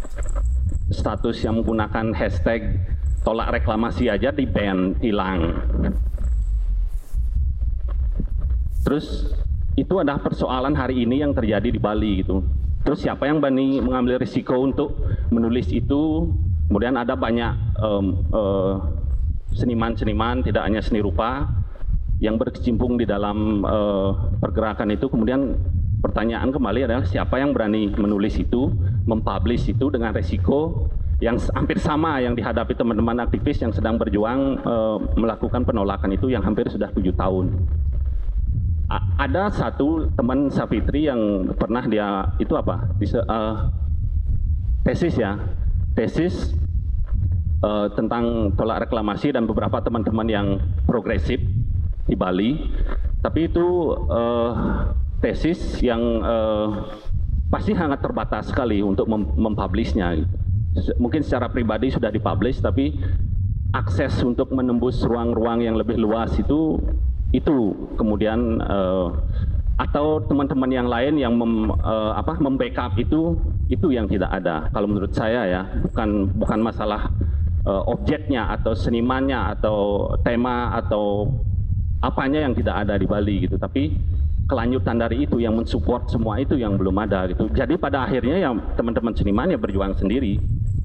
status yang menggunakan hashtag tolak reklamasi aja di ban, hilang. Terus itu adalah persoalan hari ini yang terjadi di Bali gitu. Terus siapa yang berani mengambil risiko untuk menulis itu? Kemudian ada banyak um, uh, seniman-seniman, tidak hanya seni rupa, yang berkecimpung di dalam uh, pergerakan itu. Kemudian pertanyaan kembali adalah siapa yang berani menulis itu, mempublish itu dengan resiko yang hampir sama yang dihadapi teman-teman aktivis yang sedang berjuang uh, melakukan penolakan itu yang hampir sudah tujuh tahun. A ada satu teman Savitri yang pernah dia itu apa? Bisa, uh, tesis ya, tesis uh, tentang tolak reklamasi dan beberapa teman-teman yang progresif di Bali, tapi itu uh, tesis yang uh, pasti sangat terbatas sekali untuk mem mempublishnya. Gitu. Mungkin secara pribadi sudah dipublish, tapi akses untuk menembus ruang-ruang yang lebih luas itu, itu kemudian uh, atau teman-teman yang lain yang mem, uh, apa, membackup itu, itu yang tidak ada. Kalau menurut saya ya, bukan bukan masalah uh, objeknya atau senimannya atau tema atau apanya yang tidak ada di Bali gitu, tapi kelanjutan dari itu yang mensupport semua itu yang belum ada gitu. Jadi pada akhirnya yang teman-teman seniman ya berjuang sendiri.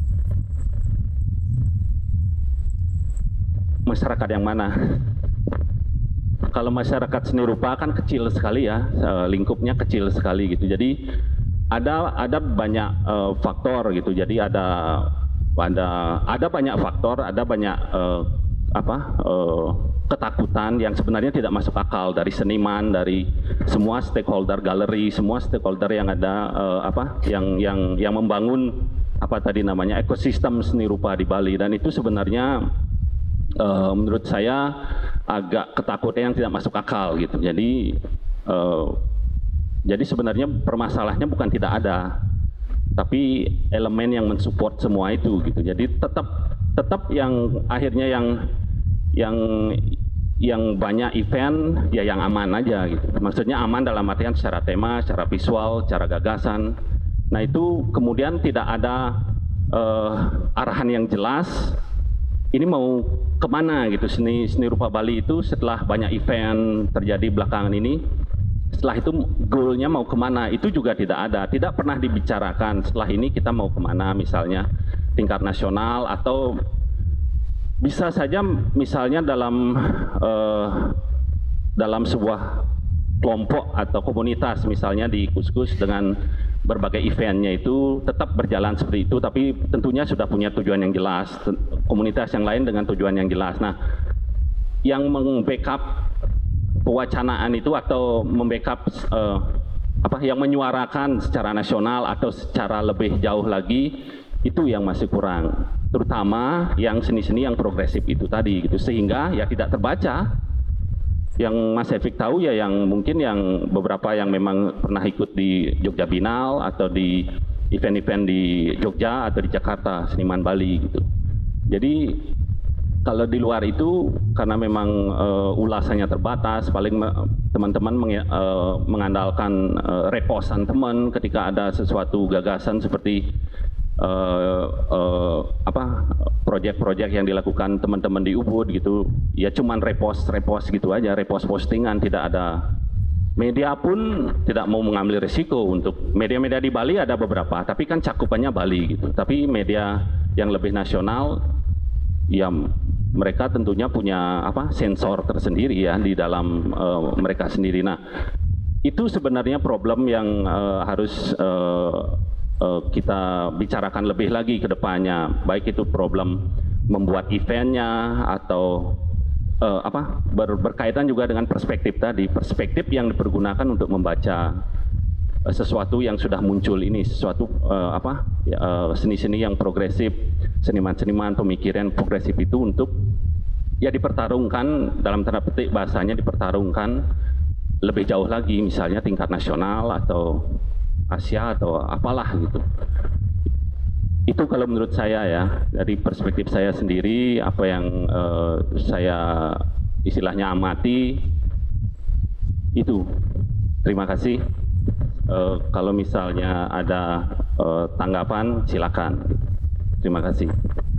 Masyarakat yang mana? Kalau masyarakat seni rupa kan kecil sekali ya, lingkupnya kecil sekali gitu. Jadi ada ada banyak uh, faktor gitu. Jadi ada ada ada banyak faktor, ada banyak uh, apa? Uh, ketakutan yang sebenarnya tidak masuk akal dari seniman, dari semua stakeholder galeri, semua stakeholder yang ada uh, apa yang yang yang membangun apa tadi namanya ekosistem seni rupa di Bali, dan itu sebenarnya uh, menurut saya agak ketakutan yang tidak masuk akal gitu. Jadi uh, jadi sebenarnya permasalahannya bukan tidak ada, tapi elemen yang mensupport semua itu gitu. Jadi tetap tetap yang akhirnya yang yang yang banyak event ya yang aman aja gitu. Maksudnya aman dalam artian secara tema, secara visual, secara gagasan. Nah itu kemudian tidak ada uh, arahan yang jelas. Ini mau kemana gitu seni seni rupa Bali itu setelah banyak event terjadi belakangan ini. Setelah itu goalnya mau kemana itu juga tidak ada, tidak pernah dibicarakan. Setelah ini kita mau kemana, misalnya tingkat nasional atau bisa saja misalnya dalam uh, dalam sebuah kelompok atau komunitas, misalnya di Kuskus dengan berbagai eventnya itu tetap berjalan seperti itu, tapi tentunya sudah punya tujuan yang jelas, komunitas yang lain dengan tujuan yang jelas. Nah, yang meng-backup pewacanaan itu atau membackup uh, apa yang menyuarakan secara nasional atau secara lebih jauh lagi itu yang masih kurang, terutama yang seni-seni yang progresif itu tadi gitu, sehingga ya tidak terbaca. Yang Mas Efik tahu ya yang mungkin yang beberapa yang memang pernah ikut di Jogja Binal atau di event-event di Jogja atau di Jakarta, seniman Bali gitu. Jadi kalau di luar itu karena memang uh, ulasannya terbatas, paling teman-teman meng, uh, mengandalkan uh, reposan teman ketika ada sesuatu gagasan seperti uh, uh, apa proyek-proyek yang dilakukan teman-teman di Ubud gitu, ya cuman repost-repost gitu aja, repost postingan, tidak ada. Media pun tidak mau mengambil risiko untuk media-media di Bali ada beberapa, tapi kan cakupannya Bali gitu. Tapi media yang lebih nasional, ya mereka tentunya punya apa sensor tersendiri ya di dalam uh, mereka sendiri. Nah, itu sebenarnya problem yang uh, harus uh, uh, kita bicarakan lebih lagi ke depannya, baik itu problem membuat eventnya atau uh, apa ber, berkaitan juga dengan perspektif tadi, perspektif yang dipergunakan untuk membaca uh, sesuatu yang sudah muncul ini, sesuatu uh, apa uh, seni-seni yang progresif, seniman-seniman pemikiran progresif itu untuk ya dipertarungkan, dalam tanda petik bahasanya dipertarungkan lebih jauh lagi, misalnya tingkat nasional atau Asia atau apalah gitu. Itu kalau menurut saya ya, dari perspektif saya sendiri, apa yang uh, saya istilahnya amati itu. Terima kasih. Uh, kalau misalnya ada uh, tanggapan, silakan. Terima kasih.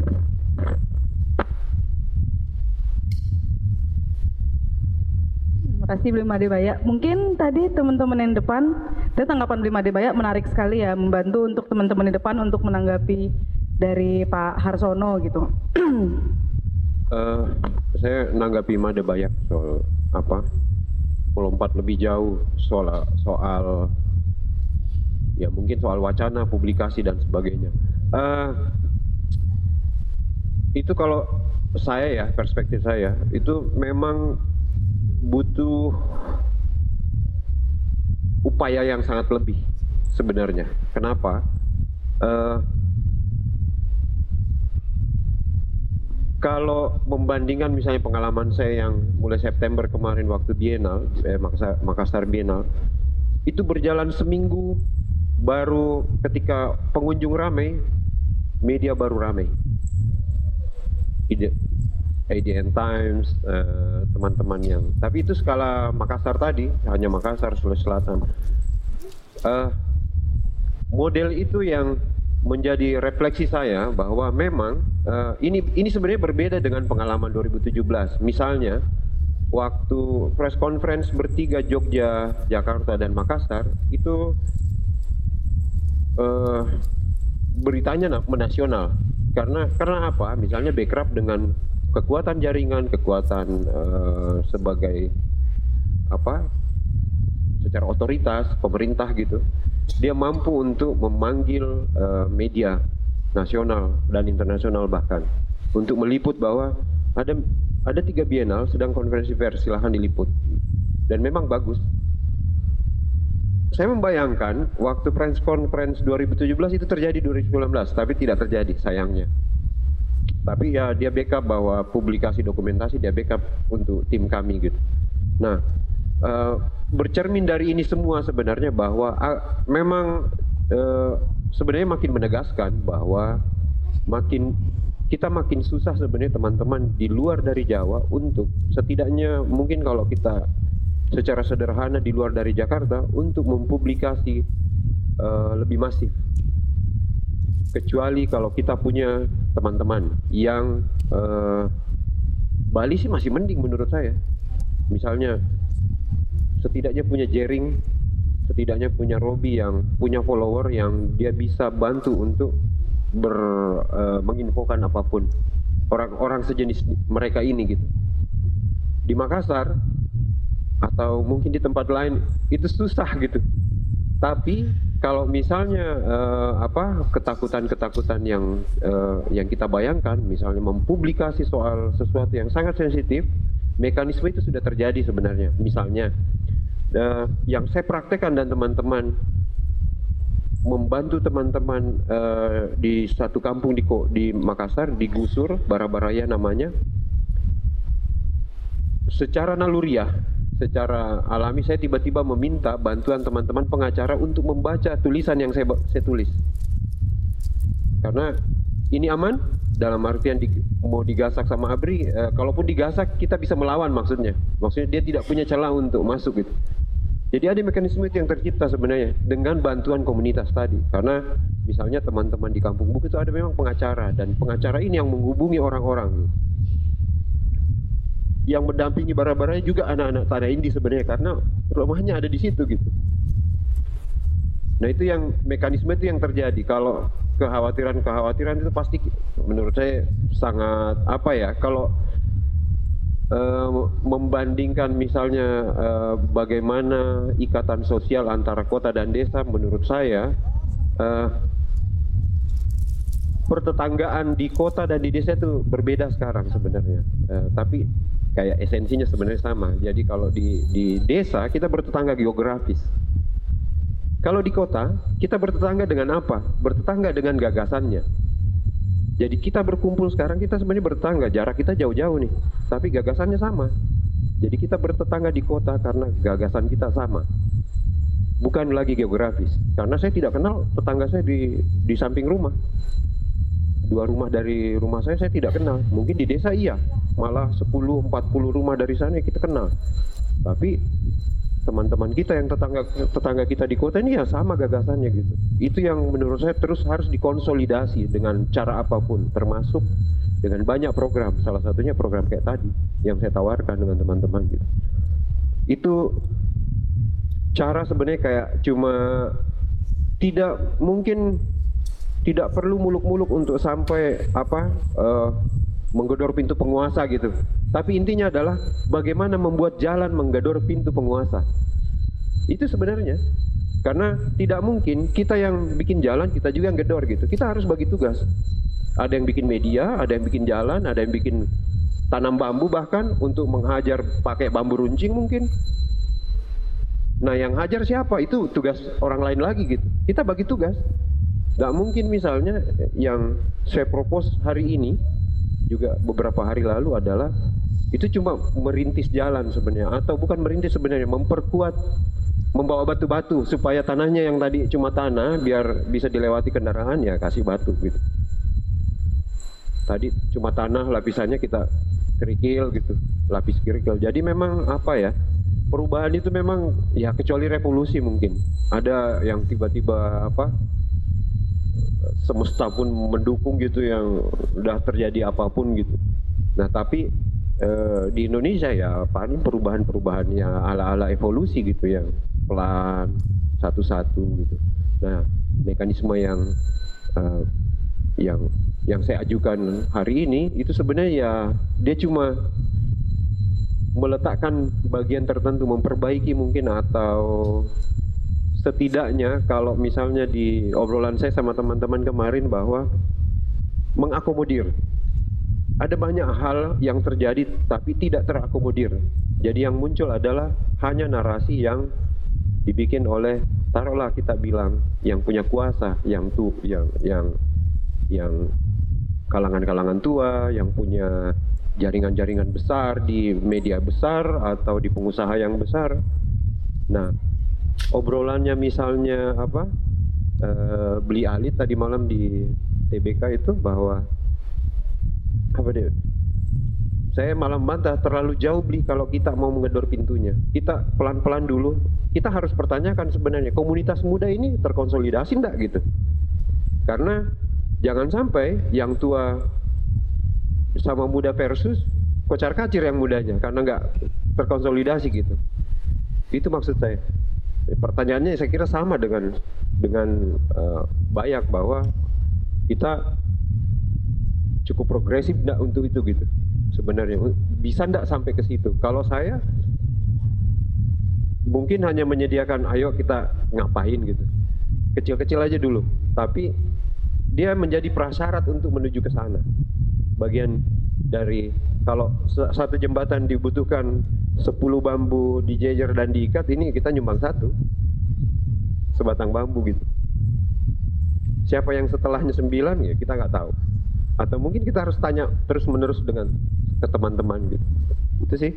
Terima kasih Blim Adebaya. Mungkin tadi teman-teman yang depan, tadi tanggapan Blim Adebaya menarik sekali ya, membantu untuk teman-teman di depan untuk menanggapi dari Pak Harsono gitu. uh, saya nanggapi Madebaya soal apa, melompat lebih jauh soal soal ya mungkin soal wacana, publikasi dan sebagainya. Uh, itu kalau saya ya, perspektif saya itu memang butuh upaya yang sangat lebih sebenarnya. Kenapa? Uh, kalau membandingkan misalnya pengalaman saya yang mulai September kemarin waktu Biennale, eh, Makassar, Makassar Biennale, itu berjalan seminggu, baru ketika pengunjung ramai, media baru ramai. Ide, A D N Times, eh, teman-teman yang, tapi itu skala Makassar tadi, hanya Makassar, Sulawesi Selatan. Eh, model itu yang menjadi refleksi saya bahwa memang uh, ini ini sebenarnya berbeda dengan pengalaman dua ribu tujuh belas. Misalnya waktu press conference bertiga Jogja, Jakarta dan Makassar itu uh, beritanya menasional. Karena karena apa? Misalnya backup dengan kekuatan jaringan, kekuatan uh, sebagai apa? Secara otoritas pemerintah gitu. Dia mampu untuk memanggil uh, media nasional dan internasional bahkan untuk meliput bahwa ada ada tiga bienal sedang konferensi pers, silahkan diliput, dan memang bagus. Saya membayangkan waktu press conference dua ribu tujuh belas itu terjadi dua ribu sembilan belas, tapi tidak terjadi sayangnya. Tapi ya dia backup bahwa publikasi dokumentasi dia backup untuk tim kami gitu. Nah, uh, bercermin dari ini semua sebenarnya bahwa uh, memang uh, sebenarnya makin menegaskan bahwa makin kita makin susah sebenarnya teman-teman di luar dari Jawa untuk setidaknya mungkin kalau kita secara sederhana di luar dari Jakarta untuk mempublikasi uh, lebih masif, kecuali kalau kita punya teman-teman yang uh, Bali sih masih mending menurut saya, misalnya setidaknya punya jaring, setidaknya punya Robi yang punya follower yang dia bisa bantu untuk ber, uh, menginfokan apapun orang-orang sejenis mereka ini gitu. Di Makassar atau mungkin di tempat lain itu susah gitu. Tapi kalau misalnya uh, apa ketakutan-ketakutan yang uh, yang kita bayangkan, misalnya mempublikasi soal sesuatu yang sangat sensitif, mekanisme itu sudah terjadi sebenarnya. Misalnya uh, yang saya praktekkan dan teman-teman membantu teman-teman uh, di satu kampung di di Makassar, di Gusur, Barabaraya namanya, secara naluriah, secara alami saya tiba-tiba meminta bantuan teman-teman pengacara untuk membaca tulisan yang saya, saya tulis. Karena ini aman, dalam artian di, mau digasak sama Abri, eh, kalaupun digasak kita bisa melawan maksudnya. Maksudnya dia tidak punya celah untuk masuk gitu. Jadi ada mekanisme itu yang tercipta sebenarnya dengan bantuan komunitas tadi. Karena misalnya teman-teman di Kampung Buk itu ada memang pengacara, dan pengacara ini yang menghubungi orang-orang. Yang mendampingi Barabaraya juga anak-anak Tanah Indi sebenarnya, karena rumahnya ada di situ gitu. Nah itu yang mekanisme itu yang terjadi. Kalau kekhawatiran-kekhawatiran itu pasti menurut saya sangat apa ya, kalau uh, membandingkan misalnya uh, bagaimana ikatan sosial antara kota dan desa, menurut saya uh, pertetanggaan di kota dan di desa itu berbeda sekarang sebenarnya. Uh, tapi kayak esensinya sebenarnya sama. Jadi kalau di, di desa kita bertetangga geografis. Kalau di kota kita bertetangga dengan apa? Bertetangga dengan gagasannya. Jadi kita berkumpul sekarang, kita sebenarnya bertetangga, jarak kita jauh-jauh nih, tapi gagasannya sama. Jadi kita bertetangga di kota karena gagasan kita sama, bukan lagi geografis. Karena saya tidak kenal tetangga saya di di samping rumah. Dua rumah dari rumah saya saya tidak kenal. Mungkin di desa iya, malah sepuluh empat puluh rumah dari sana kita kenal. Tapi teman-teman kita yang tetangga tetangga kita di kota ini ya sama gagasannya gitu. Itu yang menurut saya terus harus dikonsolidasi dengan cara apapun, termasuk dengan banyak program. Salah satunya program kayak tadi yang saya tawarkan dengan teman-teman gitu. Itu cara sebenarnya kayak cuma tidak mungkin. Tidak perlu muluk-muluk untuk sampai apa uh, menggedor pintu penguasa gitu. Tapi intinya adalah bagaimana membuat jalan menggedor pintu penguasa. Itu sebenarnya. Karena tidak mungkin kita yang bikin jalan, kita juga yang gedor gitu. Kita harus bagi tugas. Ada yang bikin media, ada yang bikin jalan, ada yang bikin tanam bambu bahkan untuk menghajar pakai bambu runcing mungkin. Nah yang hajar siapa? Itu tugas orang lain lagi gitu. Kita bagi tugas. Gak mungkin misalnya yang saya propose hari ini juga beberapa hari lalu adalah itu cuma merintis jalan sebenarnya, atau bukan merintis sebenarnya, memperkuat, membawa batu-batu supaya tanahnya yang tadi cuma tanah biar bisa dilewati kendaraan, ya kasih batu gitu. Tadi cuma tanah, lapisannya kita kerikil gitu, lapis kerikil. Jadi memang apa ya, perubahan itu memang ya kecuali revolusi mungkin ada yang tiba-tiba apa semesta pun mendukung gitu, yang udah terjadi apapun gitu. Nah tapi eh, di Indonesia ya paling perubahan-perubahannya ala-ala evolusi gitu, yang pelan satu-satu gitu. Nah mekanisme yang eh, yang yang saya ajukan hari ini itu sebenarnya ya dia cuma meletakkan bagian tertentu, memperbaiki mungkin, atau setidaknya kalau misalnya di obrolan saya sama teman-teman kemarin bahwa mengakomodir. Ada banyak hal yang terjadi tapi tidak terakomodir. Jadi yang muncul adalah hanya narasi yang dibikin oleh, taruhlah kita bilang, yang punya kuasa, yang tuh yang yang yang kalangan-kalangan tua, yang punya jaringan-jaringan besar di media besar atau di pengusaha yang besar. Nah, obrolannya misalnya apa uh, beli alit tadi malam di T B K itu bahwa apa deh, saya malah bantah terlalu jauh beli kalau kita mau menggedor pintunya. Kita pelan-pelan dulu. Kita harus pertanyakan sebenarnya komunitas muda ini terkonsolidasi enggak gitu. Karena jangan sampai yang tua sama muda versus kocar-kacir yang mudanya karena nggak terkonsolidasi gitu. Itu maksud saya. Pertanyaannya saya kira sama dengan dengan uh, Bayak, bahwa kita cukup progresif enggak untuk itu gitu. Sebenarnya bisa enggak sampai ke situ. Kalau saya mungkin hanya menyediakan ayo kita ngapain gitu. kecil-kecil aja dulu, tapi dia menjadi prasyarat untuk menuju ke sana. Bagian dari kalau satu jembatan dibutuhkan sepuluh bambu dijejer dan diikat, ini kita nyumbang satu sebatang bambu gitu. Siapa yang setelahnya sembilan ya kita nggak tahu. Atau mungkin kita harus tanya terus-menerus dengan ke teman-teman gitu. Itu sih.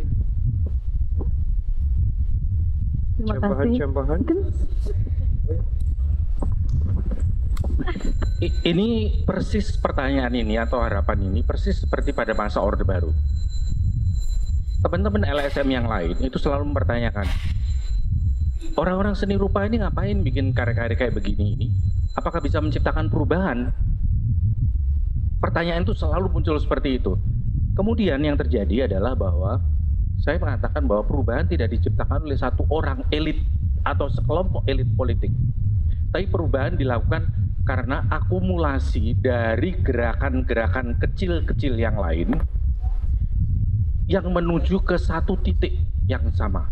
Terima kasih. Cambahan-cambahan. Ini persis pertanyaan ini atau harapan ini persis seperti pada masa Orde Baru. Teman-teman L S M yang lain itu selalu mempertanyakan, orang-orang seni rupa ini ngapain bikin karya-karya kayak begini ini? Apakah bisa menciptakan perubahan? Pertanyaan itu selalu muncul seperti itu. Kemudian yang terjadi adalah bahwa saya mengatakan bahwa perubahan tidak diciptakan oleh satu orang elit atau sekelompok elit politik. Tapi perubahan dilakukan karena akumulasi dari gerakan-gerakan kecil-kecil yang lain yang menuju ke satu titik yang sama.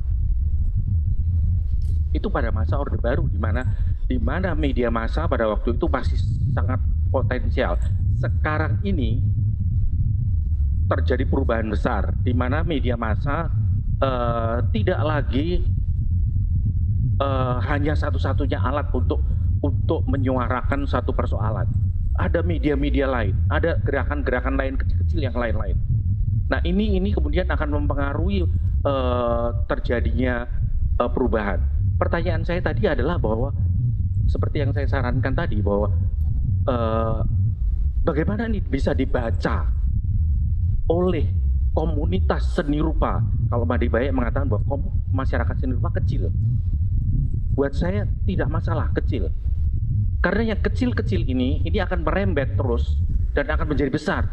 Itu pada masa Orde Baru, di mana di mana media massa pada waktu itu masih sangat potensial. Sekarang ini terjadi perubahan besar, di mana media massa uh, tidak lagi uh, hanya satu-satunya alat untuk untuk menyuarakan satu persoalan. Ada media-media lain, ada gerakan-gerakan lain kecil-kecil yang lain-lain. Nah ini ini kemudian akan mempengaruhi uh, terjadinya uh, perubahan. Pertanyaan saya tadi adalah bahwa seperti yang saya sarankan tadi bahwa uh, bagaimana ini bisa dibaca oleh komunitas seni rupa. Kalau Madi Bayak mengatakan bahwa masyarakat seni rupa kecil, buat saya tidak masalah kecil. Karena yang kecil-kecil ini, ini akan merembet terus dan akan menjadi besar.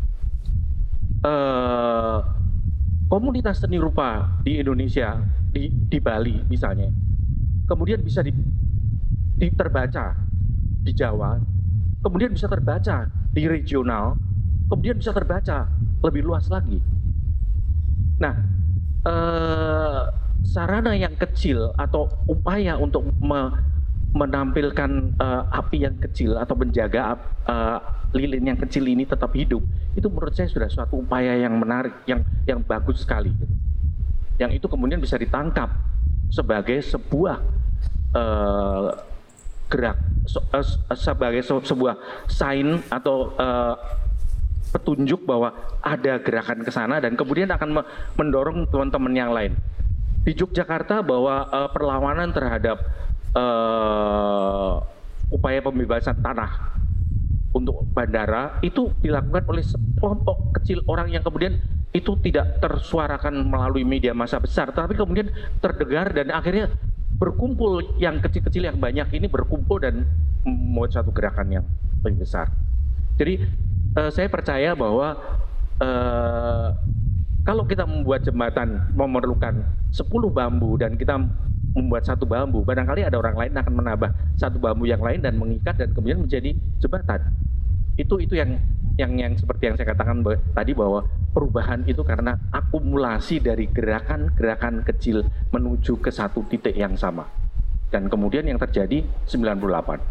Uh, komunitas seni rupa di Indonesia, di, di Bali misalnya, kemudian bisa di, di terbaca di Jawa, kemudian bisa terbaca di regional, kemudian bisa terbaca lebih luas lagi. Nah, uh, sarana yang kecil atau upaya untuk me, menampilkan uh, api yang kecil atau menjaga uh, lilin yang kecil ini tetap hidup, itu menurut saya sudah suatu upaya yang menarik, yang yang bagus sekali gitu. Yang itu kemudian bisa ditangkap sebagai sebuah uh, gerak, so, uh, sebagai se sebuah sign atau uh, petunjuk bahwa ada gerakan ke sana dan kemudian akan mendorong teman-teman yang lain. Di Yogyakarta bahwa uh, perlawanan terhadap uh, upaya pembebasan tanah untuk bandara itu dilakukan oleh sekelompok kecil orang yang kemudian itu tidak tersuarakan melalui media massa besar, tapi kemudian terdengar dan akhirnya berkumpul, yang kecil-kecil yang banyak ini berkumpul dan membuat satu gerakan yang lebih besar. Jadi uh, saya percaya bahwa uh, kalau kita membuat jembatan memerlukan sepuluh bambu dan kita membuat satu bambu, barangkali ada orang lain akan menambah satu bambu yang lain dan mengikat dan kemudian menjadi jembatan. Itu itu yang yang yang seperti yang saya katakan tadi bahwa perubahan itu karena akumulasi dari gerakan-gerakan kecil menuju ke satu titik yang sama. Dan kemudian yang terjadi sembilan puluh delapan.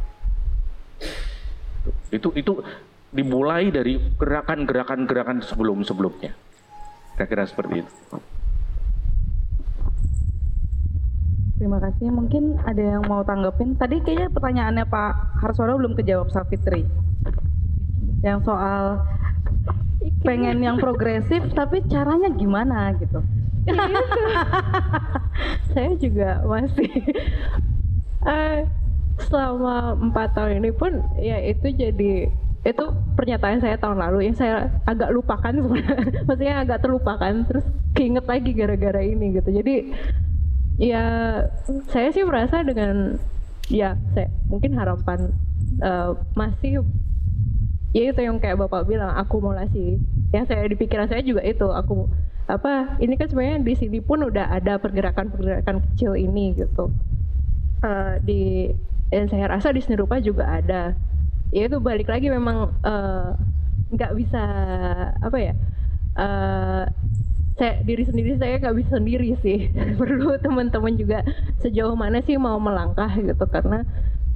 Itu itu dimulai dari gerakan-gerakan-gerakan sebelum-sebelumnya. Kira-kira seperti itu. Terima kasih. Mungkin ada yang mau tanggepin. Tadi kayaknya pertanyaannya Pak Harsono belum kejawab, Safitri. Yang soal pengen yang progresif, tapi caranya gimana gitu. Saya juga masih uh, selama empat tahun ini pun ya itu jadi itu pernyataan saya tahun lalu yang saya agak lupakan sebenarnya, maksudnya agak terlupakan terus keinget lagi gara-gara ini gitu. Jadi ya saya sih merasa dengan ya saya mungkin harapan uh, masih ya itu yang kayak Bapak bilang akumulasi. Yang saya di pikiran saya juga itu aku apa ini kan sebenarnya di sini pun udah ada pergerakan-pergerakan kecil ini gitu. Uh, di dan saya rasa di seni rupa juga ada. Ya itu balik lagi memang nggak uh, bisa apa ya uh, saya diri sendiri saya nggak bisa sendiri sih perlu teman-teman juga sejauh mana sih mau melangkah gitu karena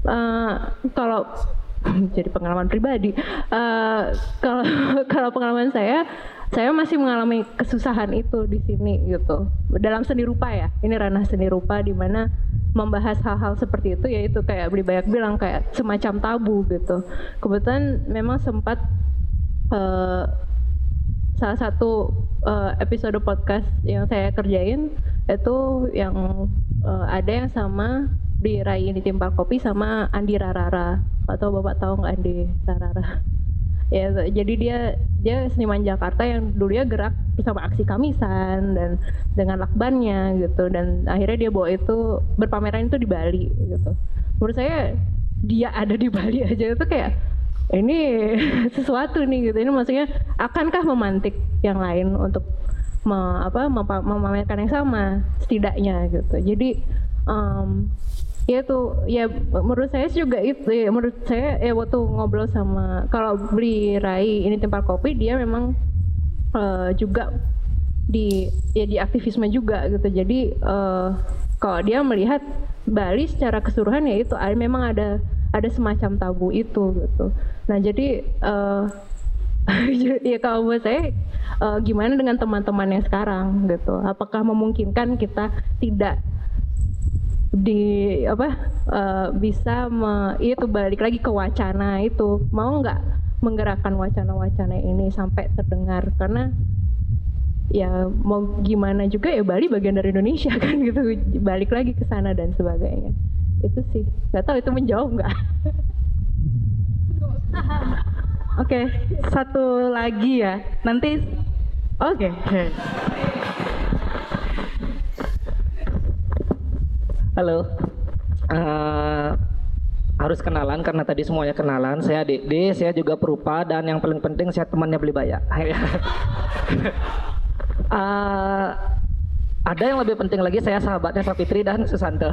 uh, kalau jadi pengalaman pribadi, uh, kalau kalau pengalaman saya, saya masih mengalami kesusahan itu di sini gitu. Dalam seni rupa ya, ini ranah seni rupa di mana membahas hal-hal seperti itu, yaitu kayak Bli Bayak bilang kayak semacam tabu gitu. Kebetulan memang sempat uh, salah satu uh, episode podcast yang saya kerjain itu yang uh, ada yang sama di Rai ini Timpal Kopi sama Andi Rarara, atau Bapak tahu nggak Andi Rarara? Ya, jadi dia dia seniman Jakarta yang dulu dia gerak bersama Aksi Kamisan dan dengan lakbannya gitu, dan akhirnya dia bawa itu berpameran itu di Bali gitu. Menurut saya dia ada di Bali aja itu kayak ini sesuatu nih gitu. Ini maksudnya akankah memantik yang lain untuk me, apa memamerkan yang sama setidaknya gitu. Jadi um, ya itu ya menurut saya juga itu ya, menurut saya ya waktu ngobrol sama kalau Bli Rai ini Timpal Kopi, dia memang uh, juga di ya di aktivisme juga gitu. Jadi uh, kalau dia melihat Bali secara keseluruhan ya itu memang ada ada semacam tabu itu gitu. Nah jadi uh, ya kalau buat saya uh, gimana dengan teman-teman yang sekarang gitu, apakah memungkinkan kita tidak di apa uh, bisa me, itu balik lagi ke wacana itu, mau nggak menggerakkan wacana-wacana ini sampai terdengar, karena ya mau gimana juga ya Bali bagian dari Indonesia kan gitu, balik lagi ke sana dan sebagainya. Itu sih, nggak tahu itu menjawab nggak. Oke, okay, satu lagi ya nanti. Oke. Okay. Halo, uh, harus kenalan karena tadi semuanya kenalan. Saya Dede, saya juga perupa, dan yang paling penting saya temannya Bli Bayak. uh, ada yang lebih penting lagi, saya sahabatnya Safitri dan Susanto.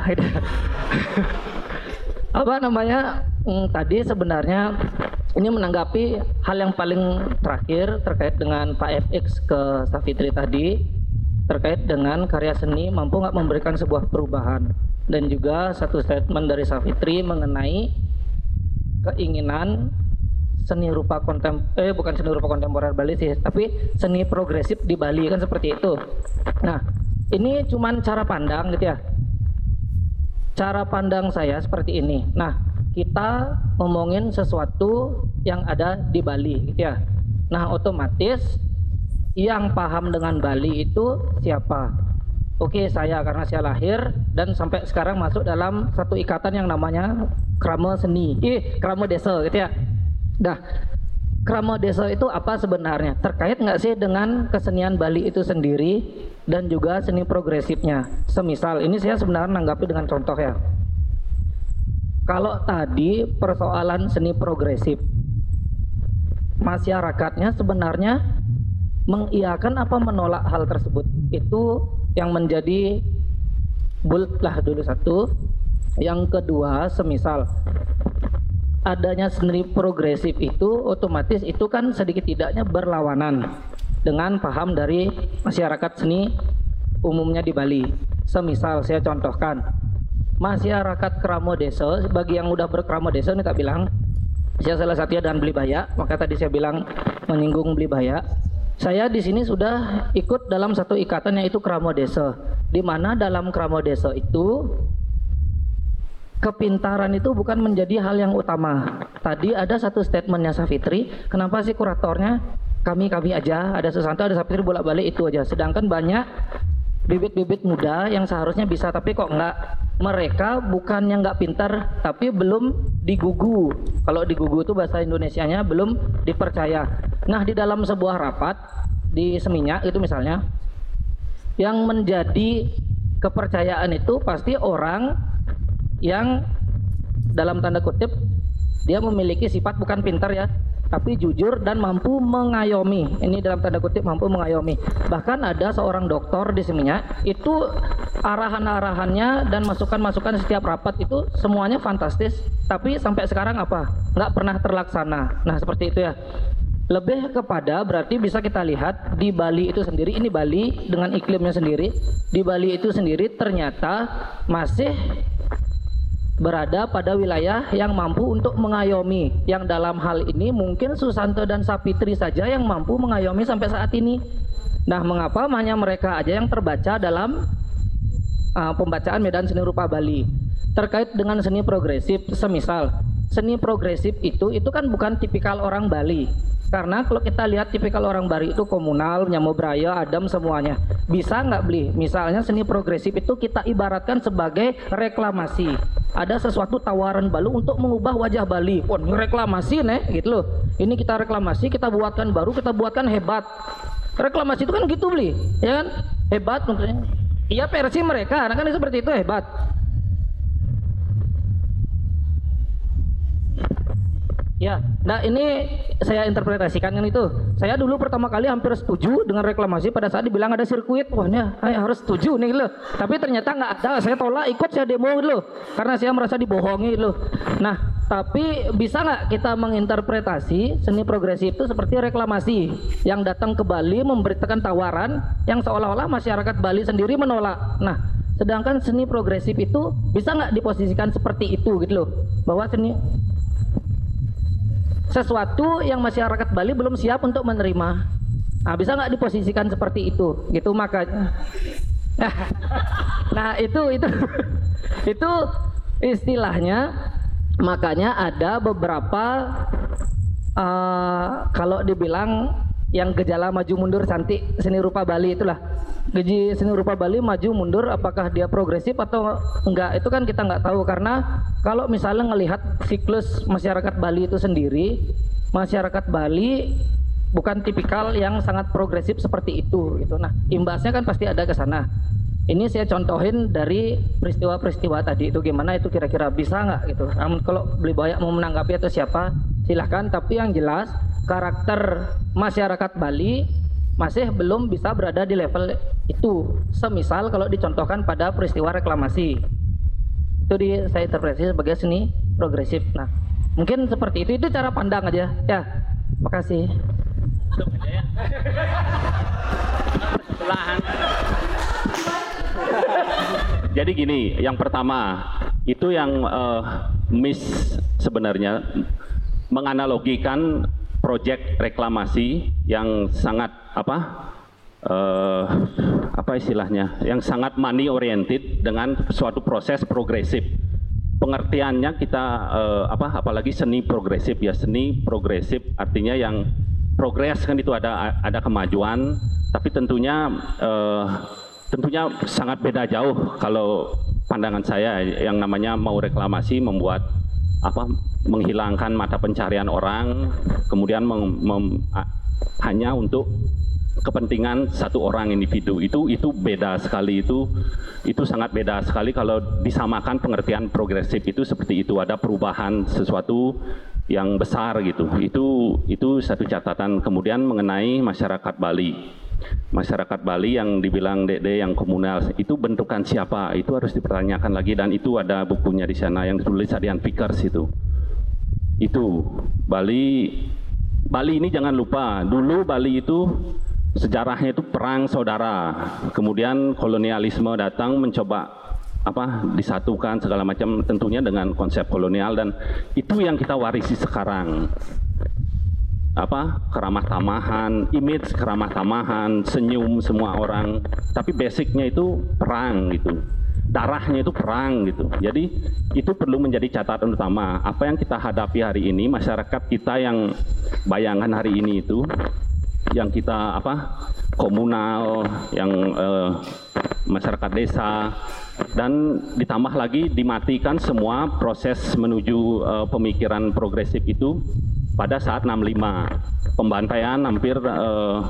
Apa namanya? Hmm, tadi sebenarnya ini menanggapi hal yang paling terakhir terkait dengan Pak F X ke Safitri tadi, terkait dengan karya seni mampu nggak memberikan sebuah perubahan, dan juga satu statement dari Safitri mengenai keinginan seni rupa kontem eh bukan seni rupa kontemporer Bali sih, tapi seni progresif di Bali kan seperti itu. Nah ini cuman cara pandang gitu ya, cara pandang saya seperti ini. Nah kita ngomongin sesuatu yang ada di Bali gitu ya, nah otomatis yang paham dengan Bali itu siapa? Oke, saya karena saya lahir dan sampai sekarang masuk dalam satu ikatan yang namanya Krama Seni, eh Krama Desa gitu ya. Nah, Krama Desa itu apa sebenarnya? Terkait nggak sih dengan kesenian Bali itu sendiri dan juga seni progresifnya? Semisal, ini saya sebenarnya nanggapi dengan contoh ya. Kalau tadi persoalan seni progresif, masyarakatnya sebenarnya mengiyakan apa menolak hal tersebut, itu yang menjadi bulat lah dulu satu. Yang kedua, semisal adanya seni progresif itu otomatis itu kan sedikit tidaknya berlawanan dengan paham dari masyarakat seni umumnya di Bali. Semisal saya contohkan, masyarakat Krama Desa, bagi yang udah berkrama desa ini tak bilang, saya salah satunya dan Bli Bayak, maka tadi saya bilang menyinggung Bli Bayak. Saya di sini sudah ikut dalam satu ikatan yaitu Krama Desa, di mana dalam Krama Desa itu kepintaran itu bukan menjadi hal yang utama. Tadi ada satu statementnya Safitri, kenapa sih kuratornya kami-kami aja, ada Susanto, ada Safitri bolak-balik itu aja, sedangkan banyak bibit-bibit muda yang seharusnya bisa, tapi kok enggak. Mereka bukannya enggak pintar, tapi belum digugu. Kalau digugu itu bahasa Indonesianya belum dipercaya. Nah di dalam sebuah rapat di Seminyak itu misalnya, yang menjadi kepercayaan itu pasti orang yang dalam tanda kutip dia memiliki sifat bukan pintar ya, tapi jujur dan mampu mengayomi. Ini dalam tanda kutip mampu mengayomi. Bahkan ada seorang doktor di Seminyak, itu arahan-arahannya dan masukan-masukan setiap rapat itu semuanya fantastis, tapi sampai sekarang apa? Nggak pernah terlaksana. Nah seperti itu ya. Lebih kepada berarti bisa kita lihat di Bali itu sendiri, ini Bali dengan iklimnya sendiri, di Bali itu sendiri ternyata masih berada pada wilayah yang mampu untuk mengayomi. Yang dalam hal ini mungkin Susanto dan Sapitri saja yang mampu mengayomi sampai saat ini. Nah, mengapa hanya mereka aja yang terbaca dalam uh, pembacaan Medan Seni Rupa Bali terkait dengan seni progresif? Semisal seni progresif itu itu kan bukan tipikal orang Bali. Karena kalau kita lihat tipikal orang Bali itu komunal, nyamobraya, adem semuanya. Bisa nggak beli? Misalnya seni progresif itu kita ibaratkan sebagai reklamasi. Ada sesuatu tawaran baru untuk mengubah wajah Bali. Wah, ini reklamasi nih, gitu loh. Ini kita reklamasi, kita buatkan baru, kita buatkan hebat. Reklamasi itu kan gitu beli, ya kan? Hebat maksudnya. Iya versi mereka, nah kan seperti itu hebat. Ya, nah ini saya interpretasikan kan itu. Saya dulu pertama kali hampir setuju dengan reklamasi pada saat dibilang ada sirkuit. Wah, ini harus setuju nih loh. Tapi ternyata nggak ada. Saya tolak, ikut saya demo loh. Karena saya merasa dibohongi loh. Nah, tapi bisa nggak kita menginterpretasi seni progresif itu seperti reklamasi yang datang ke Bali memberitakan tawaran yang seolah-olah masyarakat Bali sendiri menolak. Nah, sedangkan seni progresif itu bisa nggak diposisikan seperti itu gitu loh. Bahwa seni sesuatu yang masyarakat Bali belum siap untuk menerima. Nah, bisa nggak diposisikan seperti itu, gitu makanya. Nah, itu itu itu istilahnya. Makanya ada beberapa uh, kalau dibilang yang gejala maju mundur cantik seni rupa Bali itulah. Geji seni rupa Bali maju mundur, apakah dia progresif atau enggak, itu kan kita nggak tahu. Karena kalau misalnya ngelihat siklus masyarakat Bali itu sendiri, masyarakat Bali bukan tipikal yang sangat progresif seperti itu gitu. Nah, imbasnya kan pasti ada ke sana. Ini saya contohin dari peristiwa-peristiwa tadi itu gimana, itu kira-kira bisa nggak gitu. Namun kalau beli banyak mau menanggapi atau siapa silahkan, tapi yang jelas karakter masyarakat Bali masih belum bisa berada di level itu. Semisal kalau dicontohkan pada peristiwa reklamasi, itu di, saya interpretasi sebagai seni progresif. Nah, mungkin seperti itu, itu cara pandang aja ya. Makasih. Jadi gini, yang pertama itu yang uh, miss sebenarnya menganalogikan proyek reklamasi yang sangat apa uh, apa istilahnya, yang sangat money oriented dengan suatu proses progresif. Pengertiannya kita uh, apa apalagi seni progresif ya, seni progresif artinya yang progres kan itu ada ada kemajuan, tapi tentunya uh, tentunya sangat beda jauh kalau pandangan saya yang namanya mau reklamasi membuat apa menghilangkan mata pencarian orang, kemudian mem, mem, a, hanya untuk kepentingan satu orang individu, itu itu beda sekali, itu itu sangat beda sekali kalau disamakan pengertian progresif itu seperti itu, ada perubahan sesuatu yang besar gitu. Itu itu satu catatan. Kemudian mengenai masyarakat Bali. Masyarakat Bali yang dibilang Dede yang komunal itu bentukan siapa, itu harus dipertanyakan lagi, dan itu ada bukunya di sana yang ditulis Adian Vickers itu. Itu Bali Bali ini jangan lupa, dulu Bali itu sejarahnya itu perang saudara, kemudian kolonialisme datang mencoba apa disatukan segala macam, tentunya dengan konsep kolonial, dan itu yang kita warisi sekarang. Apa keramah tamahan, image keramah tamahan, senyum semua orang, tapi basicnya itu perang gitu, darahnya itu perang gitu. Jadi itu perlu menjadi catatan utama. Apa yang kita hadapi hari ini, masyarakat kita yang bayangan hari ini itu, yang kita apa komunal, yang eh, masyarakat desa, dan ditambah lagi dimatikan semua proses menuju eh, pemikiran progresif itu pada saat enam puluh lima, pembantaian hampir eh,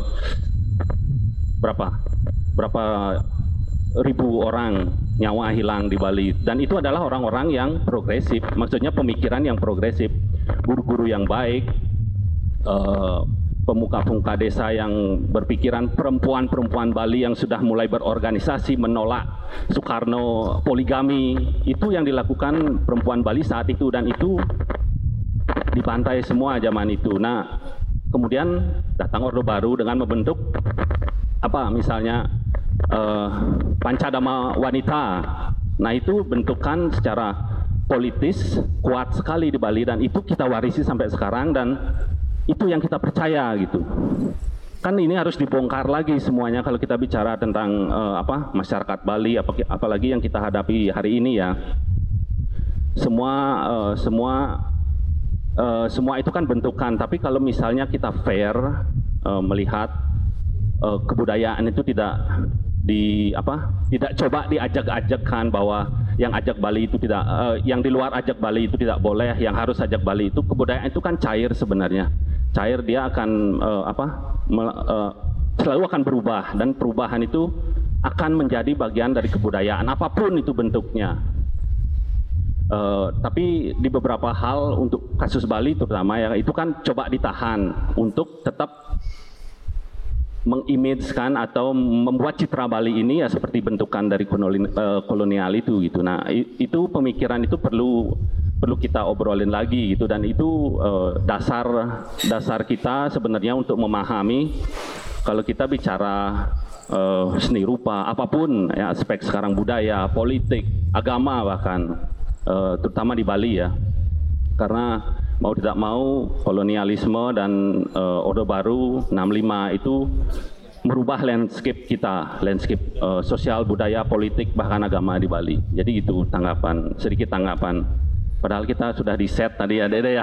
berapa berapa ribu orang nyawa hilang di Bali, dan itu adalah orang-orang yang progresif, maksudnya pemikiran yang progresif, guru-guru yang baik, eh, pemuka-pemuka desa yang berpikiran, perempuan-perempuan Bali yang sudah mulai berorganisasi menolak Soekarno poligami, itu yang dilakukan perempuan Bali saat itu, dan itu dipantai semua zaman itu. Nah, kemudian datang Orde Baru dengan membentuk apa misalnya eh, Pancadama Wanita. Nah, itu bentukan secara politis kuat sekali di Bali, dan itu kita warisi sampai sekarang, dan itu yang kita percaya gitu. Kan ini harus dibongkar lagi semuanya kalau kita bicara tentang uh, apa masyarakat Bali, apalagi yang kita hadapi hari ini ya. Semua uh, semua uh, semua itu kan bentukan, tapi kalau misalnya kita fair uh, melihat uh, kebudayaan itu tidak di apa tidak coba diajak-ajakkan bahwa yang ajak Bali itu tidak uh, yang di luar ajak Bali itu tidak boleh, yang harus ajak Bali itu. Kebudayaan itu kan cair sebenarnya, cair, dia akan uh, apa me, uh, selalu akan berubah, dan perubahan itu akan menjadi bagian dari kebudayaan apapun itu bentuknya. Uh, tapi di beberapa hal untuk kasus Bali terutama ya, itu kan coba ditahan untuk tetap mengimagekan atau membuat citra Bali ini ya seperti bentukan dari kolonial itu gitu. Nah itu pemikiran itu perlu perlu kita obrolin lagi gitu, dan itu uh, dasar dasar kita sebenarnya untuk memahami kalau kita bicara uh, seni rupa apapun ya, aspek sekarang budaya, politik, agama bahkan uh, terutama di Bali ya, karena mau tidak mau kolonialisme dan uh, Orde Baru enam lima itu merubah landscape kita, landscape uh, sosial, budaya, politik, bahkan agama di Bali. Jadi itu tanggapan, sedikit tanggapan. Padahal kita sudah di set tadi ya Dede ya.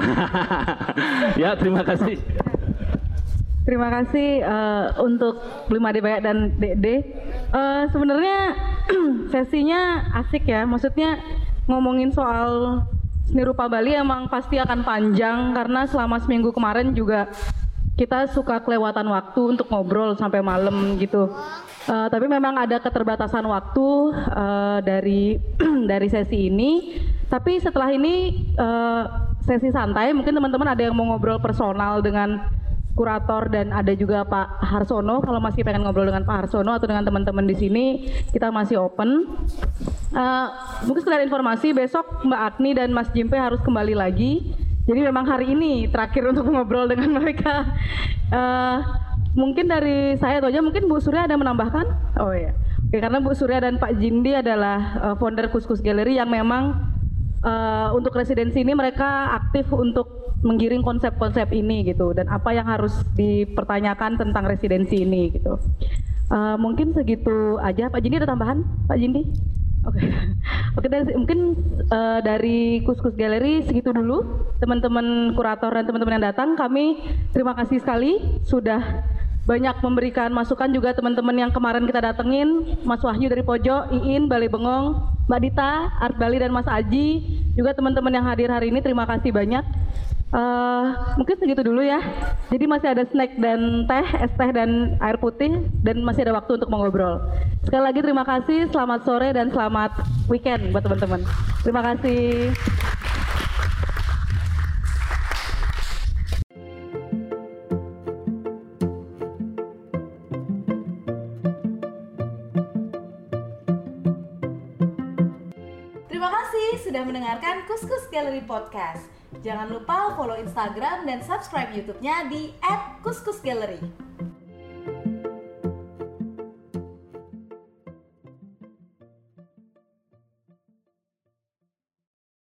Ya terima kasih. Terima kasih uh, untuk Blimade Bayak dan Dede. Uh, sebenarnya sesinya asik ya, maksudnya ngomongin soal seni rupa Bali emang pasti akan panjang, karena selama seminggu kemarin juga kita suka kelewatan waktu untuk ngobrol sampai malam gitu. Uh, tapi memang ada keterbatasan waktu uh, dari dari sesi ini. Tapi setelah ini uh, sesi santai, mungkin teman-teman ada yang mau ngobrol personal dengan kurator, dan ada juga Pak Harsono. Kalau masih pengen ngobrol dengan Pak Harsono atau dengan teman-teman di sini, kita masih open. Uh, mungkin sekedar informasi, besok Mbak Agni dan Mas Jimpe harus kembali lagi. Jadi memang hari ini terakhir untuk ngobrol dengan mereka. Uh, mungkin dari saya itu aja. Mungkin Bu Surya ada menambahkan? Oh iya. Oke, karena Bu Surya dan Pak Jindi adalah uh, founder Kuskus Gallery yang memang uh, untuk residensi ini mereka aktif untuk menggiring konsep-konsep ini gitu, dan apa yang harus dipertanyakan tentang residensi ini gitu. Uh, mungkin segitu aja. Pak Jindi ada tambahan? Pak Jindi? Oke, okay. Oke, okay, mungkin uh, dari Kuskus Gallery segitu dulu, teman-teman kurator dan teman-teman yang datang. Kami terima kasih sekali sudah banyak memberikan masukan, juga teman-teman yang kemarin kita datengin, Mas Wahyu dari Pojok, Iin, Balai Bengong, Mbak Dita, Art Bali, dan Mas Aji, juga teman-teman yang hadir hari ini, terima kasih banyak. Uh, mungkin segitu dulu ya. Jadi masih ada snack dan teh, es teh dan air putih, dan masih ada waktu untuk mengobrol. Sekali lagi terima kasih, selamat sore dan selamat weekend buat teman-teman. Terima kasih. Terima kasih sudah mendengarkan Kuskus Gallery Podcast. Jangan lupa follow Instagram dan subscribe YouTube-nya di et kuskus gallery.